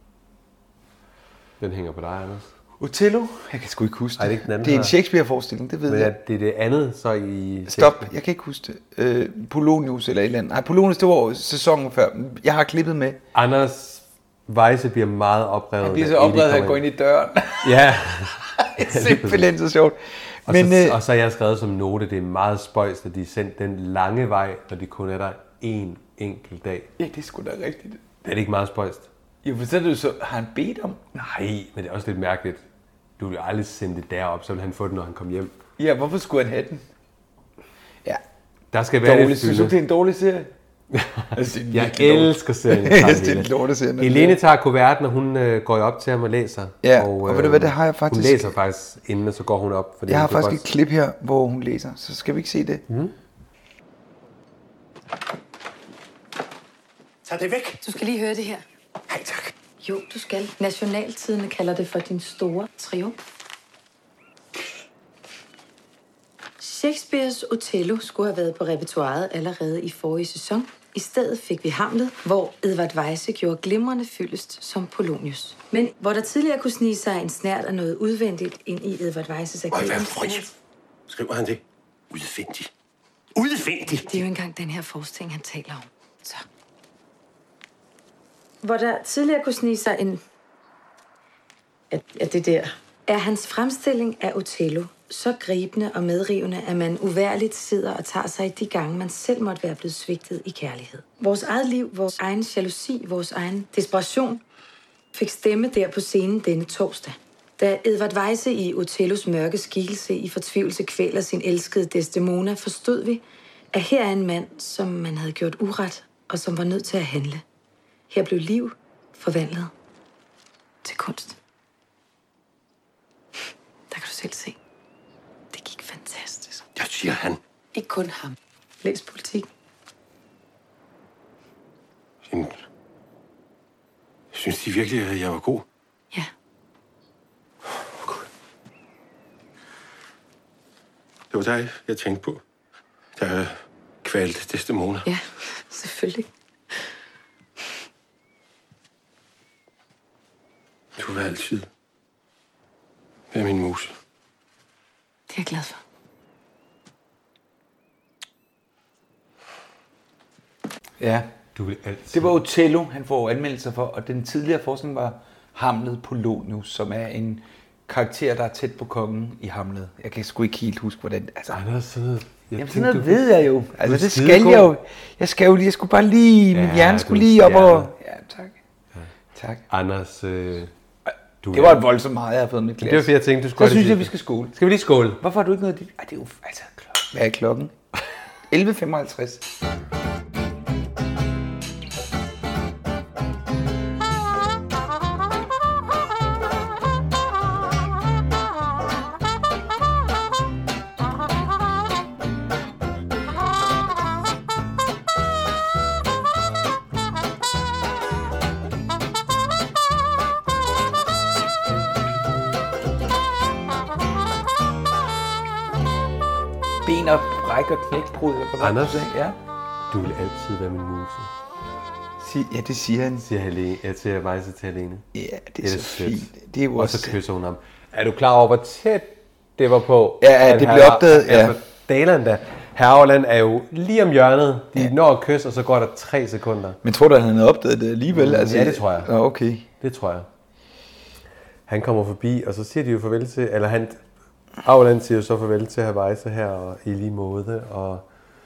Den hænger på dig, Anders. Othello? Jeg kan sgu ikke huske det. Det er en Shakespeare-forestilling, det ved jeg. Men det er det andet, så i... Stop, jeg kan ikke huske det. Polonius eller et eller andet. Nej, Polonius, det var sæsonen før. Jeg har klippet med. Anders Weisse bliver meget oprevet. Han bliver så oprevet, at han går ind i døren. Ja. Det er simpelthen så sjovt. Og så har jeg skrevet som note, det er meget spøjst, at de sendte den lange vej, når de kun er der en enkelt dag. Ja, det er sgu da rigtigt. Er det ikke meget spøjst? Jo, for så er det jo så, har han bedt om? Nej, men det er også lidt mærkeligt. Du vil jo aldrig sende det derop, så vil han få det, når han kommer hjem. Ja, hvorfor skulle han have den? Ja. Der skal være lidt fylde. Synes du, det er en dårlig serie? Jeg elsker serien. Det er en lorte serie. Helene tager kuverten, og hun går op til ham og læser. Ja, og ved du hvad, det har jeg faktisk... Hun læser faktisk inden, og så går hun op. Fordi jeg har faktisk et klip her, hvor hun læser, så skal vi ikke se det? Tag det væk. Du skal lige høre det her. Hej, tak. Jo, du skal. Nationaltidene kalder det for din store triumf. Shakespeares Othello skulle have været på repertoiret allerede i forrige sæson. I stedet fik vi Hamlet, hvor Edvard Weisse gjorde glimrende fyldest som Polonius. Men hvor der tidligere kunne snige sig en snert af noget udvendigt ind i Edvard Weisses erklæring. Skriver han det? Udvendigt. Udvendigt! Det er jo engang den her forestilling, han taler om. Så. Hvor der tidligere kunne snige sig en... det der... Er hans fremstilling af Othello så gribende og medrivende, at man uværligt sidder og tager sig i de gange, man selv måtte være blevet svigtet i kærlighed. Vores eget liv, vores egen jalousi, vores egen desperation fik stemme der på scenen denne torsdag. Da Edvard Weisse i Othellos mørke skikkelse i fortvivlelse kvæler sin elskede Desdemona, forstod vi, at her er en mand, som man havde gjort uret, og som var nødt til at handle. Her blev liv forvandlet til kunst. Der kan du selv se. Det gik fantastisk. Jeg siger han. Ikke kun ham. Læs politik. Synes de virkelig, at jeg var god? Ja. Det var dig, jeg tænkte på, da jeg kvalte Desdemona. Ja, selvfølgelig. Du vil altid være min muse. Det er jeg glad for. Ja, du vil altid. Det var Othello, han får anmeldelser for, og den tidligere forskning var Hamlet Polonius, som er en karakter, der er tæt på kongen i Hamlet. Jeg kan sgu ikke helt huske, hvordan... Altså, sådan noget ved jeg jo. Altså, det skal jeg jo. Jeg skulle bare lige... Min hjerne skulle lige op og... Ja, tak. Ja. Tak. Anders... det var et voldsomt meget, jeg har fået mit glas. Det var fordi, jeg tænkte, du skulle... Så synes jeg, vi skal skåle. Skal vi lige skåle? Hvorfor har du ikke noget af dit... det er jo... Altså, hvad er klokken? 11:55. Ben og bræk og knækbrud. Anders, ja? Du vil altid være min muse. Ja, det siger han. Siger Helene. Jeg siger Weisse til Helene. Ja, det er så fint. Det er jo og så kysser hun ham. Er du klar over, hvor tæt det var på? Ja, det blev opdaget. Ja. Dalen da. Herreland er jo lige om hjørnet. De når at kysse, og så går der 3 sekunder. Men tror du, at han havde opdaget det alligevel? Ja, det tror jeg. Okay. Det tror jeg. Han kommer forbi, og så siger de jo farvel til... Eller Auland siger jo så farvel til at Weisse her, og i lige måde, og...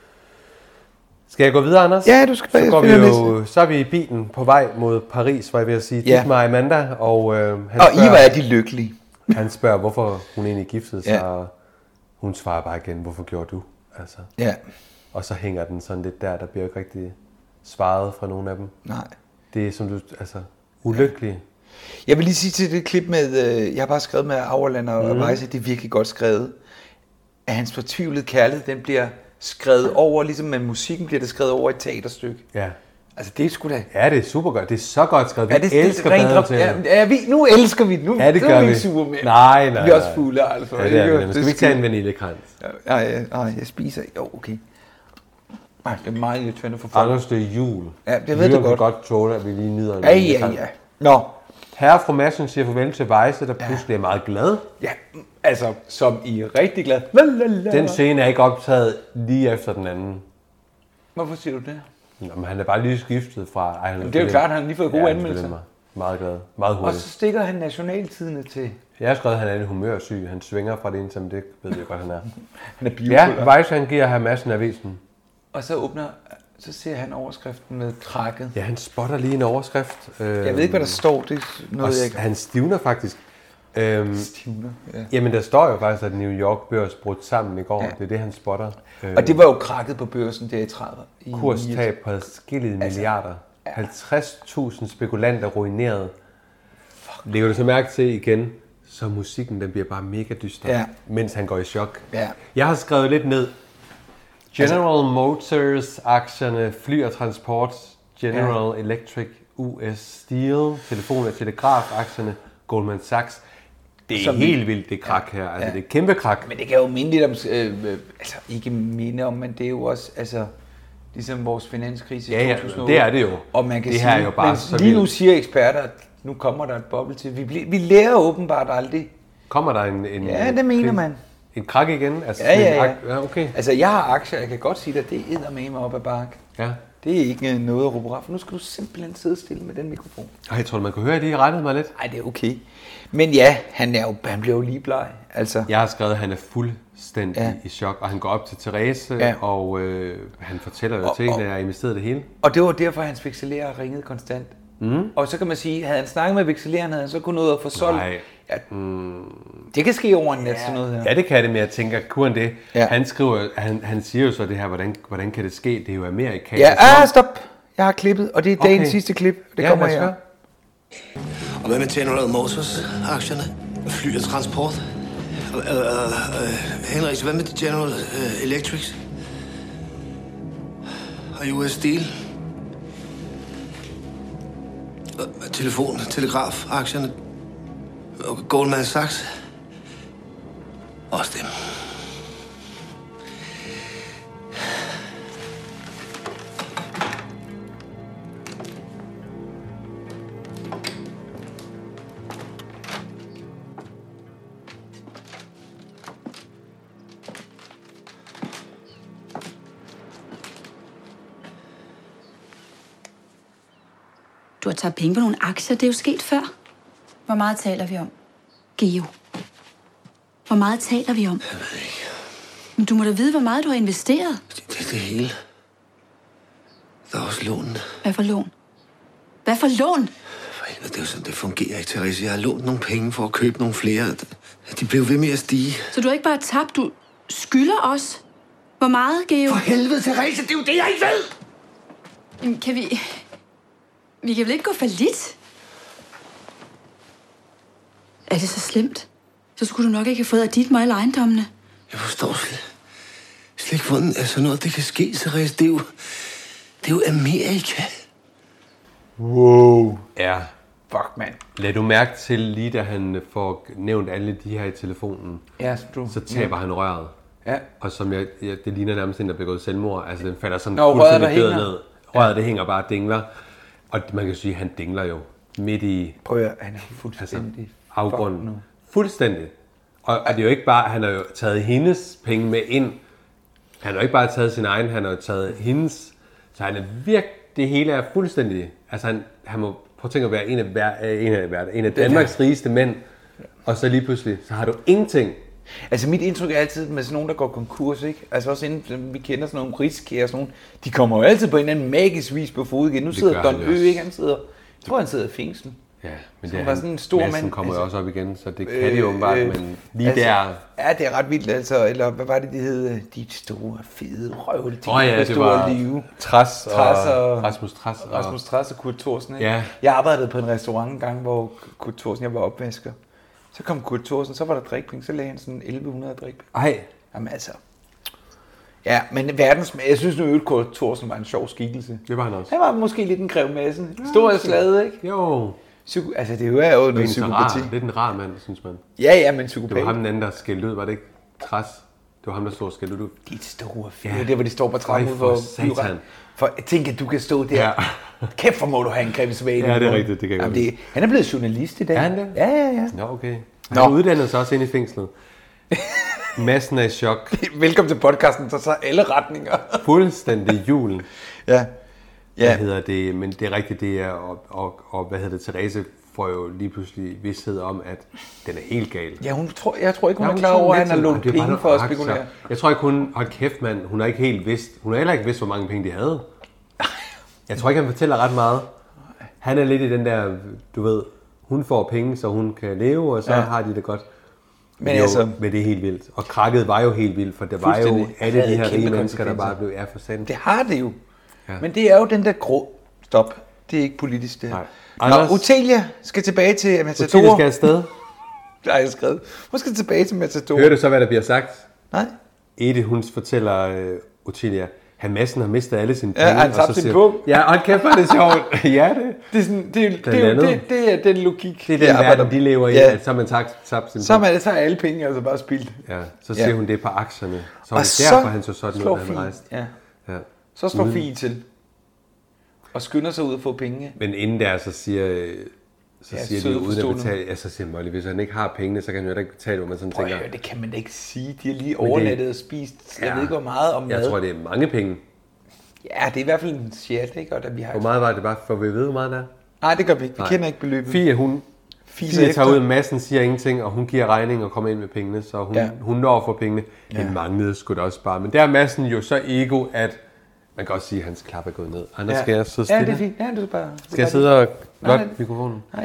Skal jeg gå videre, Anders? Ja, du skal bare... Så er vi i bilen på vej mod Paris, var jeg ved at sige. Ja. Dietmar og Amanda, og han spørger... Og I var de lykkelige. Han spørger, hvorfor hun egentlig giftede sig, og hun svarer bare igen, hvorfor gjorde du? Altså. Ja. Og så hænger den sådan lidt der bliver jo ikke rigtig svaret fra nogen af dem. Nej. Det er som du... Altså, ulykkelig. Jeg vil lige sige til det klip med... Jeg har bare skrevet med Auerland og Weisse, det er virkelig godt skrevet. At hans fortvivlede kærlighed, den bliver skrevet over, ligesom med musikken bliver det skrevet over et teaterstykke. Ja. Altså det er sgu da... Ja, det er super godt. Det er så godt skrevet. Vi elsker badehotellet. Ja, nu elsker vi nu. Ja, det gør vi. Super med. Nej. Vi er også fulde, altså. Ja, det er vi. Nu skal vi ikke tage en vaniljekrans. Nej, jeg spiser... Jo, okay. Nej, det er meget irriterende for folk. Anders, det er jul. Ja, det ved du godt. tåle, at vi lige nyder en vaniljekrans. Ja. Nå. Herre og fru Madsen siger farvel til Weisse, der pludselig er meget glad. Ja, altså, som I er rigtig glad. Den scene er ikke optaget lige efter den anden. Hvorfor siger du det? Jamen, han er bare lige skiftet fra... Det er jo klart, at han har lige fået gode anmeldelser. Meget glad. Meget hurtigt. Og så stikker han nationaltidene til... Jeg har skrevet, at han er en humørsyg. Han svinger fra det ene, som det ved jeg godt, han er. Han er biopolar. Ja, Weisse, han giver her Madsen avisen. Og så ser han overskriften med trækket. Ja, han spotter lige en overskrift. Jeg ved ikke, hvad der står. Det er noget, jeg ikke... Han stivner faktisk. Stivner, ja. Jamen, der står jo faktisk, at New York børs brudt sammen i går. Ja. Det er det, han spotter. Og det var jo krakket på børsen der i 30'erne. Kurstab på adskillige milliarder. 50.000 spekulanter ruineret. Lægger du så mærke til igen, så musikken den bliver bare mega dyster, mens han går i chok. Ja. Jeg har skrevet lidt ned. General Motors aktierne, fly og transport, General Electric, US Steel, telefon og telegraf aktierne, Goldman Sachs. Det er helt vildt, det krak her. Altså, det er et kæmpe krak. Men det kan jo minde lidt om, altså ikke minde om, men det er jo også, altså, ligesom vores finanskrise i 2008. Det er det jo. Og man kan det sige, her er jo bare så lige nu siger eksperter, at nu kommer der et boble til. Vi lærer åbenbart aldrig. Kommer der en ja, det mener man. En krak igen? Altså, ja. Okay. Altså, jeg har aktier, jeg kan godt sige dig, det er eddermame op ad bakke. Ja. Det er ikke noget at råbe af, for nu skal du simpelthen sidde stille med den mikrofon. Jeg tror, man kunne høre, at de rettede mig lidt. Nej, det er okay. Men ja, han bliver jo lige bleg. Altså. Jeg har skrevet, at han er fuldstændig i chok, og han går op til Therese, og han fortæller jo til hende, at jeg har investeret det hele. Og det var derfor, hans vekselerer ringede konstant. Og så kan man sige, havde han snakket med vekseleren, havde han så kunnet noget at få solgt. Ja, det kan ske over en nat, sådan noget her. Ja, det kan det, men jeg tænker, kunne han det? Ja. Han skriver, han siger jo så det her, hvordan kan det ske? Det er jo Amerika. Ja, stop. Jeg har klippet, og det er dagens sidste klip. Det kommer her. Og hvad med General Motors-aktierne? Fly og transport? Henrik, hvad med General Electric? Og US Steel? Telefon, telegraf-aktierne? Og Goldman Sachs? Også dem. Du har taget penge på nogle aktier, det er jo sket før. Hvor meget taler vi om? Geo. Hvor meget taler vi om? Jeg ved ikke. Men du må da vide, hvor meget du har investeret. Det er det hele. Der er også lånene. Hvad for lån? Hvad for lån? Det er jo sådan, det fungerer ikke, Therese. Jeg har lånt nogle penge for at købe nogle flere. De blev ved med at stige. Så du har ikke bare tabt, du skylder os? Hvor meget, Geo? For helvede, Therese, det er jo det, jeg ikke ved! Jamen, kan vi... Vi kan vel ikke gå fallit? Er det så slemt? Så skulle du nok ikke have fået af dit mig alle ejendommene. Jeg forstår slet ikke, hvordan sådan noget det kan ske, Therese. Det er jo Amerika. Wow. Ja. Fuck, mand. Lad du mærke til, lige da han får nævnt alle de her i telefonen, så taber han røret. Ja. Og som det ligner nærmest en, der bliver gået selvmord. Altså, den falder sådan fuldstændig død ned. Røret, det hænger bare og dingler. Og man kan sige, at han dingler jo midt i... Prøv at han er fuldstændig... afgrunden. Fuldstændig. Og det er jo ikke bare, han har jo taget hendes penge med ind. Han har jo ikke bare taget sin egen, han har jo taget hendes. Så han er virkelig, det hele er fuldstændig... Altså han må prøve at tænke at være en af Danmarks rigeste mænd. Og så lige pludselig, så har du ingenting. Altså mit indtryk er altid med sådan nogen, der går konkurs, ikke? Altså også inden vi kender sådan nogle riskære og sådan nogle, de kommer jo altid på en eller anden magisk vis på fod igen. Nu sidder Don Ø, ikke? Han tror han sidder i fængsel. Ja, men det er sådan en stor mand. Kommer jo også op igen, så det kan de jo åbenbart, men lige altså, der... Ja, det er ret vildt, altså. Eller hvad var det hed? De store, fede røvle. Ja, det var liv. Træs og Rasmus Træs og Kurt Thorsen, ikke? Ja. Jeg arbejdede på en restaurant en gang, hvor Kurt Thorsen, jeg var opvasker. Så kom Kurt Thorsen, så var der drikpenge, så lagde han sådan 1100 drikpenge. Ej. Jamen altså... Ja, men jeg synes nu, at Kurt Thorsen var en sjov skikkelse. Det var han også. Han var måske lidt en Grev Madsen. Stor og slaget, ikke? Jo. Altså, det er jo noget psykopati. Lidt en rar mand, synes man. Ja, men psykopat. Det var ham den anden, der skældte ud, var det ikke? Træs. Det var ham, der stod og skældte ud. De store fyre, det var de står på trappen ud for byret. For jeg tænker, at du kan stå der. Ja. Kæft, hvor må du have en Grev Svane. Ja, det er rigtigt, det kan jeg godt. Han er blevet journalist i dag. Er han det? Ja. Nå, okay. Han er uddannet sig også ind i fængslet. Massen er i chok. Velkommen til podcasten, så alle retninger. Fuldstændig julen. Ja. Hvad hedder det? Men det er rigtigt, det er, og hvad hedder det, Therese får jo lige pludselig vidsthed om, at den er helt gal. Ja, jeg tror ikke, hun er klar over, at han har lånt penge for at spekulere. Jeg tror ikke, hold kæft, mand, hun har ikke helt vidst, hun har heller ikke vidst, hvor mange penge de havde. Jeg tror ikke, han fortæller ret meget. Han er lidt i den der, du ved, hun får penge, så hun kan leve, og så har de det godt. Men det er helt vildt. Og krakket var jo helt vildt, for det var jo alle de her rige mennesker, der bare blev for sandt. Det har det jo. Ja. Men det er jo den der grå... Stop. Det er ikke politisk, det her. Anders... Nå, Otelia skal tilbage til Matador. Otelia skal afsted. Nej, jeg har skrevet. Hun skal tilbage til Matador. Hører du så, hvad der bliver sagt? Nej. Edith, hun fortæller Otelia, Madsen har mistet alle sine penge. Ja, han tabte sin punkt. Ja, og kæft, det er sjovt. Ja, det er den logik. Det er den verden, de lever i, at så har man tabt sin punkt. Så er alle penge altså bare spildt. Ja, så ser hun det på aktierne. Så er det derfor, han så sådan ud, han rejste. Ja. Så slår Fie til. Og skynder sig ud at få penge. Men inden der, så siger de uden at betale, så siger Molly, hvis han ikke har pengene, så kan han jo ikke betale, hvor man sådan tænker. Det kan man da ikke sige. De har lige overnattet og spist, jeg ved ikke, hvor meget om mad. Jeg tror, det er mange penge. Ja, det er i hvert fald en chat, ikke? Og vi har hvor meget var det bare, for vi ved, hvor meget det er? Nej, det gør vi ikke. Vi kender ikke beløbet. Fie tager ud, massen siger ingenting, og hun giver regning og kommer ind med pengene, så hun når at få pengene. Den manglede sgu da også bare. Men der er massen jo så ego, at man kan også sige, at hans klap er gået ned. Anders, skal jeg sidde stille? Ja, det er fint. Ja, du bare... Skal jeg sidde og glotte mikrofonen? Nej.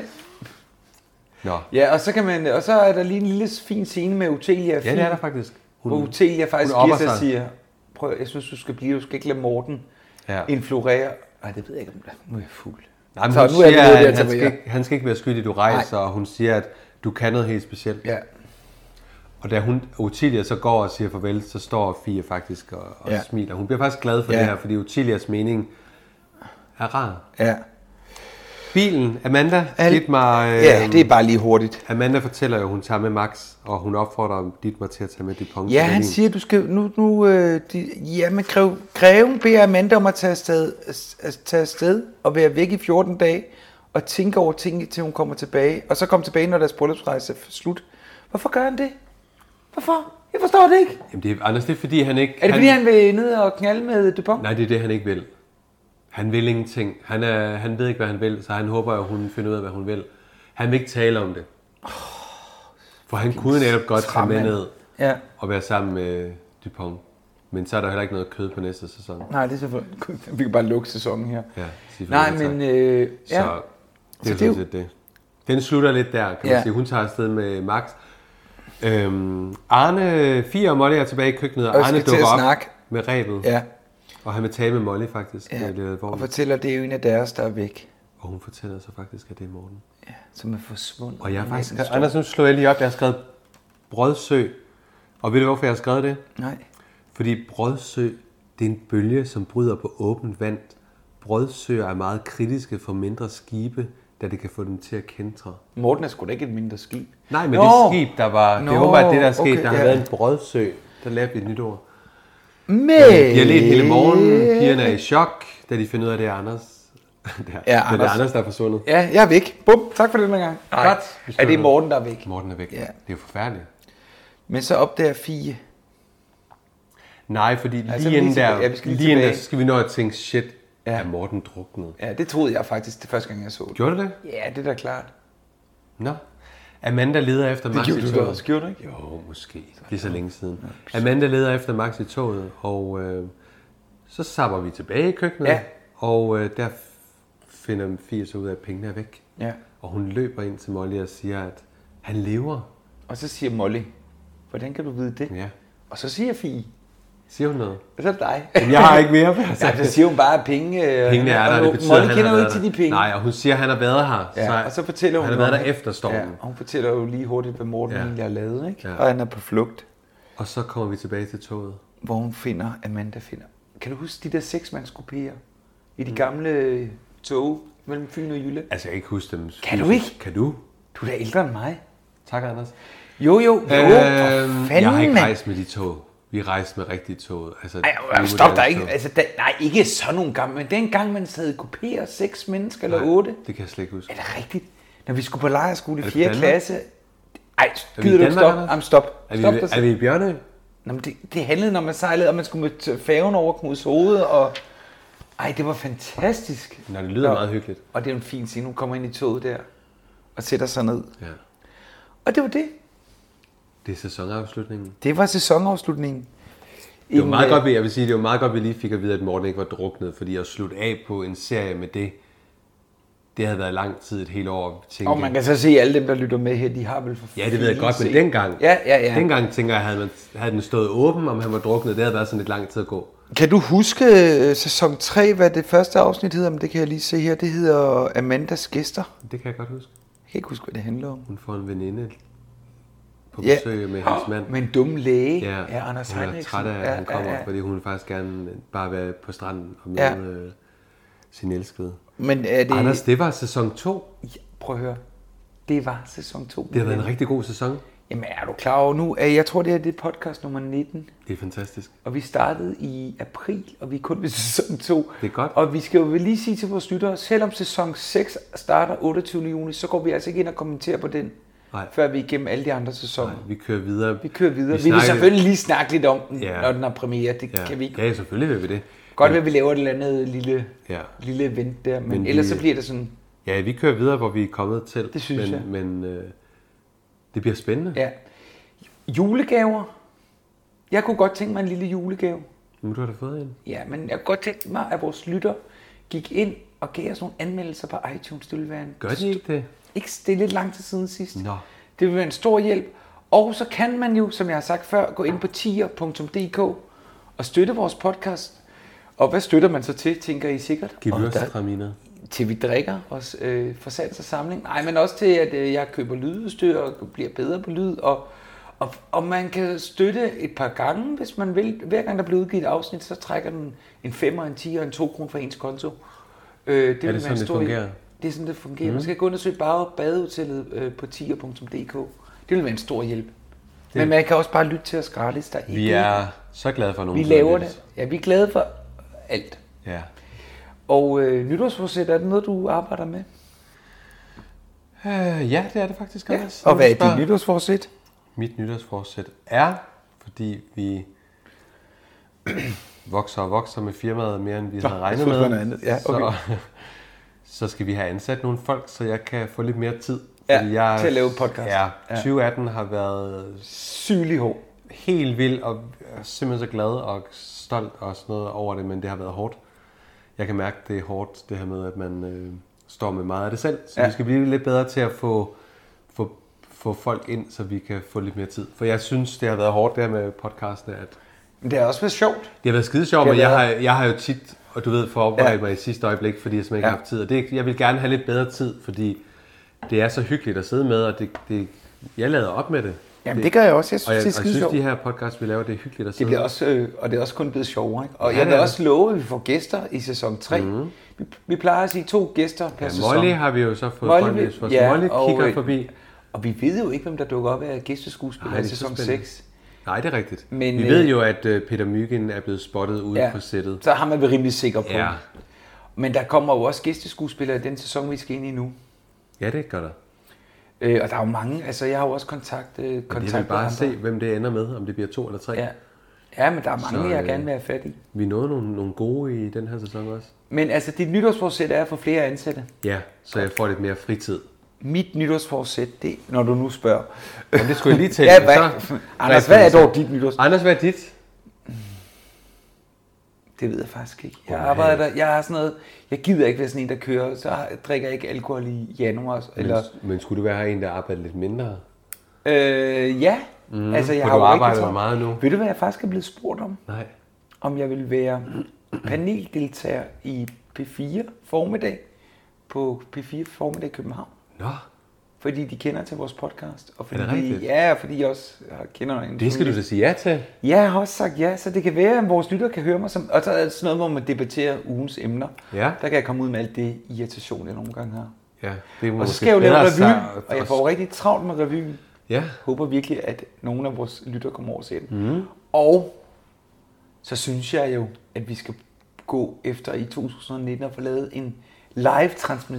Nå. Ja, og så er der lige en lille fin scene med Otelia. Ja, det er der faktisk. Hvor Otelia faktisk giver sig og siger, prøv, jeg synes, du skal ikke lade Morten influere. Nej, det ved jeg ikke, om nu er jeg fuld. Nej, men så, hun siger, han skal ikke være skyldig, du rejser, og hun siger, at du kan noget helt specielt. Ja. Og da Otelia så går og siger farvel, så står Fie faktisk og smiler. Hun bliver faktisk glad for det her, fordi Otelias mening er rar. Ja. Bilen, Amanda, Dietmar... Ja, det er bare lige hurtigt. Amanda fortæller jo, hun tager med Max, og hun opfordrer Dietmar til at tage med Dupont. Ja, han siger, du skal men greven beder Amanda om at tage afsted og være væk i 14 dage, og tænke over tingene, til hun kommer tilbage, og så komme tilbage, når deres bryllupsrejse er slut. Hvorfor gør han det? Hvorfor? Jeg forstår det ikke. Jamen, Anders, det er fordi, han ikke... Er det fordi, han vil ned og knalde med Dupont? Nej, det er det, han ikke vil. Han vil ingenting. Han ved ikke, hvad han vil, så han håber, at hun finder ud af, hvad hun vil. Han vil ikke tale om det. For han kunne netop godt tage med ned og være sammen med Dupont. Men så er der heller ikke noget kød på næste sæson. Nej, det er selvfølgelig... Vi kan bare lukke sæsonen her. Ja, nej, men... Så det er jo sådan set det. Den slutter lidt der, kan man sige. Hun tager afsted med Max. Arne, Fie og Molly er tilbage i køkkenet, og Arne dukker op med rebet. Ja. Og han vil tale med Molly faktisk. Ja. Og fortæller, at det er jo en af deres, der er væk. Og hun fortæller så faktisk, at det er Morten. Ja, som er forsvundet. Og jeg har faktisk... Anders, nu slår jeg lige op. Jeg har skrevet Brodsø. Og ved du, hvorfor jeg har skrevet det? Nej. Fordi Brodsø, det er en bølge, som bryder på åbent vand. Brodsøer er meget kritiske for mindre skibe, da det kan få dem til at kentre. Morten er sgu da ikke et mindre skib. Nej, men det skib, der var... Det var bare det, der skete. Der har været en Brodsø. Der lærte vi et nyt ord. Men... De har let hele morgen. Pigerne er i chok, da de finder ud af, at det er Anders. Det er Anders, der er forsvundet. Ja, jeg er væk. Bum, tak for den gang. Godt. Er det Morten, der er væk? Morten er væk. Ja. Det er jo forfærdeligt. Men så opdager Fie. Nej, fordi lige inden der, så skal vi nå at tænke, shit, er Morten druknet? Ja, det troede jeg faktisk, det første gang, jeg så det. Gjorde du det? Ja, det er da klart. Nå. Amanda leder efter Max i toget. Det gjorde du også, gjorde du ikke? Jo, måske. Det er så længe siden. Amanda leder efter Max i toget, og så zapper vi tilbage i køkkenet, og der finder Fie så ud af, at pengene er væk. Ja. Og hun løber ind til Molly og siger, at han lever. Og så siger Molly, hvordan kan du vide det? Ja. Og så siger Fie. Siger hun noget? Og så er det dig. Jamen, jeg har ikke mere. Ja, så siger hun bare, at pengene er der. Det betyder, Molly kender jo ikke til de penge. Nej, og hun siger, at han har været her. Ja, og så fortæller hun, han har været der efter stormen. Ja, og hun fortæller jo lige hurtigt, hvad Morten egentlig har lavet, ikke? Ja. Og han er på flugt. Og så kommer vi tilbage til toget. Hvor hun finder, Amanda finder. Kan du huske de der 6-mandskupéer i de gamle tog mellem Fyn og Jylland? Altså, jeg kan ikke huske dem. Kan du ikke? Kan du? Du er da ældre end mig. Tak, Anders. Jo, jeg har ikke rejst med de tog. Vi rejste med rigtige tog. Altså, stop dig ikke. Altså, nej, ikke sådan nogle gange, men dengang man sad i kupéer, 6 mennesker eller 8. Det kan jeg slet ikke huske. Er det rigtigt? Når vi skulle på lejrskole i 4. klasse. Ej, gider du ikke stoppe? Jamen, stop. Er vi i Bjørnø? Nå, men det handlede, når man sejlede, og man skulle med færgen over Knudshoved, og... Ej, det var fantastisk. Nå, det lyder meget hyggeligt. Og det er en fin scene. Hun kommer ind i toget der, og sætter sig ned. Ja. Og det var det. Det er sæsonafslutningen. Det var sæsonafslutningen. Det var meget godt, jeg vil sige, det var meget godt, vi lige fik at vide, at Morten ikke var druknet, fordi at slutte af på en serie med det havde været lang tid, et helt år. Og man kan så se, at alle dem, der lytter med her, de har vel for ja, det ved jeg godt, men dengang, dengang tænker jeg, havde den stået åben, om han var druknet, det havde været sådan lidt lang tid at gå. Kan du huske sæson 3, hvad det første afsnit hedder? Men det kan jeg lige se her. Det hedder Amandas gæster. Det kan jeg godt huske. Jeg kan ikke huske, hvad det handler om. Hun får en veninde på besøg med hendes mand. Med en dum læge. Ja, Anders Henriksen. Hun er træt af, at han kommer, fordi hun faktisk gerne bare være på stranden og møde sin elskede. Men er det... Anders, det var sæson 2. Ja, prøv at høre. Det var sæson 2. Det har været en rigtig god sæson. Jamen er du klar over nu? Jeg tror, det er podcast nummer 19. Det er fantastisk. Og vi startede i april, og vi er kun ved sæson 2. Det er godt. Og vi skal jo lige sige til vores lyttere, selvom sæson 6 starter 28. juni, så går vi altså ikke ind og kommenterer på den, før vi er igennem alle de andre sæsoner. Nej, vi kører videre. Vi vil selvfølgelig lige snakke lidt om den, når den er premiere. Det kan vi ikke. Ja, selvfølgelig vil vi det. Godt, at vi laver et eller andet lille event der, men ellers så bliver det sådan... Ja, vi kører videre, hvor vi er kommet til. Det synes jeg. Men det bliver spændende. Ja. Julegaver. Jeg kunne godt tænke mig en lille julegave. Nu du har da fået en. Ja, men jeg kunne godt tænke mig, at vores lytter gik ind og gav os nogle anmeldelser på iTunes. Det ville være en... Gør de ikke det? Ikke stille lang tid siden sidst. Nå. Det vil være en stor hjælp. Og så kan man jo, som jeg har sagt før, gå ind på tier.dk og støtte vores podcast. Og hvad støtter man så til, tænker I sikkert? Gebyrsstraminer. Til vi drikker os for salgs og samling. Nej, men også til, at jeg køber lydudstyr og bliver bedre på lyd. Og man kan støtte et par gange, hvis man vil. Hver gang der bliver udgivet et afsnit, så trækker den en 5, en 10 og en 2 kroner fra ens konto. Det er det sådan, det fungerer? Det er sådan, det fungerer. Man skal gå ind og søge bare badehotellet på tier.dk. Det vil være en stor hjælp. Men man kan også bare lytte til os gratis. Vi er så glade for nogen. Vi laver det. Ja, vi er glade for alt. Ja. Og nytårsforsæt, er det noget, du arbejder med? Ja, det er det faktisk, Anders. Og hvad er dit nytårsforsæt? Mit nytårsforsæt er, fordi vi vokser og vokser med firmaet mere, end vi havde regnet med. Ja, okay. Så skal vi have ansat nogle folk, så jeg kan få lidt mere tid. Ja, til at lave podcast. Ja, 2018 har været sygelig hård. Helt vild, og jeg er simpelthen så glad og stolt og sådan noget over det, men det har været hårdt. Jeg kan mærke, det er hårdt, det her med, at man står med meget af det selv. Så vi skal blive lidt bedre til at få folk ind, så vi kan få lidt mere tid. For jeg synes, det har været hårdt, det her med podcasten. Men det har også været sjovt. Det har været skide sjovt, men jeg har jo tit, og du ved, forberedt mig i sidste øjeblik, fordi jeg simpelthen ikke har haft tid. Og jeg vil gerne have lidt bedre tid, fordi det er så hyggeligt at sidde med, og jeg lader op med det. Jamen det gør jeg også. Jeg synes, det er skide sjovt. De her podcasts, vi laver, det er hyggeligt at sidde. Det bliver også, og det er også kun blevet sjovere, ikke? Og jeg vil også love, at vi får gæster i sæson 3. Mm-hmm. Vi plejer at sige 2 gæster per sæson. Molly har vi jo så fået Molly kigger forbi. Og vi ved jo ikke, hvem der dukker op af gæsteskuespillere i sæson 6. Nej, det er rigtigt. Men, vi ved jo, at Peter Mygind er blevet spottet ude på sættet. Så har man været rimelig sikker på. Ja. Men der kommer jo også gæsteskuespillere i den sæson, vi skal ind i nu. Ja, det gør der. Og der er jo mange, altså jeg har jo også kontakt med andre. Det vil bare se, hvem det ender med, om det bliver 2 eller 3. Ja, men der er mange, jeg gerne vil have fat i. Vi nåede nogle gode i den her sæson også. Men altså, dit nytårsforsæt er at få flere ansatte? Ja, så jeg får lidt mere fritid. Mit nytårsforsæt, det når du nu spørger. Men det skulle jeg lige tænke. Anders, hvad er dog dit nytårsforsæt? Anders, hvad er dit? Det ved jeg faktisk ikke. Jeg arbejder der, jeg har sådan noget, jeg gider ikke være sådan en, der kører, så drikker jeg ikke alkohol i januar. Men skulle du være en, der arbejder lidt mindre? Ja. Altså, jeg har du arbejder meget nu. Ved du, hvad jeg faktisk er blevet spurgt om? Nej. Om jeg vil være paneldeltager i P4 formiddag på P4 formiddag i København. Nå. Fordi de kender til vores podcast. Og fordi er det rigtigt? Ja, fordi jeg også kender en. Det skal du da sige ja til. Ja, jeg har også sagt ja, så det kan være, at vores lytter kan høre mig. Og så er det sådan noget, hvor man debatterer ugens emner. Ja. Der kan jeg komme ud med alt det irritation, jeg nogle gange har. Ja, det er og så skal jeg jo lave revy, og jeg får rigtig travlt med revyen. Ja. Håber virkelig, at nogen af vores lytter kommer over og ser den. Mm. Og så synes jeg jo, at vi skal gå efter i 2019 og få lavet en live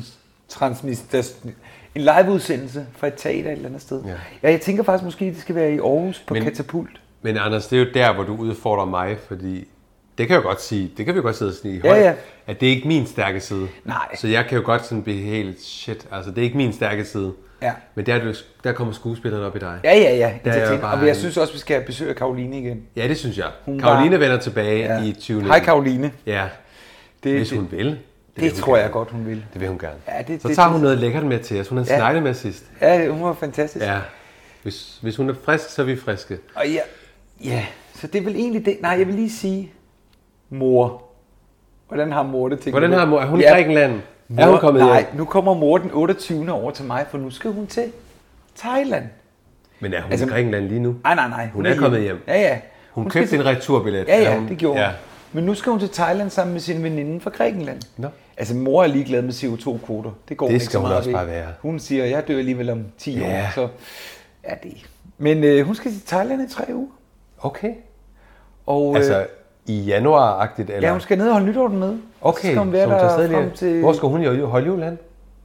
en live-udsendelse fra et teater et eller andet sted. Ja, jeg tænker faktisk måske, at det skal være i Aarhus på Katapult. Men Anders, det er jo der, hvor du udfordrer mig, fordi det kan jeg jo godt sige, det kan vi jo godt sidde og sige i højt, at det er ikke min stærke side. Nej. Så jeg kan jo godt sådan blive helt shit, altså det er ikke min stærke side. Ja. Men der kommer skuespilleren op i dig. Ja. Og jeg synes også, vi skal besøge Karoline igen. Ja, det synes jeg. Karoline vender tilbage i 2019. Hej Karoline. Ja, hvis hun vil. Det tror jeg godt, hun vil. Det vil hun gerne. Ja, så tager hun noget lækkert med til os. Hun har sneglet med sidst. Ja, hun var fantastisk. Ja. Hvis hun er frisk, så er vi friske. Og ja, så det er vel egentlig det. Nej, jeg vil lige sige, mor. Hvordan har mor det til? Hvordan har mor? Er hun i Grækenland? Er hun kommet hjem? Nej, nu kommer mor den 28. over til mig, for nu skal hun til Thailand. Men er hun i Grækenland lige nu? Nej. Hun er kommet hjem? Ja. Hun købte en returbillet? Ja, det gjorde hun. Men nu skal hun til Thailand sammen med sin veninde fra Grækenland. Nå. Altså, mor er ligeglad med CO2-kvoter. Det går det skal hun også bare være. Hun siger, jeg dør alligevel om 10 år. Så ja, det. Men hun skal til Thailand i 3 uger. Okay. Og, altså i januar-agtigt? Eller? Ja, hun skal ned og holde nytår dernede. Okay, så skal hun være der frem til... Hvor skal hun holde jul hen?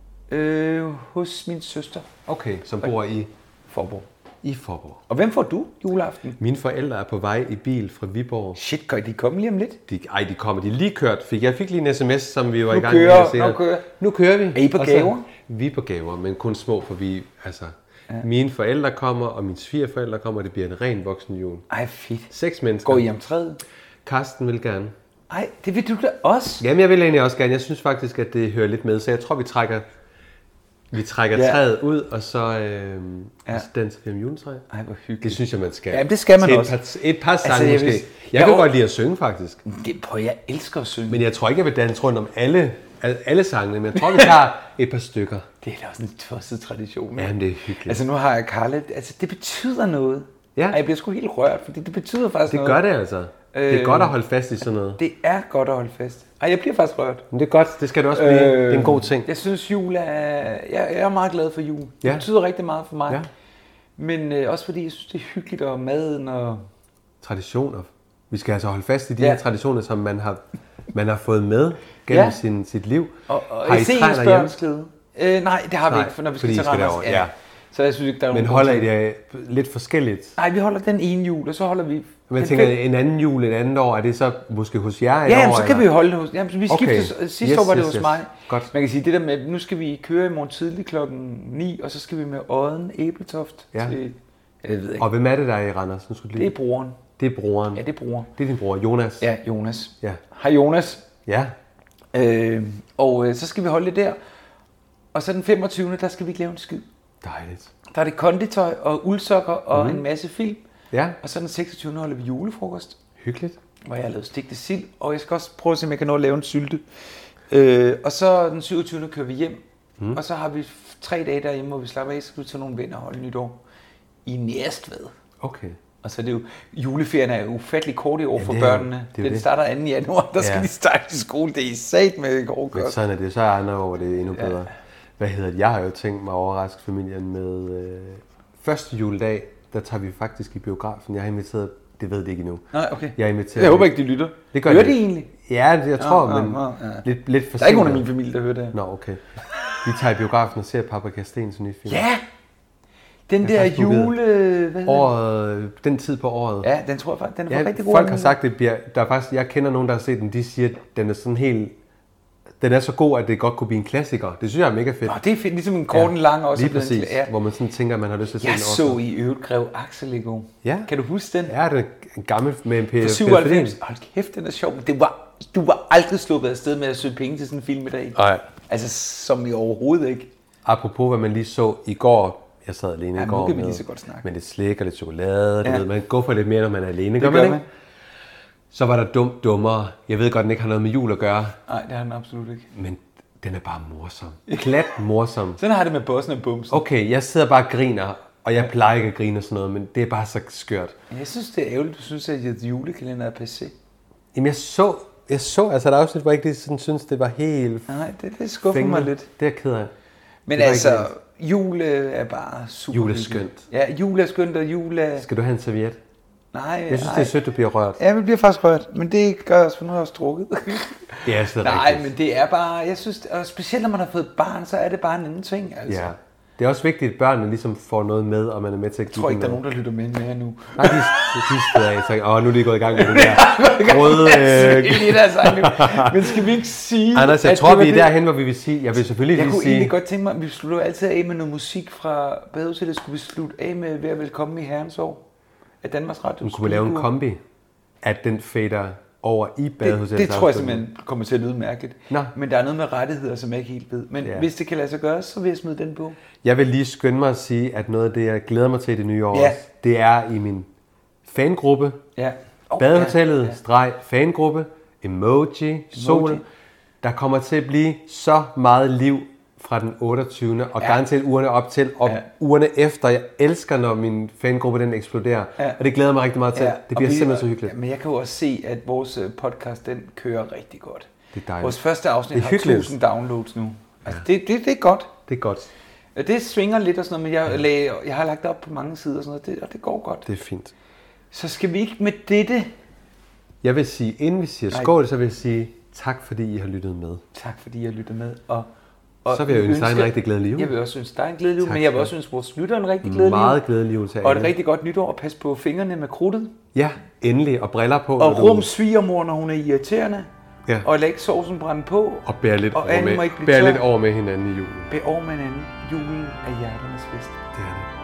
Hos min søster. Okay, som bor i? Forborg. I Forborg. Og hvem får du juleaften? Mine forældre er på vej i bil fra Viborg. Shit, kan de komme lige om lidt? De kommer. De er lige kørt. Jeg fik lige en sms, som vi var i gang med. Nu kører vi. Er I på gaver? Vi er på gaver, men kun små, for vi... Altså, mine forældre kommer, og mine svigerforældre kommer, og det bliver en ren voksen jul. Ej, fedt. 6 mennesker. Går I om træet? Karsten vil gerne. Ej, det vil du da også? Jamen, jeg vil egentlig også gerne. Jeg synes faktisk, at det hører lidt med, så jeg tror, vi trækker træet ud, og så danser vi om juletræet. Ej, hvor hyggeligt. Det synes jeg, man skal. Jamen, det skal man også. Et par sange måske. Jeg kan godt lide at synge, faktisk. Jeg elsker at synge. Men jeg tror ikke, jeg vil danse rundt om alle sangene, men jeg tror, vi tager et par stykker. Det er da også en tosset tradition. Jamen, det er hyggeligt. Altså, nu har jeg Carla. Altså, det betyder noget. Ja. Og jeg bliver sgu helt rørt, fordi det betyder faktisk noget. Det gør det altså. Det er godt at holde fast i sådan noget. Det er godt at holde fast. Ej, jeg bliver faktisk rørt. Men det er godt, det skal du også blive. Det er en god ting. Jeg synes, jul er... Jeg er meget glad for jul. Det betyder rigtig meget for mig. Ja. Men også fordi, jeg synes, det er hyggeligt, og maden og... Traditioner. Vi skal altså holde fast i de her traditioner, som man har fået med gennem sit liv. Og har I træer derhjemme? Nej, det har vi ikke, for når vi skal til Randers. Ja. Så jeg synes ikke, der er men holder I det lidt forskelligt? Nej, vi holder den ene jul, og så holder vi... Men jeg tænker, en anden jul et andet år, er det så måske hos jer et år? Ja, så kan vi holde det hos... Jamen, vi skiftes. Sidste år var det hos mig. Godt. Man kan sige det der med, nu skal vi køre i morgen tidlig klokken 9, og så skal vi med Odden Æbletoft til... Jeg ved ikke. Og hvem er det, der er i Randers? Nu det er broren. Det er broren? Ja, det er broren. Det er din bror, Jonas? Ja, Jonas. Ja. Hej Jonas. Ja. Og så skal vi holde det der. Og så den 25. der skal vi ikke lave en skid. Dejligt. Der er det konditøj og uldsokker og en masse film. Ja. Og så den 26. holder vi julefrokost. Hyggeligt. Hvor jeg har lavet stegte sild, og jeg skal også prøve at se, om jeg kan nå at lave en sylte. Og så den 27. kører vi hjem. Og så har vi 3 dage derhjemme, hvor vi slapper af, så skal vi tage nogle venner og holde nytår i Næstved. Okay. Og så er det jo, juleferien er jo ufattelig kort i år for børnene. Den starter 2. januar, der skal de starte i skole. Det er sat med hårdkørt. Men sådan er det. Så er andre år, det er endnu bedre. Ja. Hvad hedder det? Jeg har jo tænkt mig at overraske familien med første juledag, der tager vi faktisk i biografen. Jeg har inviteret, det ved de ikke endnu. Nej, okay. Jeg håber ikke, de lytter. Det gør hører de egentlig? Ja, jeg tror, men lidt for der er ikke nogen af min familie, der hører det. Nå, okay. Vi tager i biografen og ser Paprika Stens nye film. Ja! Den der jule... Året, den tid på året. Ja, den tror jeg faktisk, den er rigtig god. Folk har sagt, det bliver... Der er faktisk, jeg kender nogen, der har set den, de siger, at den er sådan helt... Den er så god, at det godt kunne blive en klassiker. Det synes jeg er mega fedt. Nå, det er fedt. Ligesom en kort en lang også. Lige præcis. Hvor man sådan tænker, at man har lyst til at se den også. Jeg så i øvrigt Grev Axel i går. Ja. Kan du huske den? Ja, den er en gammel med en Per 97. Hold kæft, den er sjov. Du var aldrig sluppet afsted med at søge penge til sådan en film i dag. Nej. Altså, som i overhovedet ikke. Apropos, hvad man lige så i går. Jeg sad alene i går med, lige så godt snakke. med lidt slik og lidt chokolade. Du ved, man går for lidt mere, når man er alene. Det gør man. Så var der dummere. Jeg ved godt, den ikke har noget med jul at gøre. Nej, det har den absolut ikke. Men den er bare morsom. Klat morsom. Sådan har det med bossen og bumsen. Okay, jeg sidder bare og griner, og jeg plejer ikke at grine og sådan noget, men det er bare så skørt. Jeg synes, det er ærgerligt, du synes, at julekalender er passé. Jamen, jeg så altså et afsnit, hvor jeg ikke sådan synes, det var helt... Nej, det skuffer mig lidt. Det er jeg ked af. Men altså, jul er bare super. Jul er skønt. Ja, jul er skønt, og jul er... Skal du have en serviet? Nej. Jeg synes, det er sødt, du bliver rørt. Ja, vi bliver faktisk rørt, men det gør også, for nu har jeg også drukket. Ja, det er nej, men det er bare, jeg synes, og specielt når man har fået barn, så er det bare en anden ting, altså. Ja. Det er også vigtigt, at børnene ligesom får noget med, og man er med til at give. Jeg tror ikke, der er nogen, der lytter med mere nu. Nej, de steder af, så nu er de gået i gang med det der røde... Men skal vi ikke sige... Anders, jeg tror, vi er derhen, hvor vi vil sige... Jeg vil selvfølgelig lige sige... Jeg kunne egentlig godt tænke mig, at vi slutter altid af med noget musik fra Badehotellet. Skulle vi slutte af med Vær velkommen i Herrens år af Danmarks Radio? Kunne vi lave en kombi, at den fader over i Badehotellet? Det tror jeg simpelthen kommer til at lyde mærkeligt. Nå. Men der er noget med rettigheder, som jeg ikke helt ved. Men hvis det kan lade sig gøre, så vil jeg smide den på. Jeg vil lige skynde mig at sige, at noget af det, jeg glæder mig til i det nye år, det er i min fangruppe. Ja. Badehotellet, fangruppe, emoji, sol. Der kommer til at blive så meget liv fra den 28. og garanteret ugerne op til, og ugerne efter. Jeg elsker, når min fangruppe den eksploderer, og det glæder mig rigtig meget til. Det bliver simpelthen så hyggeligt. Men jeg kan jo også se, at vores podcast, den kører rigtig godt. Det er dejligt. Vores første afsnit har 1000 downloads nu. Altså, det er godt. Det er godt. Det svinger lidt og sådan noget, men jeg har lagt det op på mange sider og sådan noget, og det går godt. Det er fint. Så skal vi ikke med dette... Jeg vil sige, inden vi siger skål, så vil jeg sige tak, fordi I har lyttet med. Tak, fordi I har lyttet med. Og så vil jeg ønske dig en rigtig glædelig jul. Jeg vil også ønske dig en glædelig jul, men jeg vil også ønske vores lytter en rigtig glædelig jul. Meget glædelig jul til alle. Og et rigtig godt nytår, og pas på fingrene med krudtet. Ja, endelig, og briller på. Og rum svigermor, når hun er irriterende. Ja. Og lad ikke sovsen brænde på. Og bær lidt, over med hinanden i julen. Bær over med hinanden. Julen er hjerternes fest. Det er det.